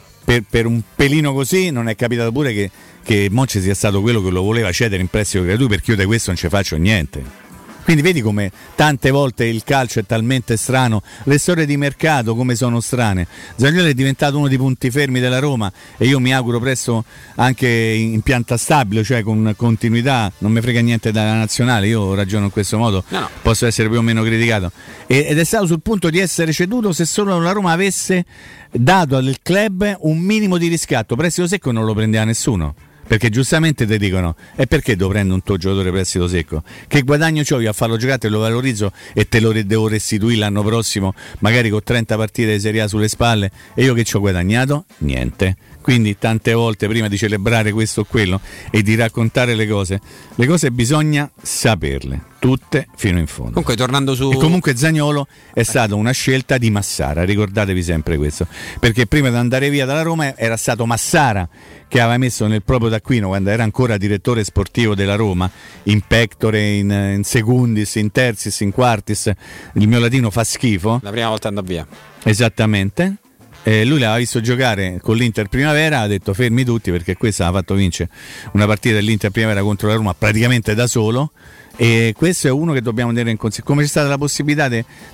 per un pelino così non è capitato pure che Monci sia stato quello che lo voleva cedere in prestito gratuito, perché io di questo non ci faccio niente. Quindi vedi come tante volte il calcio è talmente strano, le storie di mercato come sono strane. Zaniolo è diventato uno dei punti fermi della Roma, e io mi auguro presto anche in pianta stabile, cioè con continuità. Non mi frega niente dalla nazionale, io ragiono in questo modo, posso essere più o meno criticato, ed è stato sul punto di essere ceduto se solo la Roma avesse dato al club un minimo di riscatto. Prestito secco non lo prendeva nessuno, perché giustamente ti dicono: e perché devo prendere un tuo giocatore prestito secco? Che guadagno c'ho io a farlo giocare, te lo valorizzo e te lo devo restituire l'anno prossimo, magari con 30 partite di Serie A sulle spalle, e io che ci ho guadagnato? Niente. Quindi tante volte, prima di celebrare questo o quello e di raccontare le cose bisogna saperle tutte fino in fondo. Comunque, tornando su... E comunque Zaniolo è stata una scelta di Massara, ricordatevi sempre questo, perché prima di andare via dalla Roma era stato Massara che aveva messo nel proprio taccuino, quando era ancora direttore sportivo della Roma, in pectore, in secundis, in tersis, in quartis, il mio latino fa schifo. La prima volta andò via. Esattamente. Lui l'aveva visto giocare con l'Inter Primavera, ha detto: fermi tutti, perché questa ha fatto vincere una partita dell'Inter Primavera contro la Roma praticamente da solo, e questo è uno che dobbiamo tenere in considerazione. Come c'è stata la possibilità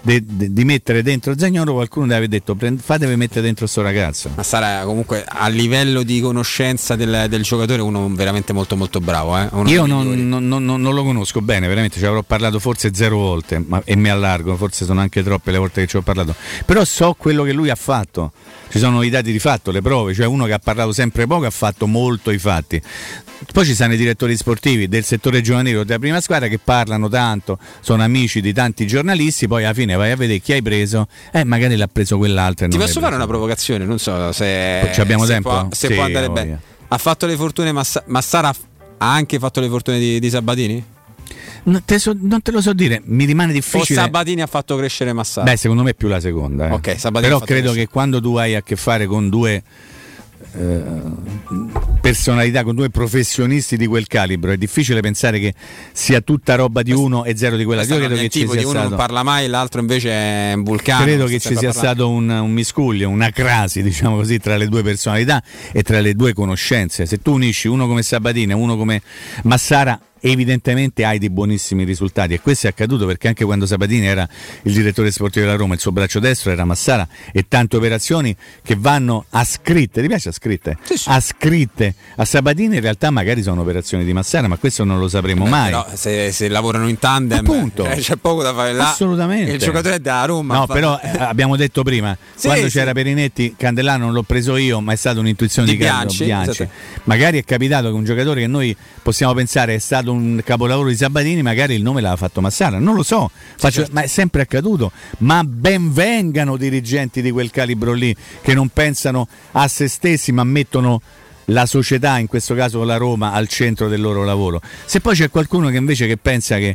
di mettere dentro Zaniolo, qualcuno deve aver detto: fatevi mettere dentro sto ragazzo. Ma sarà comunque a livello di conoscenza del giocatore uno veramente molto molto bravo, Io non lo conosco bene, veramente, ci avrò parlato forse 0 volte, e mi allargo, forse sono anche troppe le volte che ci ho parlato, però so quello che lui ha fatto. Ci sono i dati di fatto, le prove, cioè uno che ha parlato sempre poco ha fatto molto i fatti. Poi ci sono i direttori sportivi del settore giovanile della prima squadra che parlano tanto, sono amici di tanti giornalisti, poi alla fine vai a vedere chi hai preso, magari l'ha preso quell'altro. Ti posso fare una provocazione? Non so se abbiamo tempo. Se può andare bene. Ha fatto le fortune Massara, ha anche fatto le fortune di Sabatini? Non te lo so dire, mi rimane difficile. O Sabatini ha fatto crescere Massara? Beh, secondo me è più la seconda. Ok, Sabatini. Però credo che quando tu hai a che fare con due personalità, con due professionisti di quel calibro, è difficile pensare che sia tutta roba di uno e zero di quella. Io credo che ci sia uno stato, non parla mai, l'altro invece è un vulcano. Credo che ci sia stato un miscuglio, una crasi, diciamo così, tra le due personalità e tra le due conoscenze. Se tu unisci uno come Sabatini e uno come Massara, evidentemente hai dei buonissimi risultati, e questo è accaduto perché anche quando Sabatini era il direttore sportivo della Roma, il suo braccio destro era Massara, e tante operazioni che vanno ascritte, ti piace ascritte? Sì. Ascritte a Sabatini in realtà magari sono operazioni di Massara, ma questo non lo sapremo mai. Però se lavorano in tandem, appunto, c'è poco da fare là. Assolutamente. Il giocatore è da Roma. No, però abbiamo detto prima, quando c'era Perinetti, Candelano non l'ho preso io, ma è stata un'intuizione di Bianchi. Esatto. Magari è capitato che un giocatore che noi possiamo pensare è stato un capolavoro di Sabatini, magari il nome l'ha fatto Massara, non lo so, ma è sempre accaduto. Ma ben vengano dirigenti di quel calibro lì, che non pensano a se stessi ma mettono la società, in questo caso la Roma, al centro del loro lavoro. Se poi c'è qualcuno che invece che pensa che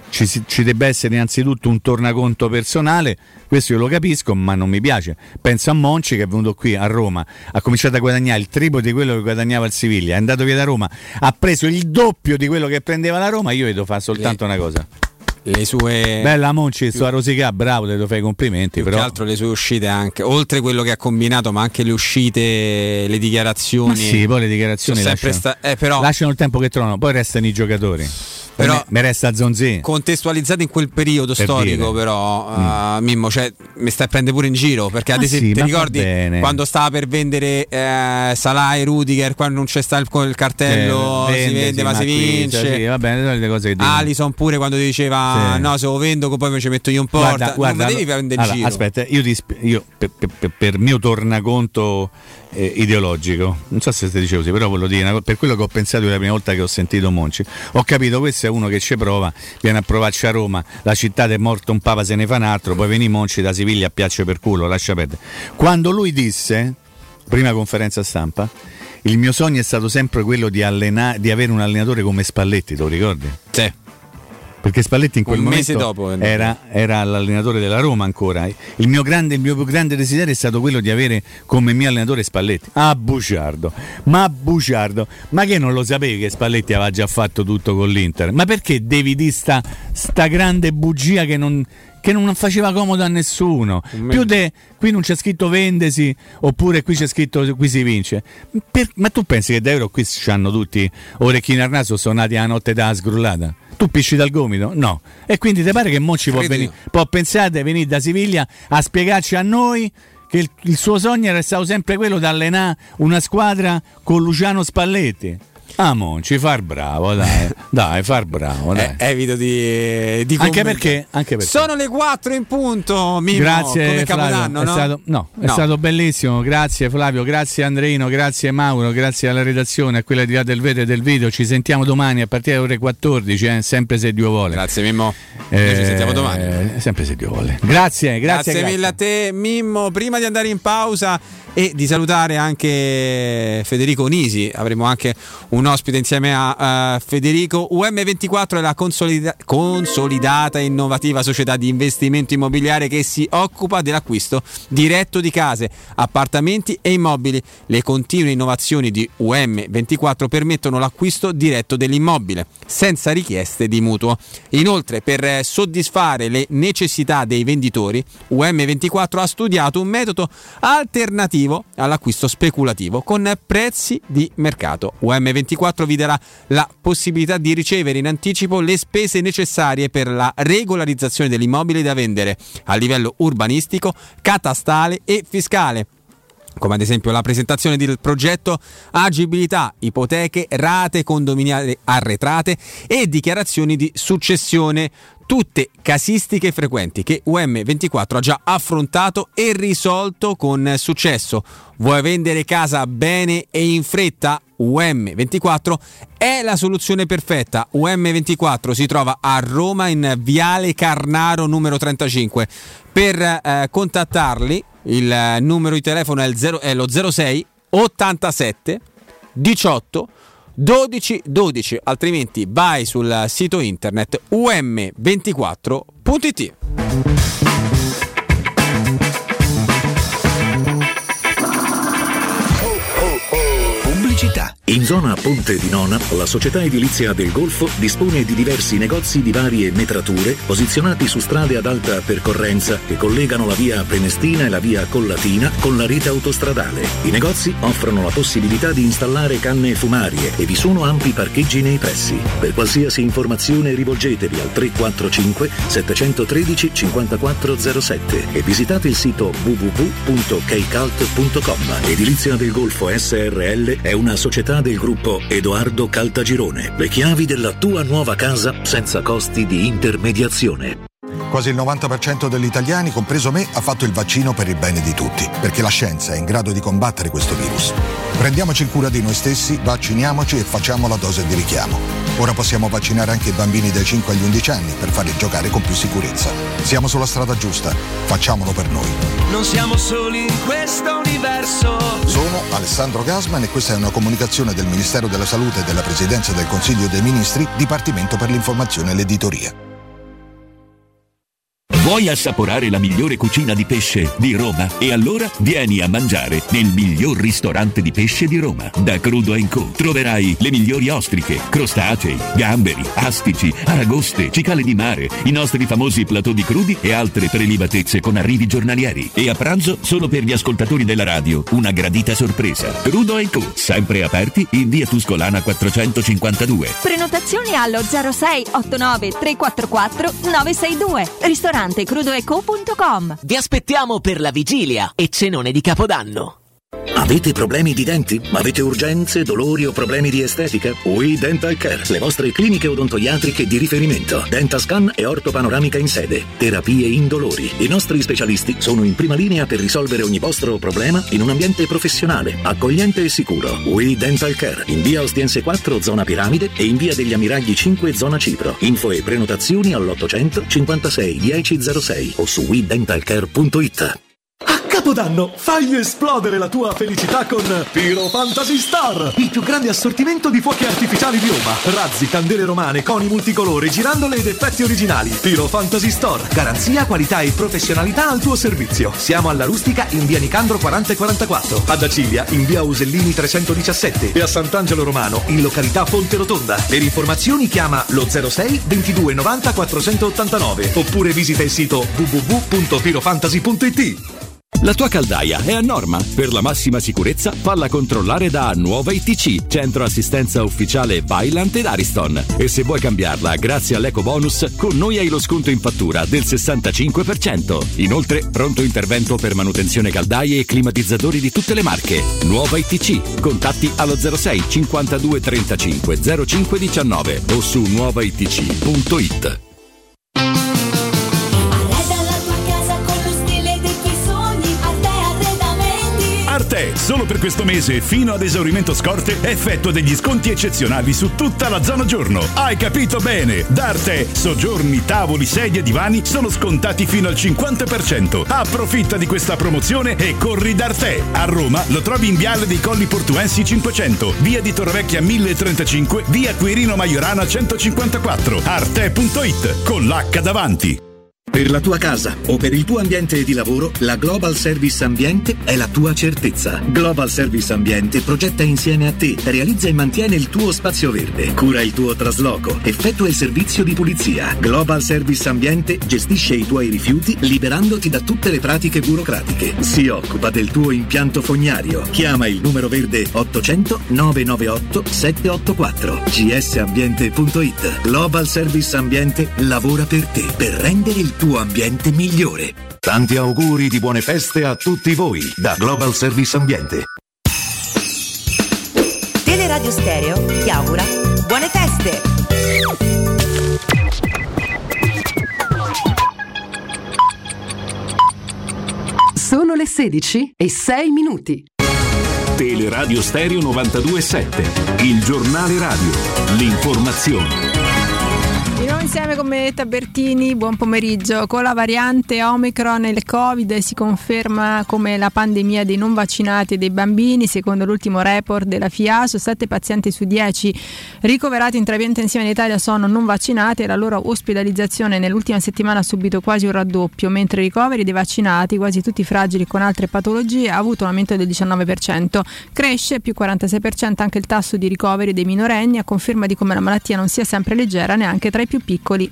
ci debba essere innanzitutto un tornaconto personale, questo io lo capisco, ma non mi piace. Penso a Monchi, che è venuto qui a Roma, ha cominciato a guadagnare il triplo di quello che guadagnava il Siviglia, è andato via da Roma, ha preso il doppio di quello che prendeva la Roma. Io gli devo fare soltanto una cosa: le sue bella Monchi, sto a rosicà, bravo, te lo fai i complimenti. Però che altro le sue uscite, anche oltre quello che ha combinato, ma anche le uscite, le dichiarazioni. Ma sì, poi le dichiarazioni però lasciano il tempo che trovano, poi restano i giocatori. Però mi resta Zonzi contestualizzato in quel periodo storico, però Mimmo, cioè, mi stai a prendere pure in giro, perché ad esempio ti ricordi quando stava per vendere Salah e Rudiger, quando non c'è stato il cartello, si vende ma si vince. Sì, va bene, le cose che dico. Alisson pure quando ti diceva no, se lo vendo poi mi ci metto io in porta. Guarda, non devi prendere in giro. Aspetta, io per mio tornaconto ideologico, non so se ti dicevo così, però voglio dire, per quello che ho pensato la prima volta che ho sentito Monchi, ho capito, questo è uno che ci prova, viene a provarci a Roma, la città è morto un papa, se ne fa un altro, poi veni Monchi da Siviglia a piaccia per culo, lascia perdere. Quando lui disse, prima conferenza stampa, il mio sogno è stato sempre quello di avere un allenatore come Spalletti, te lo ricordi? Sì. Perché Spalletti in quel momento dopo, era l'allenatore della Roma ancora. Il mio più grande desiderio è stato quello di avere come mio allenatore Spalletti. Bugiardo, ma che non lo sapevi che Spalletti aveva già fatto tutto con l'Inter? Ma perché devi dire sta grande bugia che non faceva comodo a nessuno? Qui non c'è scritto vendesi, oppure qui c'è scritto qui si vince. Ma tu pensi che da Euro qui c'hanno tutti orecchini al naso, sono nati a notte da sgrullata? Tu pisci dal gomito? No. E quindi ti pare che Monchi può pensare di venire da Siviglia a spiegarci a noi che il suo sogno era stato sempre quello di allenare una squadra con Luciano Spalletti? Monchi, far bravo, dai, far bravo, dai. Evito di anche perché sono le 4 in punto, Mimmo. Grazie, come Capodanno, no? È stato bellissimo, grazie Flavio, grazie Andreino, grazie Mauro, grazie alla redazione, a quella di là del vetro e del video. Ci sentiamo domani a partire dalle ore 14, sempre se Dio vuole. Grazie Mimmo. Noi ci sentiamo domani. Sempre se Dio vuole. Grazie mille a te, Mimmo. Prima di andare in pausa e di salutare anche Federico Nisi, avremo anche un ospite insieme a Federico. UM24 è la consolidata e innovativa società di investimento immobiliare che si occupa dell'acquisto diretto di case, appartamenti e immobili. Le continue innovazioni di UM24 permettono l'acquisto diretto dell'immobile senza richieste di mutuo. Inoltre, per soddisfare le necessità dei venditori, UM24 ha studiato un metodo alternativo all'acquisto speculativo con prezzi di mercato. UM24 vi darà la possibilità di ricevere in anticipo le spese necessarie per la regolarizzazione dell'immobile da vendere a livello urbanistico, catastale e fiscale, come ad esempio la presentazione del progetto, agibilità, ipoteche, rate condominiali arretrate e dichiarazioni di successione. Tutte casistiche frequenti che UM24 ha già affrontato e risolto con successo. Vuoi vendere casa bene e in fretta? UM24 è la soluzione perfetta. UM24 si trova a Roma in Viale Carnaro numero 35. Per contattarli il numero di telefono è lo 06 87 18 1212, altrimenti vai sul sito internet um24.it. pubblicità. In zona Ponte di Nona, la società edilizia del Golfo dispone di diversi negozi di varie metrature posizionati su strade ad alta percorrenza che collegano la via Prenestina e la via Collatina con la rete autostradale. I negozi offrono la possibilità di installare canne fumarie e vi sono ampi parcheggi nei pressi. Per qualsiasi informazione rivolgetevi al 345 713 5407 e visitate il sito www.keicalt.com. Edilizia del Golfo SRL è una società del gruppo Edoardo Caltagirone. Le chiavi della tua nuova casa senza costi di intermediazione. Quasi il 90% degli italiani, compreso me, ha fatto il vaccino per il bene di tutti, perché la scienza è in grado di combattere questo virus. Prendiamoci cura di noi stessi, vacciniamoci e facciamo la dose di richiamo. Ora possiamo vaccinare anche i bambini dai 5 agli 11 anni per farli giocare con più sicurezza. Siamo sulla strada giusta, facciamolo per noi. Non siamo soli in questo universo. Sono Alessandro Gasman e questa è una comunicazione del Ministero della Salute e della Presidenza del Consiglio dei Ministri, Dipartimento per l'Informazione e l'Editoria. Vuoi assaporare la migliore cucina di pesce di Roma? E allora vieni a mangiare nel miglior ristorante di pesce di Roma. Da Crudo & Co. troverai le migliori ostriche, crostacei, gamberi, astici, aragoste, cicale di mare, i nostri famosi platò di crudi e altre prelibatezze con arrivi giornalieri. E a pranzo, solo per gli ascoltatori della radio, una gradita sorpresa. Crudo & Co. Sempre aperti in via Tuscolana 452. Prenotazioni allo 06 89 344 962. Ristorante crudoeco.com. Vi aspettiamo per la vigilia e cenone di Capodanno. Avete problemi di denti? Avete urgenze, dolori o problemi di estetica? We Dental Care, le vostre cliniche odontoiatriche di riferimento. Dentascan e ortopanoramica in sede. Terapie indolori. I nostri specialisti sono in prima linea per risolvere ogni vostro problema in un ambiente professionale, accogliente e sicuro. We Dental Care, in via Ostiense 4, zona Piramide, e in via degli Ammiragli 5, zona Cipro. Info e prenotazioni all'800 56 1006 o su wedentalcare.it. A Capodanno fai esplodere la tua felicità con Piro Fantasy Star, il più grande assortimento di fuochi artificiali di Roma. Razzi, candele romane, coni multicolore, girandole ed effetti originali. Piro Fantasy Store, garanzia, qualità e professionalità al tuo servizio. Siamo alla Rustica in via Nicandro 40 e 44, ad Acilia in via Usellini 317 e a Sant'Angelo Romano in località Fonte Rotonda. Per informazioni chiama lo 06 22 90 489 oppure visita il sito www.pirofantasy.it. La tua caldaia è a norma? Per la massima sicurezza falla controllare da Nuova ITC, centro assistenza ufficiale Vaillant ed Ariston. E se vuoi cambiarla grazie all'eco bonus, con noi hai lo sconto in fattura del 65%. Inoltre pronto intervento per manutenzione caldaie e climatizzatori di tutte le marche. Nuova ITC, contatti allo 06 52 35 05 19 o su nuovaitc.it. Arte, solo per questo mese fino ad esaurimento scorte effettua degli sconti eccezionali su tutta la zona giorno. Hai capito bene? Da Arte, soggiorni, tavoli, sedie e divani sono scontati fino al 50%. Approfitta di questa promozione e corri da Arte. A Roma lo trovi in Viale dei Colli Portuensi 500, via di Torrevecchia 1035, via Quirino Maiorana 154. Arte.it con l'H davanti. Per la tua casa o per il tuo ambiente di lavoro, la Global Service Ambiente è la tua certezza. Global Service Ambiente progetta insieme a te, realizza e mantiene il tuo spazio verde, cura il tuo trasloco, effettua il servizio di pulizia. Global Service Ambiente gestisce i tuoi rifiuti liberandoti da tutte le pratiche burocratiche. Si occupa del tuo impianto fognario. Chiama il numero verde 800 998 784. gsambiente.it. Global Service Ambiente lavora per te, per rendere il tuo ambiente migliore. Tanti auguri di buone feste a tutti voi da Global Service Ambiente. Teleradio Stereo ti augura buone feste. Sono le 16:06. Teleradio Stereo 92.7, il giornale radio, l'informazione. Di nuovo insieme con Benedetta Bertini, buon pomeriggio. Con la variante Omicron il Covid si conferma come la pandemia dei non vaccinati e dei bambini. Secondo l'ultimo report della FIASO, 7 pazienti su 10 ricoverati in terapia intensiva in Italia sono non vaccinati e la loro ospedalizzazione nell'ultima settimana ha subito quasi un raddoppio, mentre i ricoveri dei vaccinati, quasi tutti fragili con altre patologie, ha avuto un aumento del 19%. Cresce più 46% anche il tasso di ricoveri dei minorenni, a conferma di come la malattia non sia sempre leggera neanche tra i più piccoli.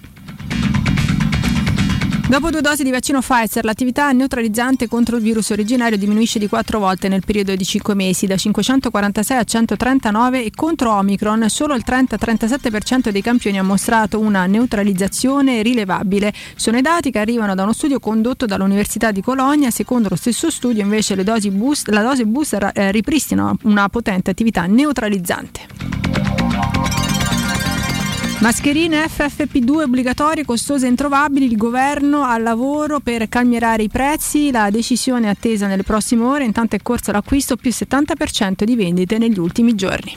Dopo 2 dosi di vaccino Pfizer, l'attività neutralizzante contro il virus originario diminuisce di 4 volte nel periodo di 5 mesi, da 546 a 139, e contro Omicron solo il 30-37% dei campioni ha mostrato una neutralizzazione rilevabile. Sono i dati che arrivano da uno studio condotto dall'Università di Cologna. Secondo lo stesso studio, invece, la dose booster ripristina una potente attività neutralizzante. Mascherine FFP2 obbligatorie, costose e introvabili, il governo al lavoro per calmierare i prezzi, la decisione è attesa nelle prossime ore, intanto è corsa l'acquisto, più 70% di vendite negli ultimi giorni.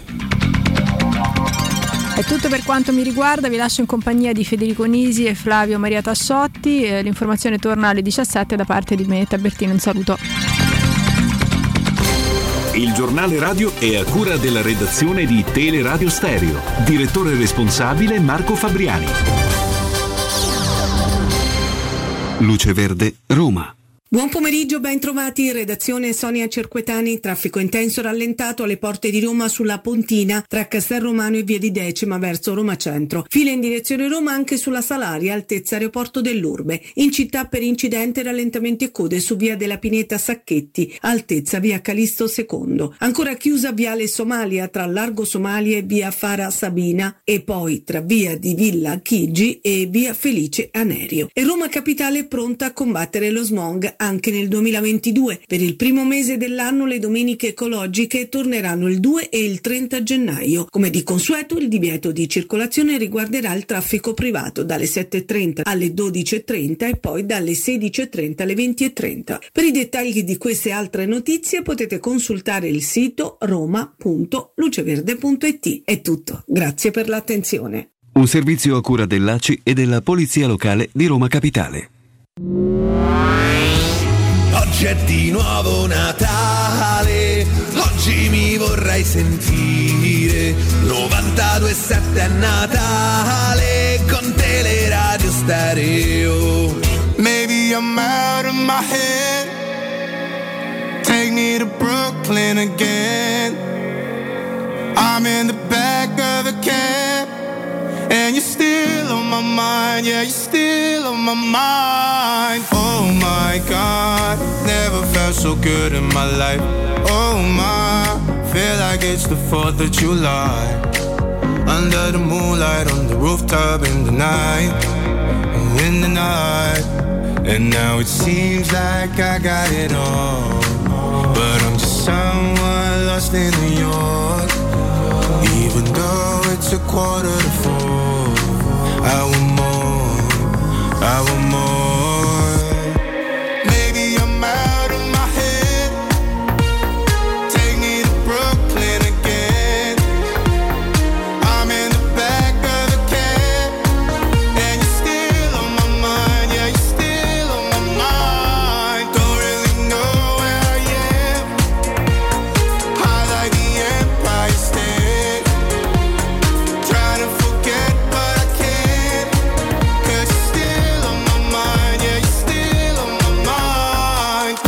È tutto per quanto mi riguarda, vi lascio in compagnia di Federico Nisi e Flavio Maria Tassotti, l'informazione torna alle 17 da parte di Benedetta Bertini, un saluto. Il giornale radio è a cura della redazione di Teleradio Stereo. Direttore responsabile Marco Fabriani. Luce Verde, Roma. Buon pomeriggio, ben trovati in redazione Sonia Cerquetani. Traffico intenso rallentato alle porte di Roma sulla Pontina tra Castelromano e Via di Decima verso Roma Centro. Fila in direzione Roma anche sulla Salaria, altezza aeroporto dell'Urbe. In città per incidente rallentamenti e code su Via della Pineta Sacchetti, altezza Via Calisto II. Ancora chiusa Viale Somalia tra Largo Somalia e Via Fara Sabina, e poi tra Via di Villa Chigi e Via Felice Anerio. E Roma Capitale è pronta a combattere lo smog anche nel 2022. Per il primo mese dell'anno le domeniche ecologiche torneranno il 2 e il 30 gennaio. Come di consueto, il divieto di circolazione riguarderà il traffico privato dalle 7.30 alle 12.30 e poi dalle 16.30 alle 20.30. Per i dettagli di queste altre notizie potete consultare il sito roma.luceverde.it. È tutto, grazie per l'attenzione. Un servizio a cura dell'ACI e della Polizia Locale di Roma Capitale. Oggi è di nuovo Natale, oggi mi vorrei sentire 92.7 a Natale con Teleradio Stereo. Maybe I'm out of my head, take me to Brooklyn again. I'm in the back of a cab and you're still on my mind, yeah, you're still on my mind. Oh my God, never felt so good in my life. Oh my, feel like it's the 4th of July. Under the moonlight, on the rooftop in the night, in the night. And now it seems like I got it all, but I'm just someone lost in New York. Even though it's 3:45, I want more, I want more. Maybe I'm out of my head, take me to Brooklyn again. I'm in the back of a cab and you're still on my mind, yeah, you're still on my mind. Don't really know where I am, high like the Empire State. Trying to forget but I can't, 'cause you're still on my mind, yeah, you're still on my mind.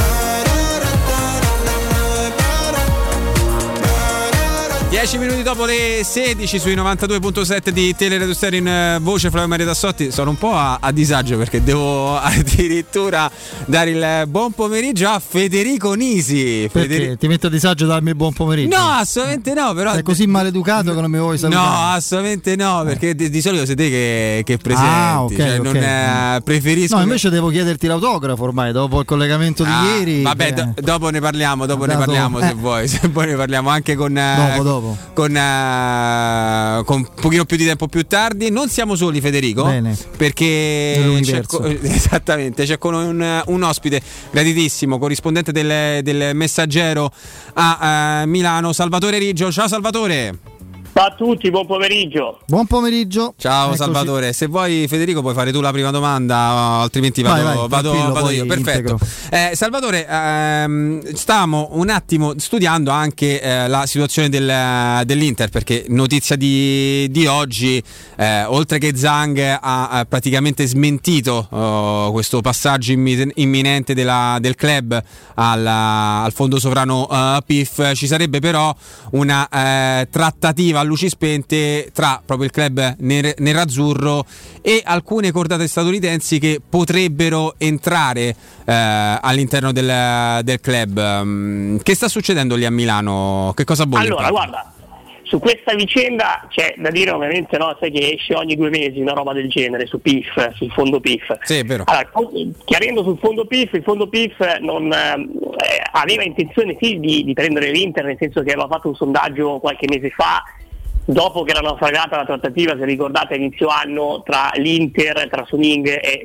10 minuti dopo le 16 sui 92.7 di Teleradio Stereo in voce Flavio Maria Tassotti. Sono un po' a disagio perché devo addirittura dare il buon pomeriggio a Federico Nisi. Perché? Ti metto a disagio darmi il buon pomeriggio? No, assolutamente no, però sei così maleducato che non mi vuoi salutare? No, assolutamente no, perché di solito sei te che presenti. Okay, cioè, okay. Non preferisco. No, invece devo chiederti l'autografo ormai dopo il collegamento di ieri. Vabbè, dopo ne parliamo, se vuoi. Se vuoi ne parliamo anche con dopo. Con un pochino più di tempo più tardi. Non siamo soli, Federico. Bene. Perché esattamente c'è con un ospite graditissimo, corrispondente del Messaggero a Milano, Salvatore Riggio. Ciao Salvatore. Ciao a tutti, buon pomeriggio. Buon pomeriggio. Ciao. Eccoci. Salvatore, se vuoi Federico puoi fare tu la prima domanda, altrimenti vado io. Perfetto. Salvatore, stavamo un attimo studiando anche la situazione dell'Inter, perché notizia di oggi, oltre che Zhang ha praticamente smentito questo passaggio imminente del club al fondo sovrano PIF, ci sarebbe però una trattativa a luci spente tra proprio il club nerazzurro e alcune cordate statunitensi che potrebbero entrare all'interno del club. Che sta succedendo lì a Milano? Che cosa bolle? Allora, guarda, su questa vicenda c'è da dire, ovviamente, no, sai che esce ogni 2 mesi una roba del genere su PIF, sul fondo PIF. Sì, è vero. Allora, chiarendo sul fondo PIF, il fondo PIF non aveva intenzione di prendere l'Inter, nel senso che aveva fatto un sondaggio qualche mese fa, dopo che era naufragata la trattativa, se ricordate, a inizio anno, tra l'Inter, tra Suning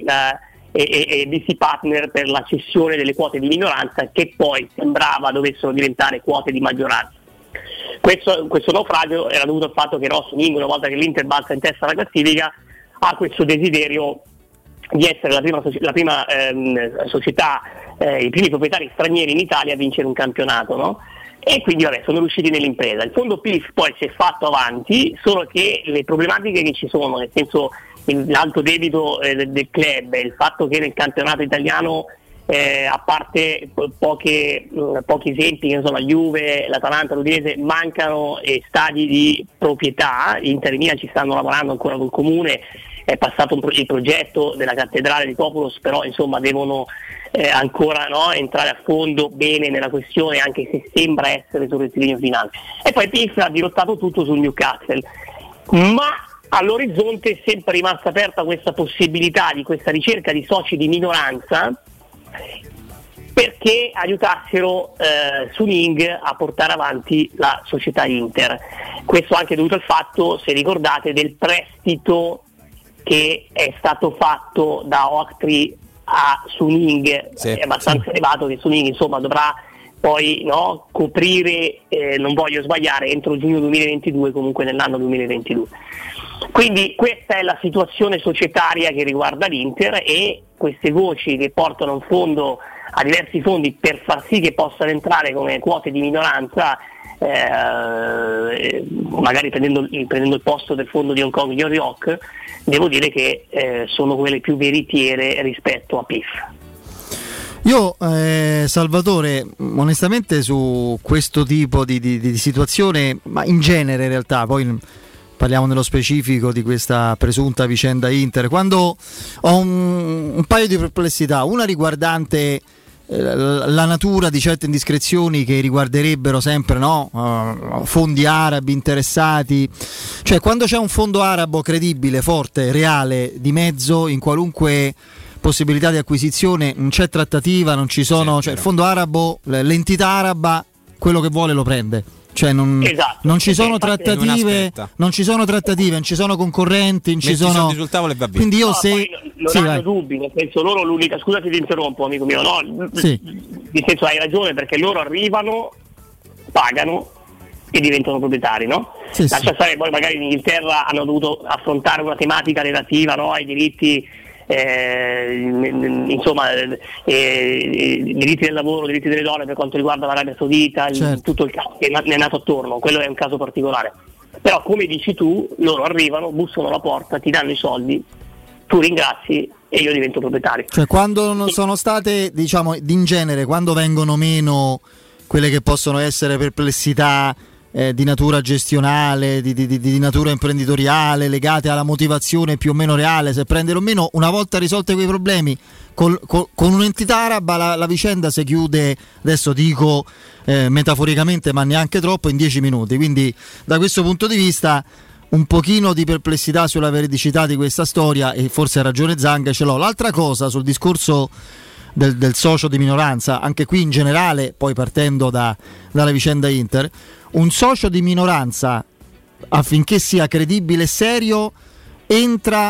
e BC Partner per la cessione delle quote di minoranza, che poi sembrava dovessero diventare quote di maggioranza. Questo naufragio era dovuto al fatto che Suning, una volta che l'Inter balza in testa alla classifica, ha questo desiderio di essere la prima società, i primi proprietari stranieri in Italia a vincere un campionato, no? E quindi sono riusciti nell'impresa. Il fondo PIF poi si è fatto avanti, solo che le problematiche che ci sono, nel senso l'alto debito del club, il fatto che nel campionato italiano, a parte pochi esempi, che insomma Juve, l'Atalanta, l'Udinese, mancano stadi di proprietà. Inter e Milan ci stanno lavorando ancora col comune, è passato il progetto della cattedrale di Topolos, però insomma devono ancora entrare a fondo bene nella questione, anche se sembra essere sul rettilineo finale. E poi PIF ha dirottato tutto sul Newcastle, ma all'orizzonte è sempre rimasta aperta questa possibilità di questa ricerca di soci di minoranza, perché aiutassero Suning a portare avanti la società Inter. Questo anche dovuto al fatto, se ricordate, del prestito che è stato fatto da Oaktree a Suning, sì, è abbastanza elevato, che Suning insomma dovrà poi coprire, non voglio sbagliare, entro giugno 2022, comunque nell'anno 2022. Quindi questa è la situazione societaria che riguarda l'Inter, e queste voci che portano un fondo a diversi fondi per far sì che possano entrare come quote di minoranza, magari prendendo il posto del fondo di Hong Kong New York, devo dire che sono quelle più veritiere rispetto a PIF. Io Salvatore, onestamente su questo tipo di situazione, ma in genere in realtà, poi parliamo nello specifico di questa presunta vicenda Inter, quando ho un paio di perplessità, una riguardante la natura di certe indiscrezioni che riguarderebbero sempre fondi arabi interessati, cioè quando c'è un fondo arabo credibile, forte, reale, di mezzo in qualunque possibilità di acquisizione, non c'è trattativa, non ci sono, cioè il fondo arabo, l'entità araba, quello che vuole lo prende. Cioè non ci sono trattative, non ci sono concorrenti, non ci sono. Sul tavolo e va bene. Quindi io non hanno dubbi, nel senso loro l'unica, scusa se ti interrompo amico mio, nel senso hai ragione, perché loro arrivano, pagano e diventano proprietari, no? Lascia stare, poi magari in Inghilterra hanno dovuto affrontare una tematica relativa ai diritti, diritti del lavoro, diritti delle donne per quanto riguarda l'Arabia Saudita, tutto il caso che ne è nato attorno, quello è un caso particolare. Però come dici tu, loro arrivano, bussano alla porta, ti danno i soldi, tu ringrazi e io divento proprietario. Cioè quando non sono state, in genere, quando vengono meno quelle che possono essere perplessità di natura gestionale, di natura imprenditoriale, legate alla motivazione più o meno reale, se prendere o meno, una volta risolti quei problemi con un'entità araba la vicenda si chiude, adesso dico metaforicamente, ma neanche troppo, in 10 minuti. Quindi da questo punto di vista un pochino di perplessità sulla veridicità di questa storia, e forse ha ragione Zhang, ce l'ho. L'altra cosa sul discorso del socio di minoranza, anche qui in generale, poi partendo dalla vicenda Inter, un socio di minoranza, affinché sia credibile e serio, entra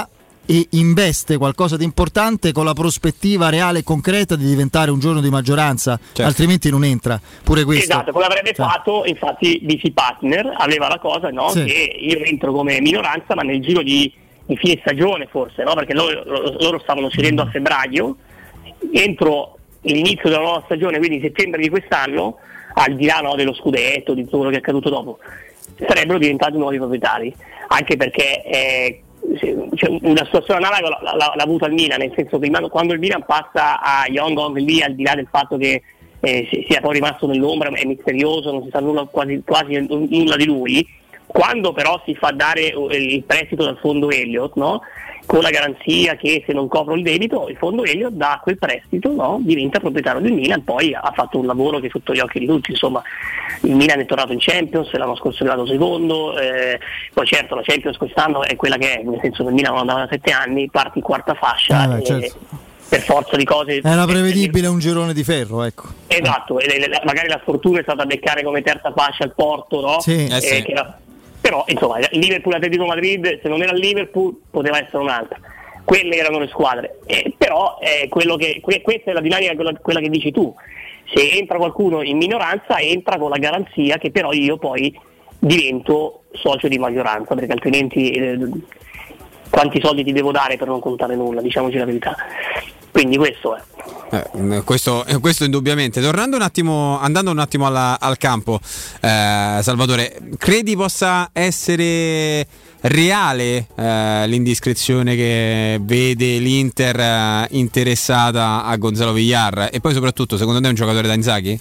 e investe qualcosa di importante con la prospettiva reale e concreta di diventare un giorno di maggioranza, altrimenti non entra pure questo. Esatto, come avrebbe fatto infatti BC Partner, aveva la cosa, no? Che io entro come minoranza, ma nel giro di fine stagione forse, no? Perché loro stavano cedendo a febbraio, entro l'inizio della nuova stagione, quindi settembre di quest'anno, al di là dello scudetto, di tutto quello che è accaduto dopo, sarebbero diventati nuovi proprietari, anche perché una situazione analoga l'ha avuta il Milan, nel senso che quando il Milan passa a Young Hong lì, al di là del fatto che sia poi rimasto nell'ombra, è misterioso, non si sa nulla, quasi nulla di lui, quando però si fa dare il prestito dal fondo Elliott, no? Con la garanzia che se non copro il debito, il fondo Elliott da quel prestito, no? Diventa proprietario del Milan, poi ha fatto un lavoro che è sotto gli occhi di tutti, insomma il Milan è tornato in Champions, l'anno scorso è arrivato secondo, poi certo la Champions quest'anno è quella che è, nel senso che il Milan non andava da 7 anni, parti in quarta fascia, certo. Per forza di cose era prevedibile un girone di ferro, ecco. Esatto, magari la sfortuna è stata a beccare come terza fascia al Porto, no? Sì. Però insomma Liverpool Atletico Madrid, se non era il Liverpool poteva essere un'altra, quelle erano le squadre, però questa è la dinamica, quella che dici tu, se entra qualcuno in minoranza entra con la garanzia che però io poi divento socio di maggioranza, perché altrimenti quanti soldi ti devo dare per non contare nulla, diciamoci la verità. Quindi questo è. Questo indubbiamente. Andando un attimo al campo, Salvatore, credi possa essere reale l'indiscrezione che vede l'Inter interessata a Gonzalo Villar? E poi soprattutto, secondo te è un giocatore da Inzaghi?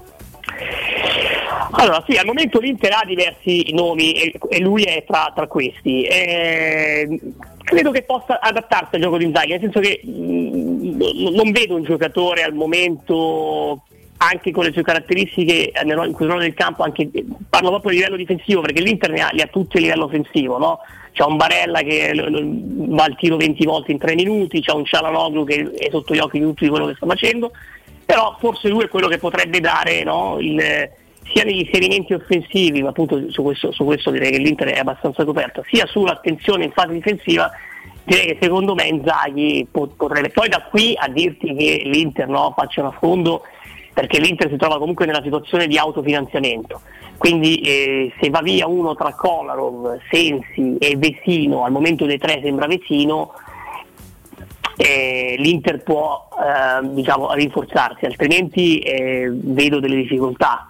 Allora sì, al momento l'Inter ha diversi nomi e lui è tra questi. Credo che possa adattarsi al gioco di Inzaghi, nel senso che non vedo un giocatore al momento, anche con le sue caratteristiche in quel ruolo del campo, anche parlo proprio a livello difensivo, perché l'Inter li ha tutti a livello offensivo, no? C'è un Barella che va al tiro 20 volte in 3 minuti, c'è un Çalhanoğlu che è sotto gli occhi di tutti quello che sta facendo, però forse lui è quello che potrebbe dare, no? Sia negli inserimenti offensivi, ma appunto su questo direi che l'Inter è abbastanza coperto, sia sull'attenzione in fase difensiva, direi che secondo me Inzaghi potrebbe, poi da qui a dirti che l'Inter faccia un affondo, perché l'Inter si trova comunque nella situazione di autofinanziamento, quindi se va via uno tra Kolarov, Sensi e Vesino, al momento dei 3 sembra Vesino, l'Inter può rinforzarsi, altrimenti vedo delle difficoltà.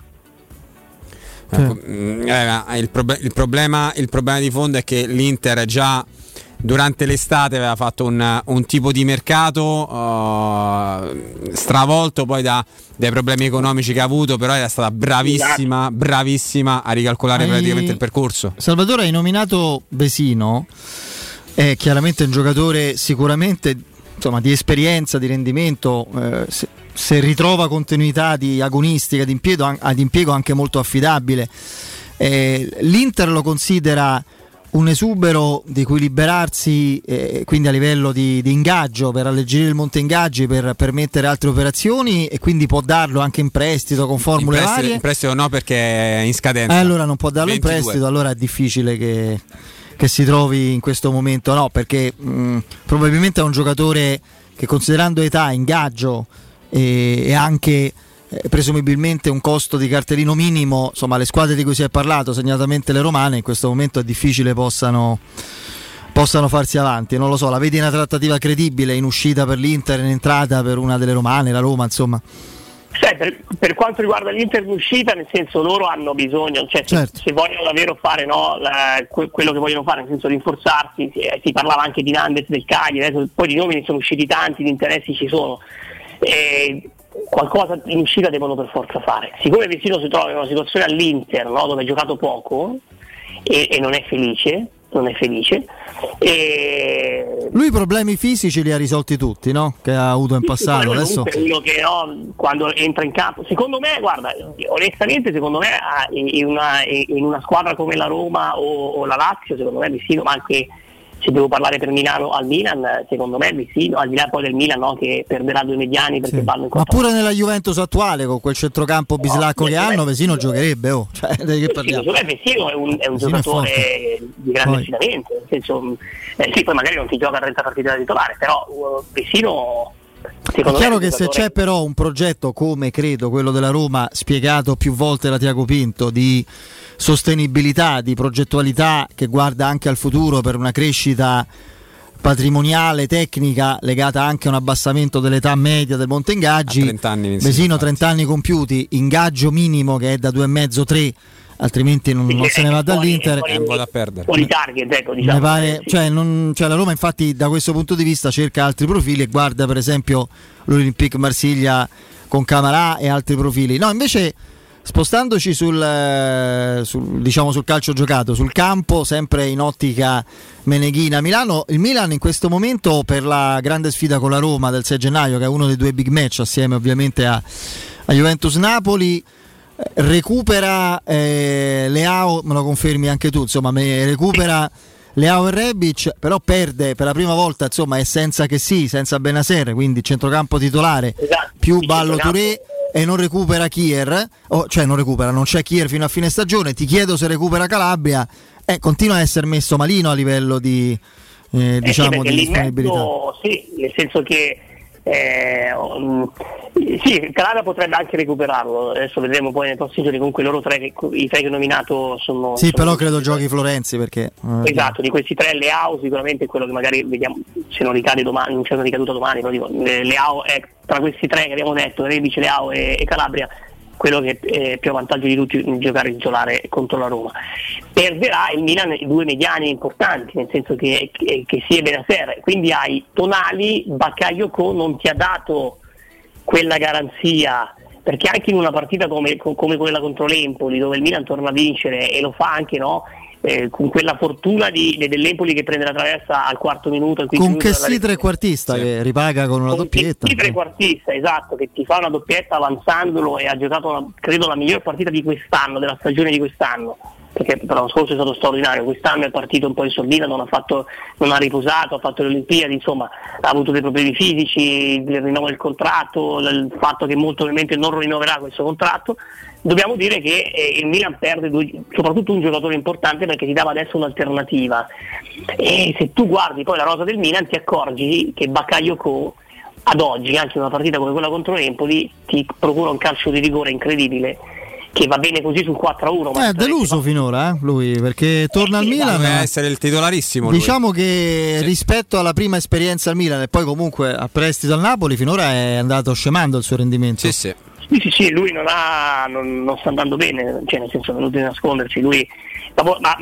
Il problema di fondo è che l'Inter già durante l'estate aveva fatto un tipo di mercato stravolto poi dai problemi economici che ha avuto, però era stata bravissima a ricalcolare praticamente il percorso. Salvatore, hai nominato Vesino, è chiaramente un giocatore sicuramente di esperienza, di rendimento, se ritrova continuità di agonistica, di impiego anche molto affidabile. L'Inter lo considera un esubero di cui liberarsi, quindi a livello di ingaggio, per alleggerire il monte ingaggi, per permettere altre operazioni, e quindi può darlo anche in prestito con formule varie. In prestito no, perché è in scadenza. Allora non può darlo 22. In prestito, allora è difficile che si trovi in questo momento, no, perché probabilmente è un giocatore che, considerando età, ingaggio e anche presumibilmente un costo di cartellino minimo, insomma le squadre di cui si è parlato, segnatamente le romane, in questo momento è difficile possano farsi avanti. Non lo so, la vedi una trattativa credibile in uscita per l'Inter, in entrata per una delle romane, la Roma, insomma? Per quanto riguarda l'Inter in uscita, nel senso, loro hanno bisogno, certo. se vogliono davvero fare quello che vogliono fare, nel senso rinforzarsi, si parlava anche di Nandez del Cagliari, adesso poi di nomi ne sono usciti tanti, di interessi ci sono, qualcosa in uscita devono per forza fare. Siccome Vesino si trova in una situazione all'Inter, no, dove ha giocato poco e non è felice, lui i problemi fisici li ha risolti tutti, no? Che ha avuto in passato. Adesso è uno che quando entra in campo, secondo me, guarda, onestamente in una squadra come la Roma o la Lazio, secondo me Vesino, ma anche se devo parlare per Milano al Milan, secondo me Vecino, al di là poi del Milan, no, che perderà 2 mediani perché vanno in ma pure nella Juventus attuale con quel centrocampo bislacco che hanno, Vesino giocherebbe, cioè, che parliamo? Vesino è un giocatore di grande affidamento, nel senso, sì, poi magari non ti gioca 30 partite da titolare, però Vesino è chiaro che se c'è però un progetto come credo quello della Roma, spiegato più volte da Tiago Pinto, di sostenibilità, di progettualità che guarda anche al futuro per una crescita patrimoniale, tecnica, legata anche a un abbassamento dell'età media del monte ingaggi, Vesino 30 anni compiuti, ingaggio minimo che è da 2,5-3, altrimenti non se ne va dall'Inter, è un po' da perdere. Fuori target, ecco, diciamo. Mi pare, cioè la Roma infatti da questo punto di vista cerca altri profili e guarda per esempio l'Olympique Marsiglia con Camarà e altri profili. No, invece spostandoci sul calcio giocato, sul campo, sempre in ottica meneghina Milano, il Milan in questo momento per la grande sfida con la Roma del 6 gennaio, che è uno dei 2 big match assieme ovviamente a Juventus-Napoli, recupera Leao, me lo confermi anche tu, insomma, recupera Leao e Rebic, però perde per la prima volta, insomma, è senza Bennacer, quindi centrocampo titolare, più Ballo Touré, e non recupera Kier, non c'è Kier fino a fine stagione. Ti chiedo se recupera Calabria, continua a essere messo malino a livello di di disponibilità. Sì, nel senso che sì, Calabria potrebbe anche recuperarlo, adesso vedremo poi nei prossimi giorni. Comunque loro i tre che ho nominato sono però credo giochi Florenzi, perché esatto, di questi tre Leao sicuramente è quello che magari vediamo se non ricade domani, non c'è una ricaduta domani, però dico, Leao è tra questi tre che abbiamo detto, Rebic, Leao e Calabria, quello che è più a vantaggio di tutti in giocare titolare contro la Roma. Perderà il Milan i 2 mediani importanti, nel senso che si è Bennacer, quindi hai Tonali, Bakayoko non ti ha dato quella garanzia, perché anche in una partita come quella contro l'Empoli, dove il Milan torna a vincere e lo fa anche, no? Con quella fortuna dell'Empoli che prende la traversa al quarto minuto, con Chessy trequartista che ripaga con una doppietta. Chessy trequartista, esatto, che ti fa una doppietta avanzandolo e ha giocato credo la miglior partita di quest'anno, della stagione di quest'anno, perché per l'anno scorso è stato straordinario, quest'anno è partito un po' in sordina, non ha riposato, ha fatto le Olimpiadi, insomma ha avuto dei problemi fisici, il rinnovo del contratto, il fatto che molto probabilmente non rinnoverà questo contratto. Dobbiamo dire che il Milan perde soprattutto un giocatore importante, perché ti dava adesso un'alternativa, e se tu guardi poi la rosa del Milan ti accorgi che Bakayoko ad oggi, anche in una partita come quella contro Empoli, ti procura un calcio di rigore incredibile, che va bene così sul 4-1. È deluso finora lui, perché torna al Milan, deve essere il titolarissimo diciamo lui. Che sì, rispetto alla prima esperienza al Milan e poi comunque a prestito al Napoli, finora è andato scemando il suo rendimento. Sì, lui non sta andando bene, cioè nel senso, è venuto a nasconderci lui. Ma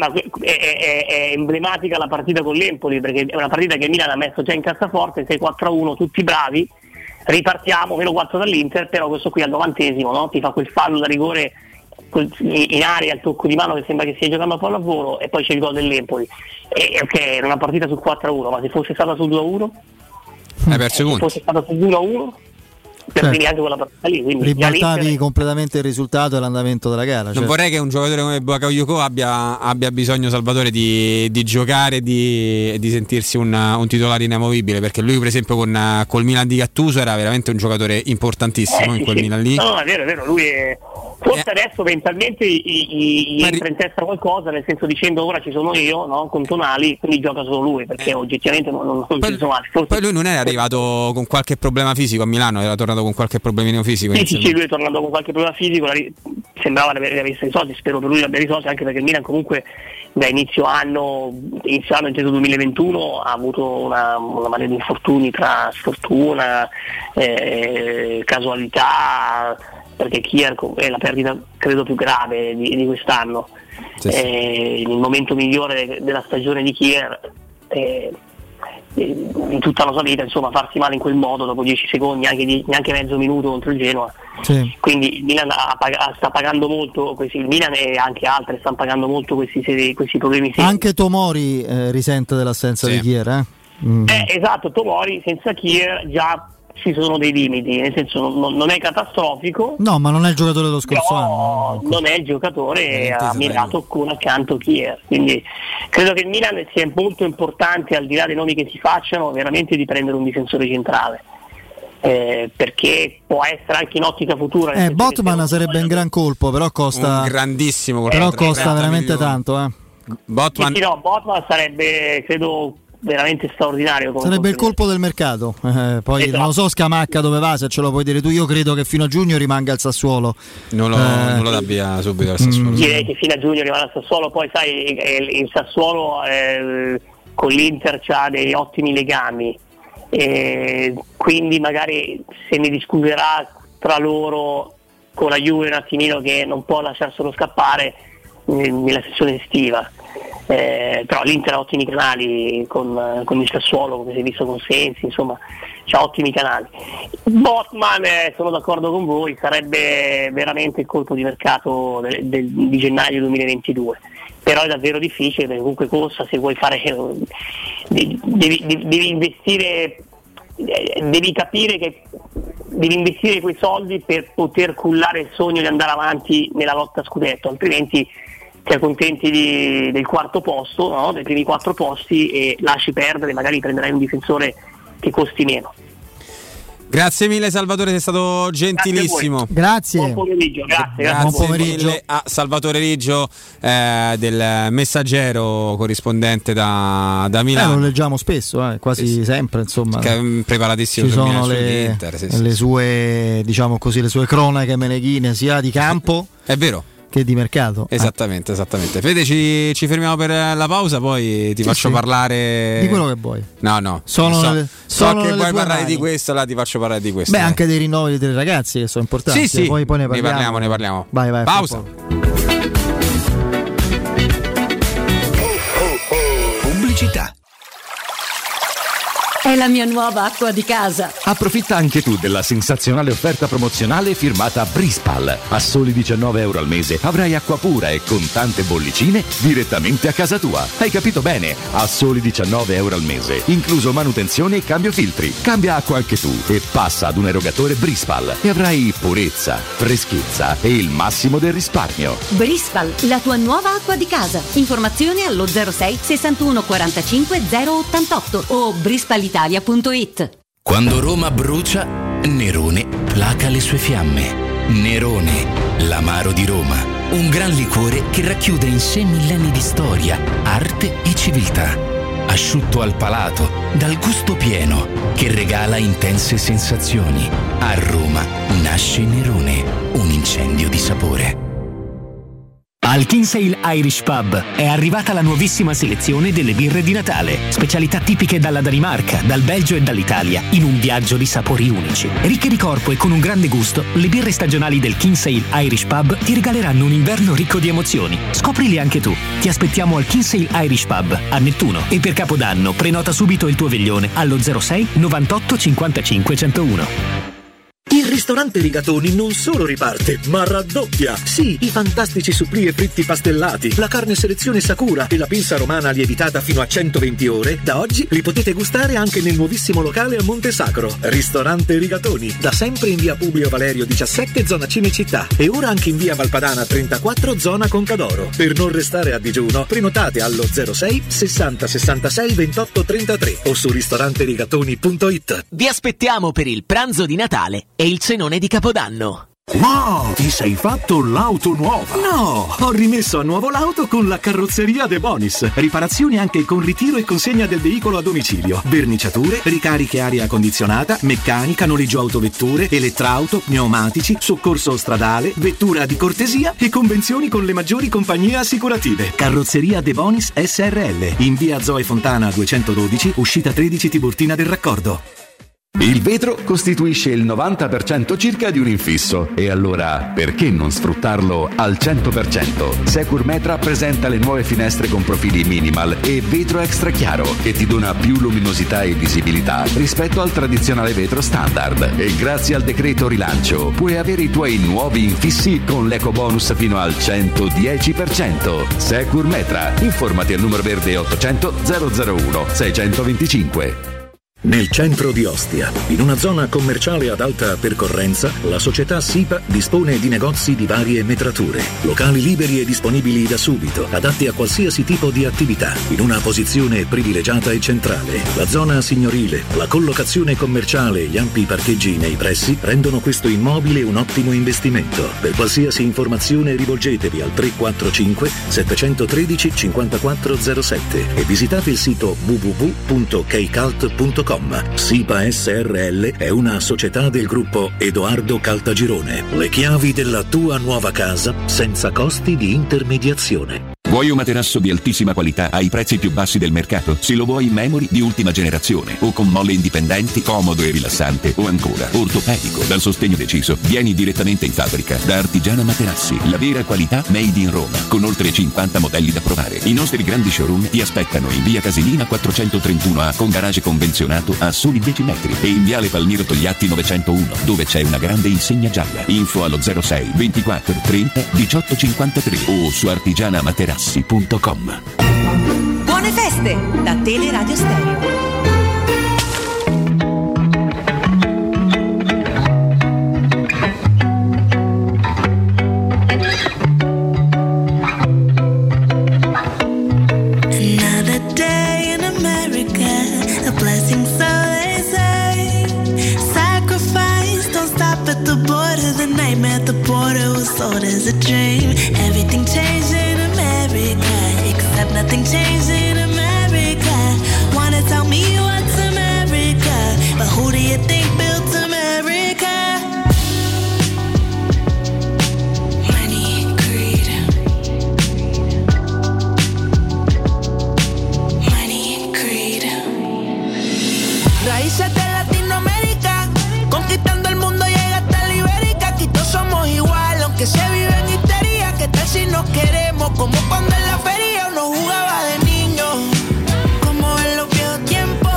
è emblematica la partita con l'Empoli, perché è una partita che il Milan ha messo già in cassaforte, 6-4-1, tutti bravi, ripartiamo, meno 4 dall'Inter, però questo qui al 90esimo, no? Ti fa quel fallo da rigore in aria, il tocco di mano che sembra che stia giocando a pallavolo, e poi c'è il gol dell'Empoli. Ok, era una partita sul 4-1, ma se fosse stata sul 2-1, hai perso i punti. Se fosse stata sul 1-1, anche quella partita lì, ribaltavi completamente il risultato e l'andamento della gara. Non vorrei che un giocatore come Bakayoko abbia bisogno, Salvatore, di giocare e di sentirsi un titolare inamovibile, perché lui per esempio col Milan di Gattuso era veramente un giocatore importantissimo in quel Milan lì. No, è vero, lui è forse adesso mentalmente gli entra in testa qualcosa, nel senso dicendo ora ci sono io, no? Con Tonali, quindi gioca solo lui, perché oggettivamente non ci sono altri. Poi lui non è arrivato con qualche problema fisico a Milano, era tornato con qualche problemino fisico. Sì, lui è tornato con qualche problema fisico, sembrava che avesse risolti, spero per lui l'abbia risolti, anche perché il Milan comunque da inizio anno inteso 2021 ha avuto una marea di infortuni tra sfortuna, casualità, perché Kier è la perdita credo più grave di quest'anno. Il momento migliore della stagione di Kier, in tutta la sua vita, insomma, farsi male in quel modo dopo 10 secondi, neanche mezzo minuto contro il Genoa. Quindi il Milan sta pagando molto, il Milan e anche altre stanno pagando molto questi problemi seri. Anche Tomori risente dell'assenza di Kier, Esatto, Tomori senza Kier già ci sono dei limiti, nel senso non è catastrofico. No, ma non è il giocatore dello scorso anno. Non è il giocatore, ha mirato con accanto Kier. Quindi credo che il Milan sia molto importante, al di là dei nomi che si facciano, veramente di prendere un difensore centrale. Perché può essere anche in ottica futura. Botman sarebbe un gran colpo, però costa un grandissimo colpo. Però costa veramente tanto. Botman sarebbe, credo, veramente straordinario. Sarebbe il colpo del mercato. Poi esatto. Non lo so Scamacca dove va, se ce lo puoi dire tu. Io credo che fino a giugno rimanga al Sassuolo. Non lo abbia subito al Sassuolo. Direi che fino a giugno rimane al Sassuolo. Poi sai, il Sassuolo con l'Inter c'ha dei ottimi legami. Quindi magari se ne discuterà tra loro con la Juve un attimino, che non può lasciarselo scappare nella sessione estiva, però l'Inter ha ottimi canali con il Sassuolo, come si è visto con Sensi, insomma c'ha ottimi canali. Botman, sono d'accordo con voi, sarebbe veramente il colpo di mercato di gennaio 2022, però è davvero difficile, perché comunque costa, se vuoi fare devi investire, devi capire che devi investire quei soldi per poter cullare il sogno di andare avanti nella lotta a scudetto, altrimenti ti accontenti del quarto posto, no? Dei primi 4 posti, e lasci perdere, magari prenderai un difensore che costi meno. Grazie mille Salvatore, sei stato gentilissimo. Grazie. Buon pomeriggio, grazie. Buon pomeriggio mille a Salvatore Riggio, del Messaggero, corrispondente da Milano. Lo leggiamo spesso, quasi sempre, insomma. Preparatissimo. Ci sono le sue, diciamo così, le sue cronache meneghine, sia di campo. È vero. Che di mercato. Esattamente. Fede, ci fermiamo per la pausa, poi ti faccio parlare di quello che vuoi. No. So che vuoi parlare di questo, là ti faccio parlare di questo. Anche dei rinnovi dei ragazzi che sono importanti. Sì. Poi ne parliamo. Vai. Pausa. Pubblicità. È la mia nuova acqua di casa. Approfitta anche tu della sensazionale offerta promozionale firmata Brispal. A soli €19 al mese avrai acqua pura e con tante bollicine direttamente a casa tua. Hai capito bene? A soli €19 al mese, incluso manutenzione e cambio filtri. Cambia acqua anche tu e passa ad un erogatore Brispal e avrai purezza, freschezza e il massimo del risparmio. Brispal, la tua nuova acqua di casa. Informazioni allo 06 61 45 088 o brispalitalia.it. Quando Roma brucia, Nerone placa le sue fiamme. Nerone, l'amaro di Roma, un gran liquore che racchiude in sé millenni di storia, arte e civiltà. Asciutto al palato, dal gusto pieno, che regala intense sensazioni. A Roma nasce Nerone, un incendio di sapore. Al Kinsale Irish Pub è arrivata la nuovissima selezione delle birre di Natale, specialità tipiche dalla Danimarca, dal Belgio e dall'Italia, in un viaggio di sapori unici. Ricche di corpo e con un grande gusto, le birre stagionali del Kinsale Irish Pub ti regaleranno un inverno ricco di emozioni. Scoprili anche tu. Ti aspettiamo al Kinsale Irish Pub a Nettuno, e per Capodanno prenota subito il tuo veglione allo 06 98 55 101. Il ristorante Rigatoni non solo riparte, ma raddoppia. Sì, i fantastici supplì e fritti pastellati, la carne selezione Sakura e la pinza romana lievitata fino a 120 ore, da oggi li potete gustare anche nel nuovissimo locale a Monte Sacro. Ristorante Rigatoni, da sempre in via Publio Valerio 17, zona Cinecittà, e ora anche in via Valpadana 34, zona Concadoro. Per non restare a digiuno, prenotate allo 06 60 66 28 33 o su ristoranterigatoni.it. Vi aspettiamo per il pranzo di Natale e il cenone di Capodanno. Wow, ti sei fatto l'auto nuova? No, ho rimesso a nuovo l'auto con la carrozzeria De Bonis. Riparazioni anche con ritiro e consegna del veicolo a domicilio, verniciature, ricariche aria condizionata, meccanica, noleggio autovetture, elettrauto, pneumatici, soccorso stradale, vettura di cortesia e convenzioni con le maggiori compagnie assicurative. Carrozzeria De Bonis SRL, in via Zoe Fontana 212, uscita 13 Tiburtina del Raccordo. Il vetro costituisce il 90% circa di un infisso, e allora perché non sfruttarlo al 100%? Securmetra presenta le nuove finestre con profili minimal e vetro extra chiaro, che ti dona più luminosità e visibilità rispetto al tradizionale vetro standard. E grazie al decreto rilancio puoi avere i tuoi nuovi infissi con l'eco bonus fino al 110%. Securmetra, informati al numero verde 800 001 625. Nel centro di Ostia, in una zona commerciale ad alta percorrenza, la società SIPA dispone di negozi di varie metrature, locali liberi e disponibili da subito, adatti a qualsiasi tipo di attività, in una posizione privilegiata e centrale. La zona signorile, la collocazione commerciale e gli ampi parcheggi nei pressi rendono questo immobile un ottimo investimento. Per qualsiasi informazione rivolgetevi al 345 713 5407 e visitate il sito www.kcalt.com. SIPA SRL è una società del gruppo Edoardo Caltagirone. Le chiavi della tua nuova casa senza costi di intermediazione. Vuoi un materasso di altissima qualità ai prezzi più bassi del mercato? Se lo vuoi in memory di ultima generazione o con molle indipendenti, comodo e rilassante, o ancora ortopedico dal sostegno deciso, vieni direttamente in fabbrica da Artigiana Materassi, la vera qualità made in Roma, con oltre 50 modelli da provare. I nostri grandi showroom ti aspettano in via Casilina 431A con garage convenzionato a soli 10 metri e in viale Palmiro Togliatti 901 dove c'è una grande insegna gialla. Info allo 06 24 30 18 53 o su artigianamaterassi.com. Buone feste da Teleradio Stereo. Sold as a dream. Everything changed in America, except nothing changed in America. Wanna tell me what's America, but who do you think built America? Money, greed. Money, greed. Raíces de Latinoamérica, conquistando el mundo llega hasta la Ibérica. Aquí todos somos iguales. Que se vive en histeria, que tal si nos queremos, como cuando en la feria uno jugaba de niño, como en los viejos tiempos.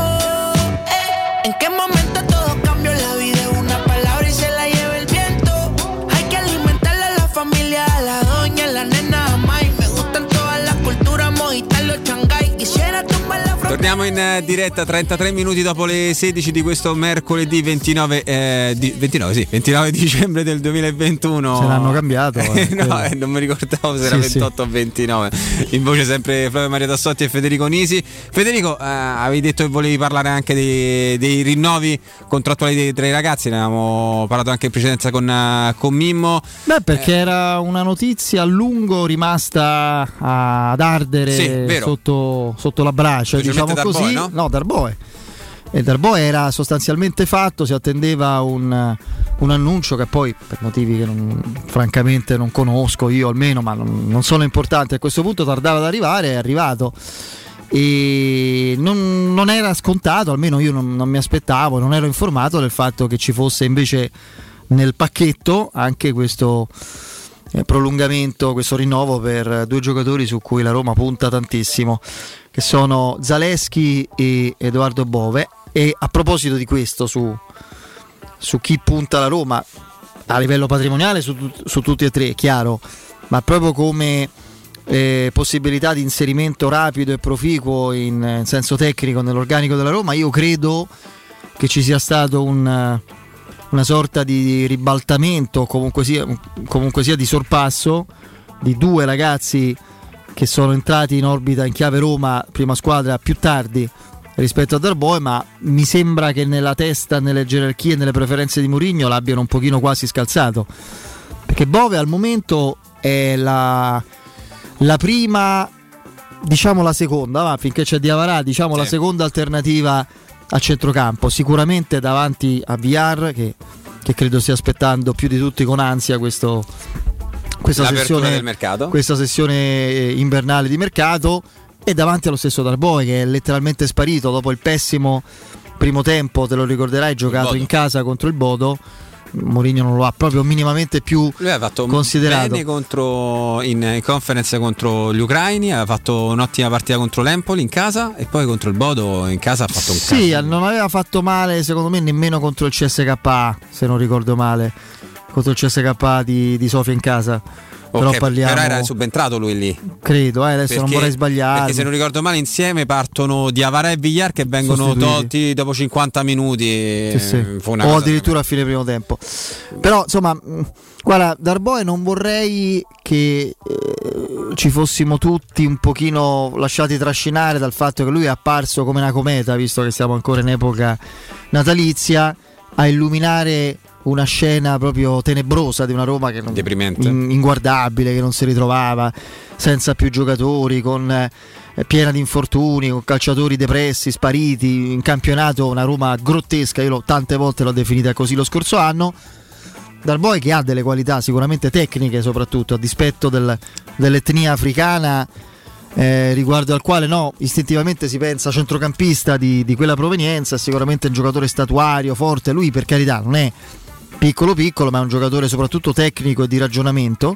¿En qué momento todo cambió? La vida es una palabra y se la lleva el viento. Hay que alimentarla a la familia, a la doña, a la nena, a Mai. Me gustan todas las culturas, mojitalo, Shanghai. Quisiera tumbar la frontera. Torniamo in diretta 33 minuti dopo le 16 di questo mercoledì 29 dicembre del 2021. Se l'hanno cambiato. No, non mi ricordavo se era 28 o 29. In voce sempre Flavio Maria Tassotti e Federico Nisi. Federico, avevi detto che volevi parlare anche dei rinnovi contrattuali dei tre ragazzi, ne avevamo parlato anche in precedenza con Mimmo. Beh, perché era una notizia a lungo rimasta ad ardere sotto la brace, diciamo così. No, Darboe. E Darboe era sostanzialmente fatto, si attendeva un annuncio che poi, per motivi che francamente non conosco io almeno, ma non sono importanti a questo punto, tardava ad arrivare, è arrivato. E non era scontato, almeno io non mi aspettavo, non ero informato del fatto che ci fosse invece nel pacchetto anche questo prolungamento, questo rinnovo per due giocatori su cui la Roma punta tantissimo, che sono Zaleschi e Edoardo Bove. E a proposito di questo, su chi punta la Roma a livello patrimoniale, su tutti e tre, chiaro, ma proprio come possibilità di inserimento rapido e proficuo in senso tecnico nell'organico della Roma, io credo che ci sia stato una sorta di ribaltamento, comunque sia di sorpasso di due ragazzi che sono entrati in orbita in chiave Roma, prima squadra, più tardi rispetto a Darboe, ma mi sembra che nella testa, nelle gerarchie, nelle preferenze di Mourinho l'abbiano un pochino quasi scalzato, perché Bove al momento è la prima, diciamo la seconda, finché c'è Diawara, diciamo la seconda alternativa a centrocampo, sicuramente davanti a Villar che credo stia aspettando più di tutti con ansia questa sessione del mercato, questa sessione invernale di mercato, e davanti allo stesso Darboe che è letteralmente sparito dopo il pessimo primo tempo, te lo ricorderai, giocato in casa contro il Bodo. Mourinho non lo ha proprio minimamente più lui ha fatto considerato bene in conference contro gli ucraini, aveva fatto un'ottima partita contro l'Empoli in casa e poi contro il Bodo in casa ha fatto un caso. Non aveva fatto male secondo me nemmeno contro il CSKA, se non ricordo male, contro il CSKA di Sofia in casa. Però parliamo. Però era subentrato lui lì. Credo, adesso perché, non vorrei sbagliare. Perché se non ricordo male insieme partono Diawara e Villar che vengono tolti dopo 50 minuti. Sì. O addirittura a fine primo tempo. Però insomma, guarda, Darboe non vorrei che ci fossimo tutti un pochino lasciati trascinare dal fatto che lui è apparso come una cometa, visto che siamo ancora in epoca natalizia, a illuminare una scena proprio tenebrosa di una Roma che non, deprimente, inguardabile, che non si ritrovava, senza più giocatori, con piena di infortuni, con calciatori depressi, spariti in campionato, una Roma grottesca. Io tante volte l'ho definita così lo scorso anno. Darboe, che ha delle qualità sicuramente tecniche, soprattutto a dispetto dell'etnia africana, riguardo al quale istintivamente si pensa centrocampista di quella provenienza, sicuramente un giocatore statuario, forte. Lui, per carità, non è piccolo, ma è un giocatore soprattutto tecnico e di ragionamento,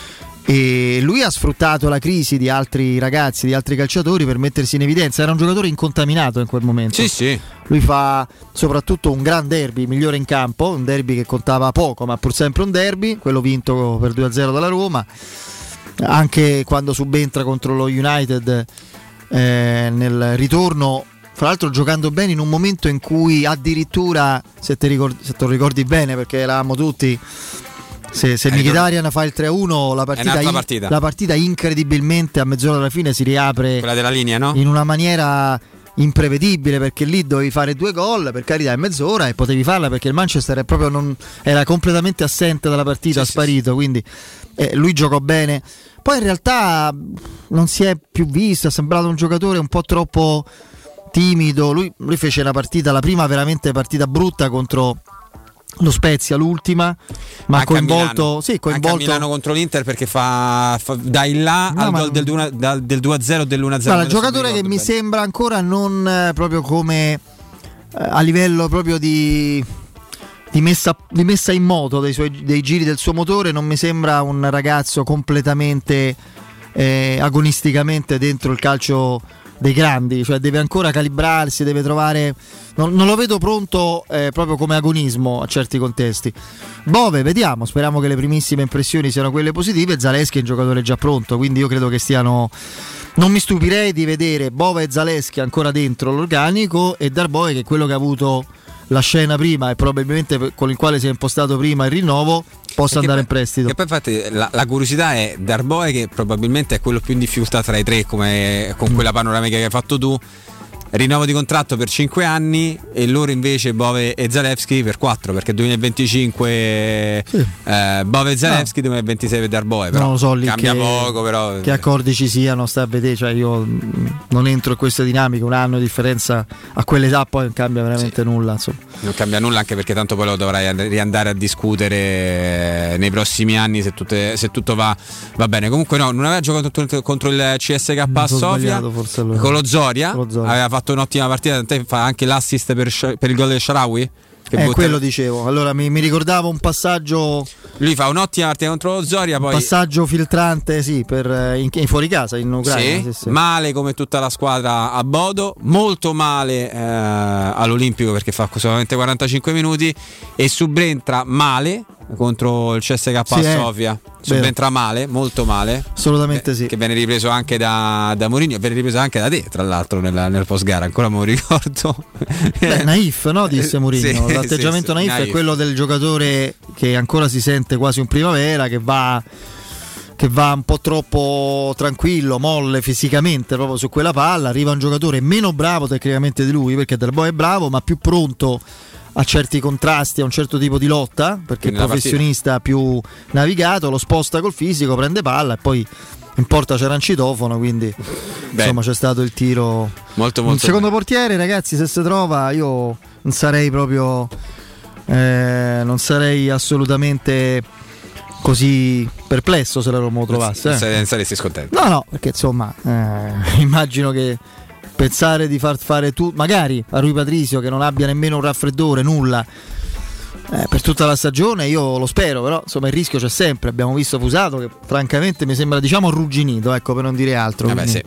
e lui ha sfruttato la crisi di altri ragazzi, di altri calciatori, per mettersi in evidenza. Era un giocatore incontaminato in quel momento. Sì. Lui fa soprattutto un gran derby, migliore in campo, un derby che contava poco, ma pur sempre un derby, quello vinto per 2-0 dalla Roma. Anche quando subentra contro lo United nel ritorno, fra l'altro giocando bene in un momento in cui addirittura, se te lo ricordi bene, perché eravamo tutti, se Mkhitaryan fa il 3-1 la partita incredibilmente a mezz'ora alla fine si riapre, quella della linea, no? In una maniera imprevedibile, perché lì dovevi fare 2 gol, per carità, in mezz'ora, e potevi farla perché il Manchester era completamente assente dalla partita, sparito. Quindi lui giocò bene. Poi in realtà non si è più visto, è sembrato un giocatore un po' troppo timido. Lui fece la prima veramente partita brutta contro lo Spezia, l'ultima, ma anche coinvolto anche a Milano contro l'Inter, perché fa dai là al gol del 2-0 dell'1-0. Guarda, il giocatore che mi sembra ancora non proprio come a livello proprio di messa in moto dei giri del suo motore, non mi sembra un ragazzo completamente agonisticamente dentro il calcio dei grandi, cioè deve ancora calibrarsi, deve trovare, non lo vedo pronto proprio come agonismo a certi contesti. Bove, vediamo, speriamo che le primissime impressioni siano quelle positive. Zalewski è un giocatore già pronto, quindi io credo che non mi stupirei di vedere Bove e Zalewski ancora dentro l'organico, e Darboe, che è quello che ha avuto la scena prima e probabilmente con il quale si è impostato prima il rinnovo, possa andare in prestito. E poi infatti la curiosità è Darboe, che probabilmente è quello più in difficoltà tra i tre, come con quella panoramica che hai fatto tu. Rinnovo di contratto per 5 anni, e loro invece Bove e Zalewski per 4, perché 2025 Bove e Zalewski, 2026 per Darboe. Però non lo so, lì cambia poco, però che accordi ci siano sta a vedere, cioè io non entro in queste dinamiche. Un anno di differenza a quell'età poi non cambia veramente nulla, insomma. Non cambia nulla, anche perché tanto poi lo dovrai riandare a discutere nei prossimi anni, se tutto va bene. Comunque non aveva giocato contro il CSK a Sofia con lo Zoria. Aveva fatto un'ottima partita, fa anche l'assist per il gol del Shaarawy. Quello dicevo. Allora mi ricordavo un passaggio. Lui fa un'ottima partita contro lo Zoria, poi passaggio filtrante, per in fuori casa in Ucraina. Sì. Male come tutta la squadra a Bodo, molto male all'Olimpico, perché fa solamente 45 minuti, e subentra male contro il CSK a Sofia. Subentra male, molto male. Assolutamente sì. Che viene ripreso anche da Mourinho, viene ripreso anche da te, tra l'altro, nel post gara, ancora me lo ricordo. Naif, no? Disse Mourinho. L'atteggiamento naif è quello del giocatore che ancora si sente quasi un primavera, che va un po' troppo tranquillo, molle fisicamente proprio su quella palla. Arriva un giocatore meno bravo tecnicamente di lui, perché Darboe è bravo, ma più pronto a certi contrasti, a un certo tipo di lotta, perché il professionista più navigato, lo sposta col fisico, prende palla e poi in porta c'era un citofono, quindi insomma c'è stato il tiro molto un secondo portiere. Ragazzi, se si trova, io non sarei proprio non sarei assolutamente così perplesso se la Roma lo trovasse. Non saresti scontento? No, perché insomma immagino che pensare di far fare magari a Rui Patricio, che non abbia nemmeno un raffreddore, nulla, per tutta la stagione, io lo spero, però insomma il rischio c'è sempre. Abbiamo visto Fusato, che francamente mi sembra arrugginito, per non dire altro. Sì.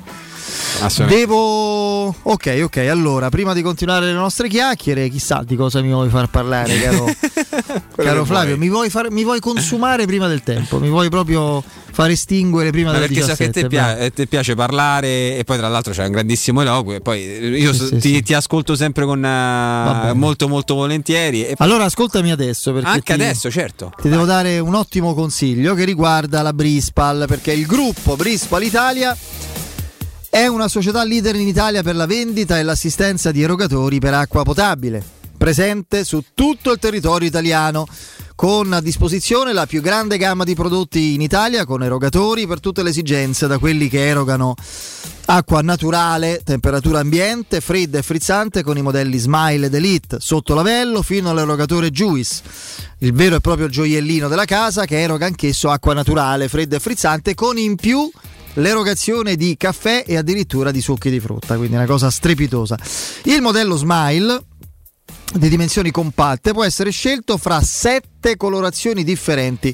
Ok, allora prima di continuare le nostre chiacchiere, chissà di cosa mi vuoi far parlare, caro Flavio. Mi vuoi consumare prima del tempo, mi vuoi proprio far estinguere prima delle 17. Perché so che ti piace parlare, e poi tra l'altro c'è un grandissimo eloquio, e poi io ti ascolto sempre con molto molto volentieri. E allora ascoltami adesso, perché anche adesso, certo. Ti devo dare un ottimo consiglio che riguarda la Brispal, perché il gruppo Brispal Italia è una società leader in Italia per la vendita e l'assistenza di erogatori per acqua potabile, presente su tutto il territorio italiano, con a disposizione la più grande gamma di prodotti in Italia, con erogatori per tutte le esigenze, da quelli che erogano acqua naturale, temperatura ambiente, fredda e frizzante, con i modelli Smile ed Elite sotto lavello, fino all'erogatore Juice, il vero e proprio gioiellino della casa, che eroga anch'esso acqua naturale, fredda e frizzante, con in più l'erogazione di caffè e addirittura di succhi di frutta, quindi una cosa strepitosa. Il modello Smile, di dimensioni compatte, può essere scelto fra 7 colorazioni differenti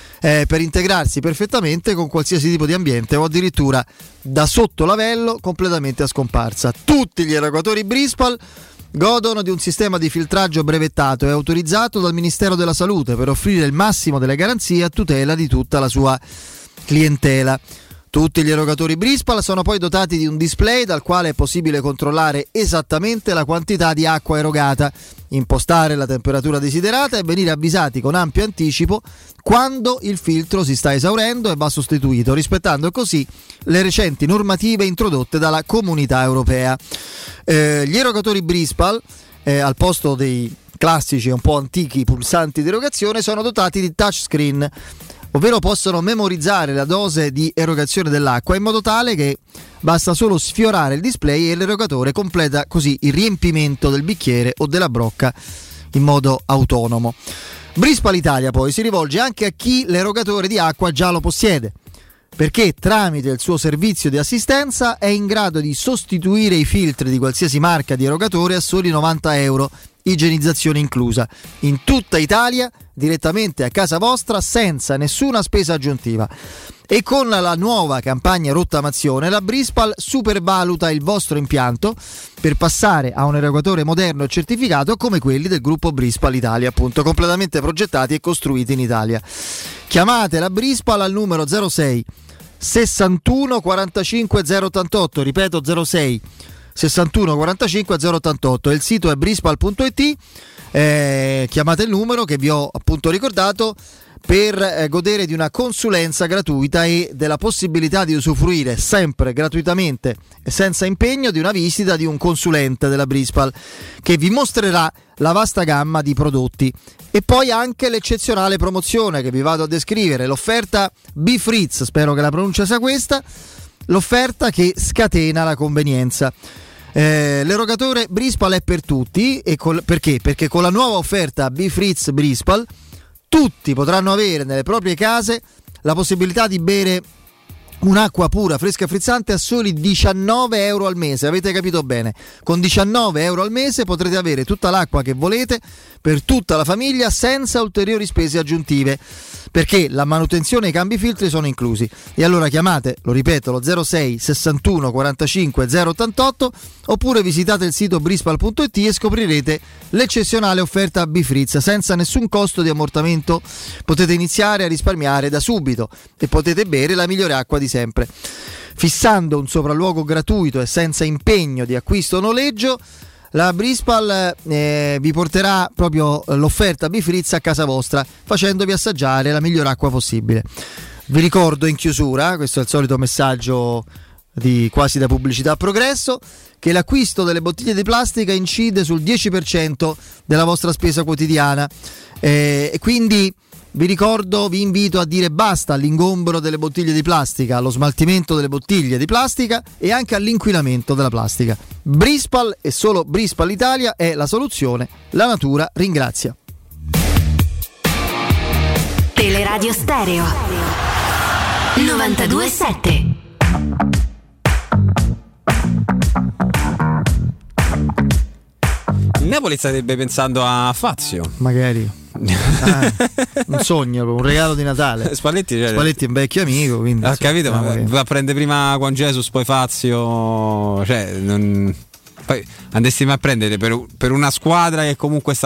per integrarsi perfettamente con qualsiasi tipo di ambiente, o addirittura da sotto lavello completamente a scomparsa. Tutti gli erogatori Brispal godono di un sistema di filtraggio brevettato e autorizzato dal Ministero della Salute per offrire il massimo delle garanzie a tutela di tutta la sua clientela. Tutti gli erogatori Brispal sono poi dotati di un display dal quale è possibile controllare esattamente la quantità di acqua erogata, impostare la temperatura desiderata e venire avvisati con ampio anticipo quando il filtro si sta esaurendo e va sostituito, rispettando così le recenti normative introdotte dalla Comunità Europea. Gli erogatori Brispal, al posto dei classici e un po' antichi pulsanti di erogazione, sono dotati di touchscreen, ovvero possono memorizzare la dose di erogazione dell'acqua in modo tale che basta solo sfiorare il display e l'erogatore completa così il riempimento del bicchiere o della brocca in modo autonomo. Brispal Italia poi si rivolge anche a chi l'erogatore di acqua già lo possiede, perché tramite il suo servizio di assistenza è in grado di sostituire i filtri di qualsiasi marca di erogatore a soli €90, igienizzazione inclusa, in tutta Italia, direttamente a casa vostra, senza nessuna spesa aggiuntiva. E con la nuova campagna rottamazione, la Brispal supervaluta il vostro impianto per passare a un erogatore moderno e certificato come quelli del gruppo Brispal Italia, appunto, completamente progettati e costruiti in Italia. Chiamate la Brispal al numero 06 61 45 088, ripeto 06 61 45 088, il sito è brispal.it. Chiamate il numero che vi ho appunto ricordato per godere di una consulenza gratuita e della possibilità di usufruire sempre gratuitamente e senza impegno di una visita di un consulente della Brispal che vi mostrerà la vasta gamma di prodotti e poi anche l'eccezionale promozione che vi vado a descrivere, l'offerta B-Fritz, spero che la pronuncia sia questa, l'offerta che scatena la convenienza. L'erogatore Brispal è per tutti e perché? Perché con la nuova offerta B-Fritz Brispal tutti potranno avere nelle proprie case la possibilità di bere un'acqua pura, fresca e frizzante a soli €19 al mese, avete capito bene, con €19 al mese potrete avere tutta l'acqua che volete per tutta la famiglia senza ulteriori spese aggiuntive, perché la manutenzione e i cambi filtri sono inclusi. E allora chiamate, lo ripeto, lo 06 61 45 088 oppure visitate il sito brispal.it e scoprirete l'eccezionale offerta B-Fritz senza nessun costo di ammortamento. Potete iniziare a risparmiare da subito e potete bere la migliore acqua di sempre. Fissando un sopralluogo gratuito e senza impegno di acquisto o noleggio, la Brispal vi porterà proprio l'offerta B-Fritz a casa vostra, facendovi assaggiare la miglior acqua possibile. Vi ricordo in chiusura, questo è il solito messaggio di quasi da pubblicità a progresso, che l'acquisto delle bottiglie di plastica incide sul 10% della vostra spesa quotidiana e quindi vi invito a dire basta all'ingombro delle bottiglie di plastica, allo smaltimento delle bottiglie di plastica e anche all'inquinamento della plastica. Brispal e solo Brispal Italia è la soluzione. La natura ringrazia. Teleradio Stereo 92.7. Il Napoli starebbe pensando a Fazio. Magari. Un sogno, un regalo di Natale. Spalletti è un vecchio amico, quindi ha capito, ma va a prendere prima Juan Jesus poi Fazio, cioè poi andessimo a prendere per una squadra che comunque sta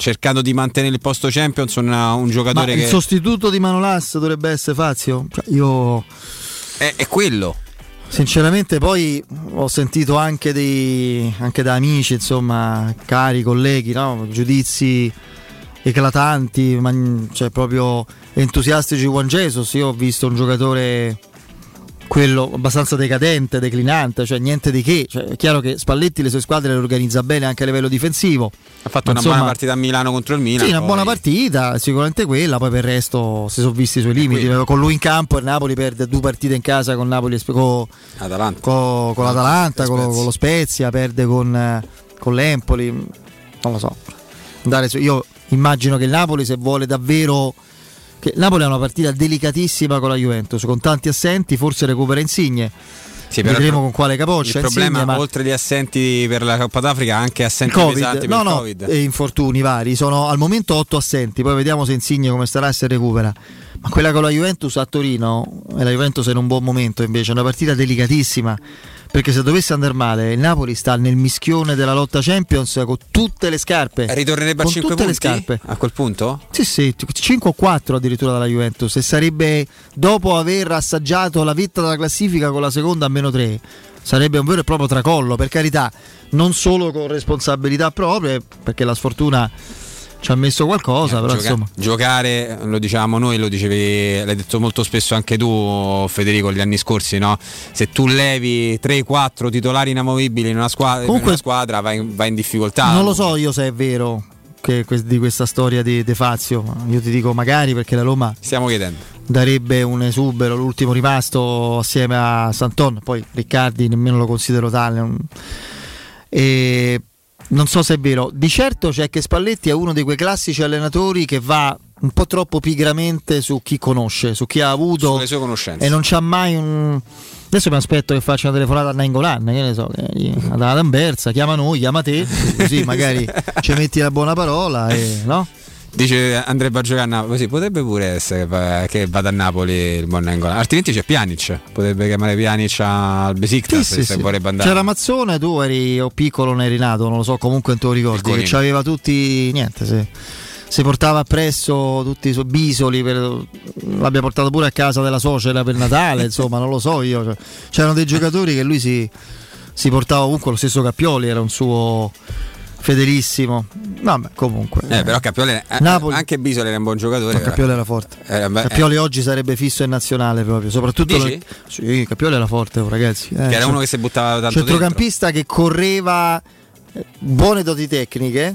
cercando di mantenere il posto Champions un giocatore il sostituto di Manolas dovrebbe essere Fazio? Io è quello. Sinceramente poi ho sentito anche da amici, insomma, cari colleghi, no? Giudizi eclatanti, cioè proprio entusiastici Juan Jesus. Io ho visto un giocatore quello abbastanza decadente, declinante, cioè niente di che. Cioè, è chiaro che Spalletti le sue squadre le organizza bene anche a livello difensivo. Ha fatto una buona partita a Milano contro il Milan. Sì, una buona partita, sicuramente quella, poi per il resto si sono visti i suoi limiti. Con lui in campo il Napoli perde 2 partite in casa con Napoli con l'Atalanta, con lo Spezia, perde con l'Empoli. Non lo so. Io immagino che il Napoli, se vuole davvero, che Napoli ha una partita delicatissima con la Juventus, con tanti assenti, forse recupera Insigne. Sì, vedremo con quale capoccia. Il problema, Insigne, oltre agli assenti per la Coppa d'Africa, anche assenti pesanti per il Covid. E infortuni vari. Sono al momento 8 assenti, poi vediamo se Insigne come starà e se recupera. Ma quella con la Juventus a Torino, e la Juventus è in un buon momento invece, è una partita delicatissima, perché se dovesse andare male il Napoli sta nel mischione della lotta Champions con tutte le scarpe. Ritornerebbe a 5 punti le scarpe. A quel punto? Sì, 5 o 4 addirittura dalla Juventus, e sarebbe, dopo aver assaggiato la vetta della classifica con la seconda a -3, sarebbe un vero e proprio tracollo, per carità, non solo con responsabilità proprie, perché la sfortuna ci ha messo qualcosa, però insomma. Giocare, lo diciamo noi, lo dicevi, l'hai detto molto spesso anche tu, Federico, gli anni scorsi, no? Se tu levi 3-4 titolari inamovibili in una squadra, vai in difficoltà. Non lo so io se è vero di questa storia di De Fazio. Io ti dico magari, perché la Roma, stiamo chiedendo, darebbe un esubero, l'ultimo rimasto assieme a Santon, poi Riccardi nemmeno lo considero tale, e non so se è vero. Di certo c'è che Spalletti è uno di quei classici allenatori che va un po' troppo pigramente su chi conosce, su chi ha avuto, sulle sue conoscenze, e non c'ha mai Adesso mi aspetto che faccia una telefonata a Nainggolan, che ne so, ad Anversa, chiama noi, chiama te, così magari ci metti la buona parola, no? Dice Andrea Baggiocanna, così potrebbe pure essere che vada a Napoli il buon Nainggolan, altrimenti c'è Pjanic, potrebbe chiamare Pjanic al Besiktas, se vorrebbe andare. C'era Mazzone, tu eri o piccolo, non eri nato, non lo so, comunque non te lo ricordi, piccolino, che c'aveva tutti, niente, si portava appresso tutti i suoi bisoli, l'abbia portato pure a casa della suocera per Natale, insomma, non lo so io, cioè, c'erano dei giocatori che lui si portava ovunque, lo stesso Cappioli era un suo fedelissimo. Vabbè, comunque. Però Cappioli, Napoli, anche Bisoli era un buon giocatore. Cappioli era forte. Cappioli oggi sarebbe fisso in nazionale proprio. Soprattutto sì, Cappioli era forte, ragazzi. Che era uno che si buttava tanto centrocampista dentro, che correva, buone doti tecniche,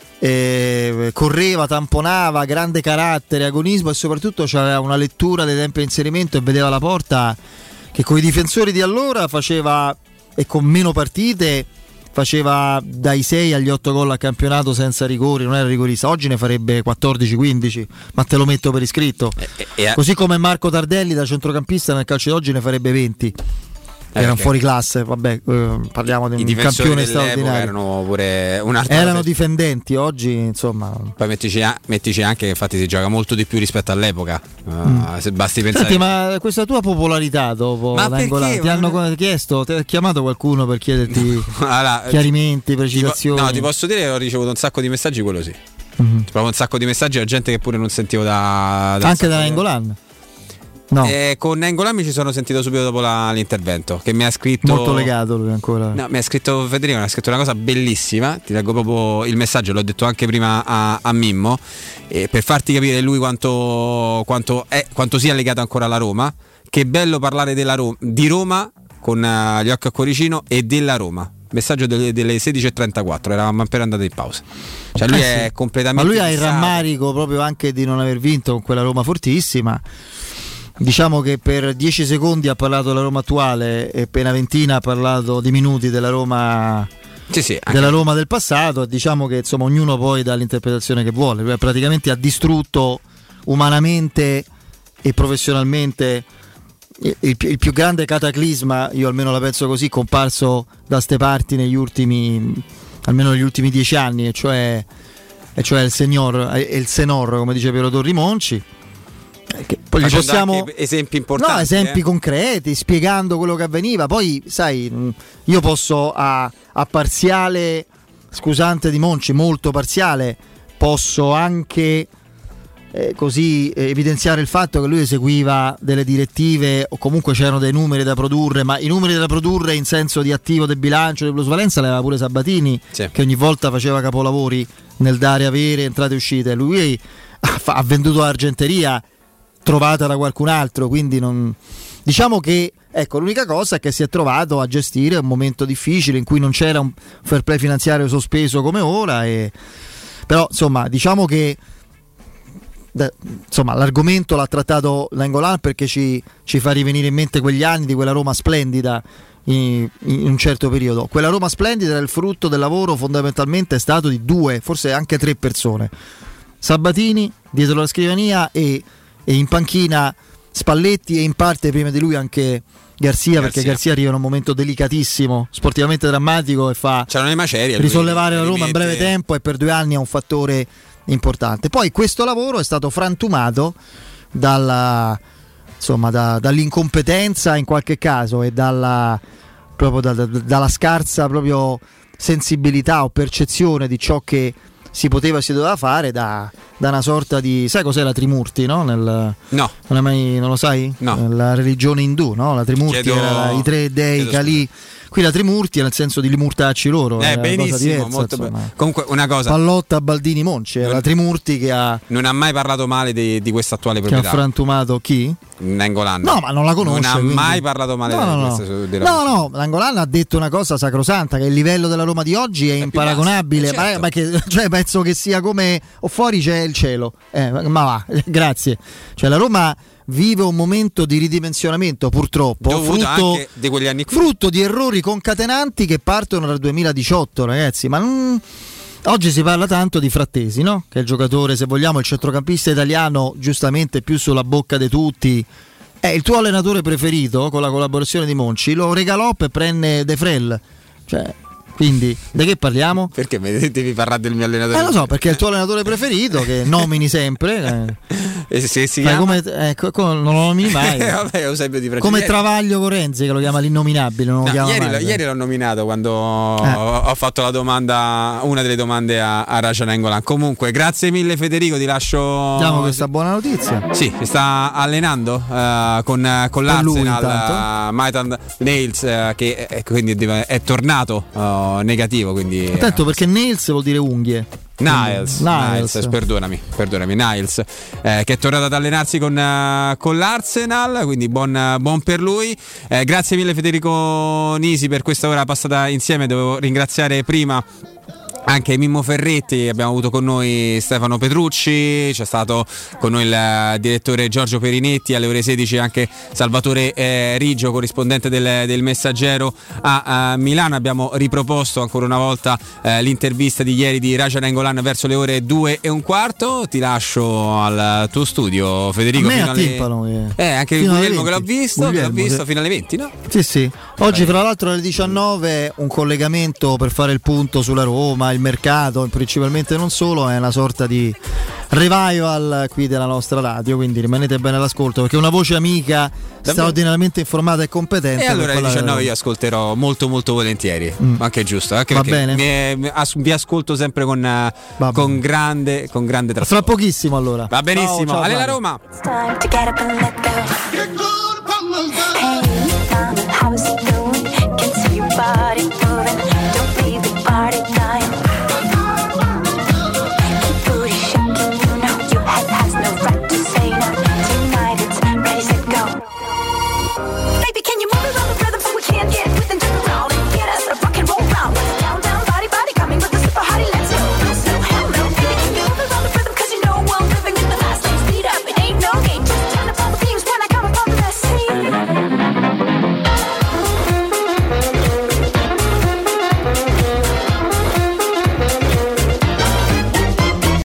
correva, tamponava, grande carattere, agonismo, e soprattutto c'aveva una lettura dei tempi di inserimento e vedeva la porta, che con i difensori di allora faceva, e con meno partite faceva dai 6 agli 8 gol a campionato senza rigori, non era rigorista. Oggi ne farebbe 14-15, ma te lo metto per iscritto. Così come Marco Tardelli da centrocampista nel calcio d'oggi ne farebbe 20. Era un fuori classe, vabbè, parliamo di un campione straordinario. Erano difendenti, oggi insomma. Poi mettici anche che infatti si gioca molto di più rispetto all'epoca. Se basti pensare. Senti, ma questa tua popolarità dopo Nainggolan, ti hanno chiesto, ti ha chiamato qualcuno per chiederti chiarimenti, precisazioni? No, ti posso dire che ho ricevuto un sacco di messaggi, quello sì. Proprio un sacco di messaggi da gente che pure non sentivo anche da Nainggolan. No. Con Nainggolan mi ci sono sentito subito dopo l'intervento, che mi ha scritto, molto legato lui ancora. No, mi ha scritto Federico, mi ha scritto una cosa bellissima, ti leggo proprio il messaggio, l'ho detto anche prima a Mimmo, per farti capire lui quanto sia legato ancora alla Roma. Che bello parlare di Roma con gli occhi a cuoricino e della Roma. Messaggio delle 16:34, eravamo appena andati in pausa. Cioè lui è completamente, ma lui ha il rammarico proprio anche di non aver vinto con quella Roma fortissima. Diciamo che per 10 secondi ha parlato della Roma attuale e per una ventina ha parlato di minuti della Roma, della Roma del passato. Diciamo che insomma ognuno poi dà l'interpretazione che vuole. Lui praticamente ha distrutto umanamente e professionalmente il più grande cataclisma, io almeno la penso così, comparso da ste parti almeno negli ultimi 10 anni, e cioè il Senor, come dice Piero Torri Monci. Poi gli possiamo anche esempi importanti, esempi concreti, spiegando quello che avveniva. Poi sai, io posso a parziale scusante di Monci, molto parziale, posso anche così evidenziare il fatto che lui eseguiva delle direttive o comunque c'erano dei numeri da produrre, ma i numeri da produrre in senso di attivo del bilancio, di plusvalenza, li aveva pure Sabatini, che ogni volta faceva capolavori nel dare avere entrate e uscite. Lui ha venduto l'Argenteria trovata da qualcun altro, quindi non, diciamo che ecco, l'unica cosa è che si è trovato a gestire un momento difficile in cui non c'era un fair play finanziario sospeso come ora, però insomma diciamo che l'argomento l'ha trattato Nainggolan perché ci fa rivenire in mente quegli anni di quella Roma splendida in un certo periodo. Quella Roma splendida era il frutto del lavoro fondamentalmente è stato di 2, forse anche 3 persone: Sabatini dietro la scrivania e in panchina Spalletti, e in parte prima di lui anche Garzia, perché Garzia arriva in un momento delicatissimo, sportivamente drammatico, e fa c'erano le macerie, risollevare la Roma in breve tempo, e per 2 anni è un fattore importante. Poi questo lavoro è stato frantumato dall'incompetenza in qualche caso e dalla scarsa proprio sensibilità o percezione di ciò che si poteva e si doveva fare da una sorta di, sai cos'è la Trimurti, no? No. Non lo sai? No. La religione indù, no? La Trimurti era i 3 dei Kali. Qui la Trimurti è nel senso di limurtarci loro. Benissimo, diversa, molto bene. Comunque una cosa, Pallotta, Baldini, Monci, la Trimurti che non ha mai parlato male di questo attuale proprietario. Che ha frantumato chi? Nainggolan. No, ma non la conosce. Non ha mai parlato male di questo. No, Nainggolan ha detto una cosa sacrosanta, che il livello della Roma di oggi è imparagonabile. Certo. Ma che, cioè, penso che sia come fuori c'è il cielo. Ma va, grazie. Cioè la Roma vive un momento di ridimensionamento, purtroppo, dovuto anche di quegli anni qui. Frutto di errori concatenanti che partono dal 2018, ragazzi. Ma oggi si parla tanto di Frattesi, no? Che è il giocatore, se vogliamo, il centrocampista italiano giustamente più sulla bocca di tutti. Il tuo allenatore preferito, con la collaborazione di Monci, lo regalò per prendere De Frel. Cioè, quindi, di che parliamo? Perché devi parlare del mio allenatore? Lo so, perché è il tuo allenatore preferito, che nomini sempre. E se si chiama? Non lo nomini mai. Vabbè, Eusebio Di Francesco. Come Travaglio Corenzi, che lo chiama l'innominabile. Non lo chiama ieri l'ho nominato quando ho fatto la domanda, una delle domande a Raja Nainggolan. Comunque, grazie mille Federico, ti lascio. Diamo questa buona notizia. Sì, si sta allenando con l'Arsenal, Maitland Niles, che quindi è tornato negativo, quindi attento perché Nails vuol dire unghie. Niles, perdonami Niles, che è tornato ad allenarsi con l'Arsenal, quindi buon per lui. Grazie mille Federico Nisi per questa ora passata insieme. Dovevo ringraziare prima anche Mimmo Ferretti, abbiamo avuto con noi Stefano Petrucci, c'è stato con noi il direttore Giorgio Perinetti, alle ore 16 anche Salvatore Riggio, corrispondente del Messaggero a Milano. Abbiamo riproposto ancora una volta l'intervista di ieri di Raja Nainggolan verso le ore 2:15. Ti lascio al tuo studio, Federico. Anche Guglielmo che l'ho visto fino alle 20, no? Sì. Oggi tra l'altro alle 19 un collegamento per fare il punto sulla Roma, il mercato, principalmente non solo, è una sorta di revival qui della nostra radio, quindi rimanete bene all'ascolto perché è una voce amica, straordinariamente informata e competente. E allora alle 19 io ascolterò molto molto volentieri, anche giusto, anche perché vi ascolto sempre con grande trascorso. Fra pochissimo allora. Va benissimo, ciao, alla Roma. Body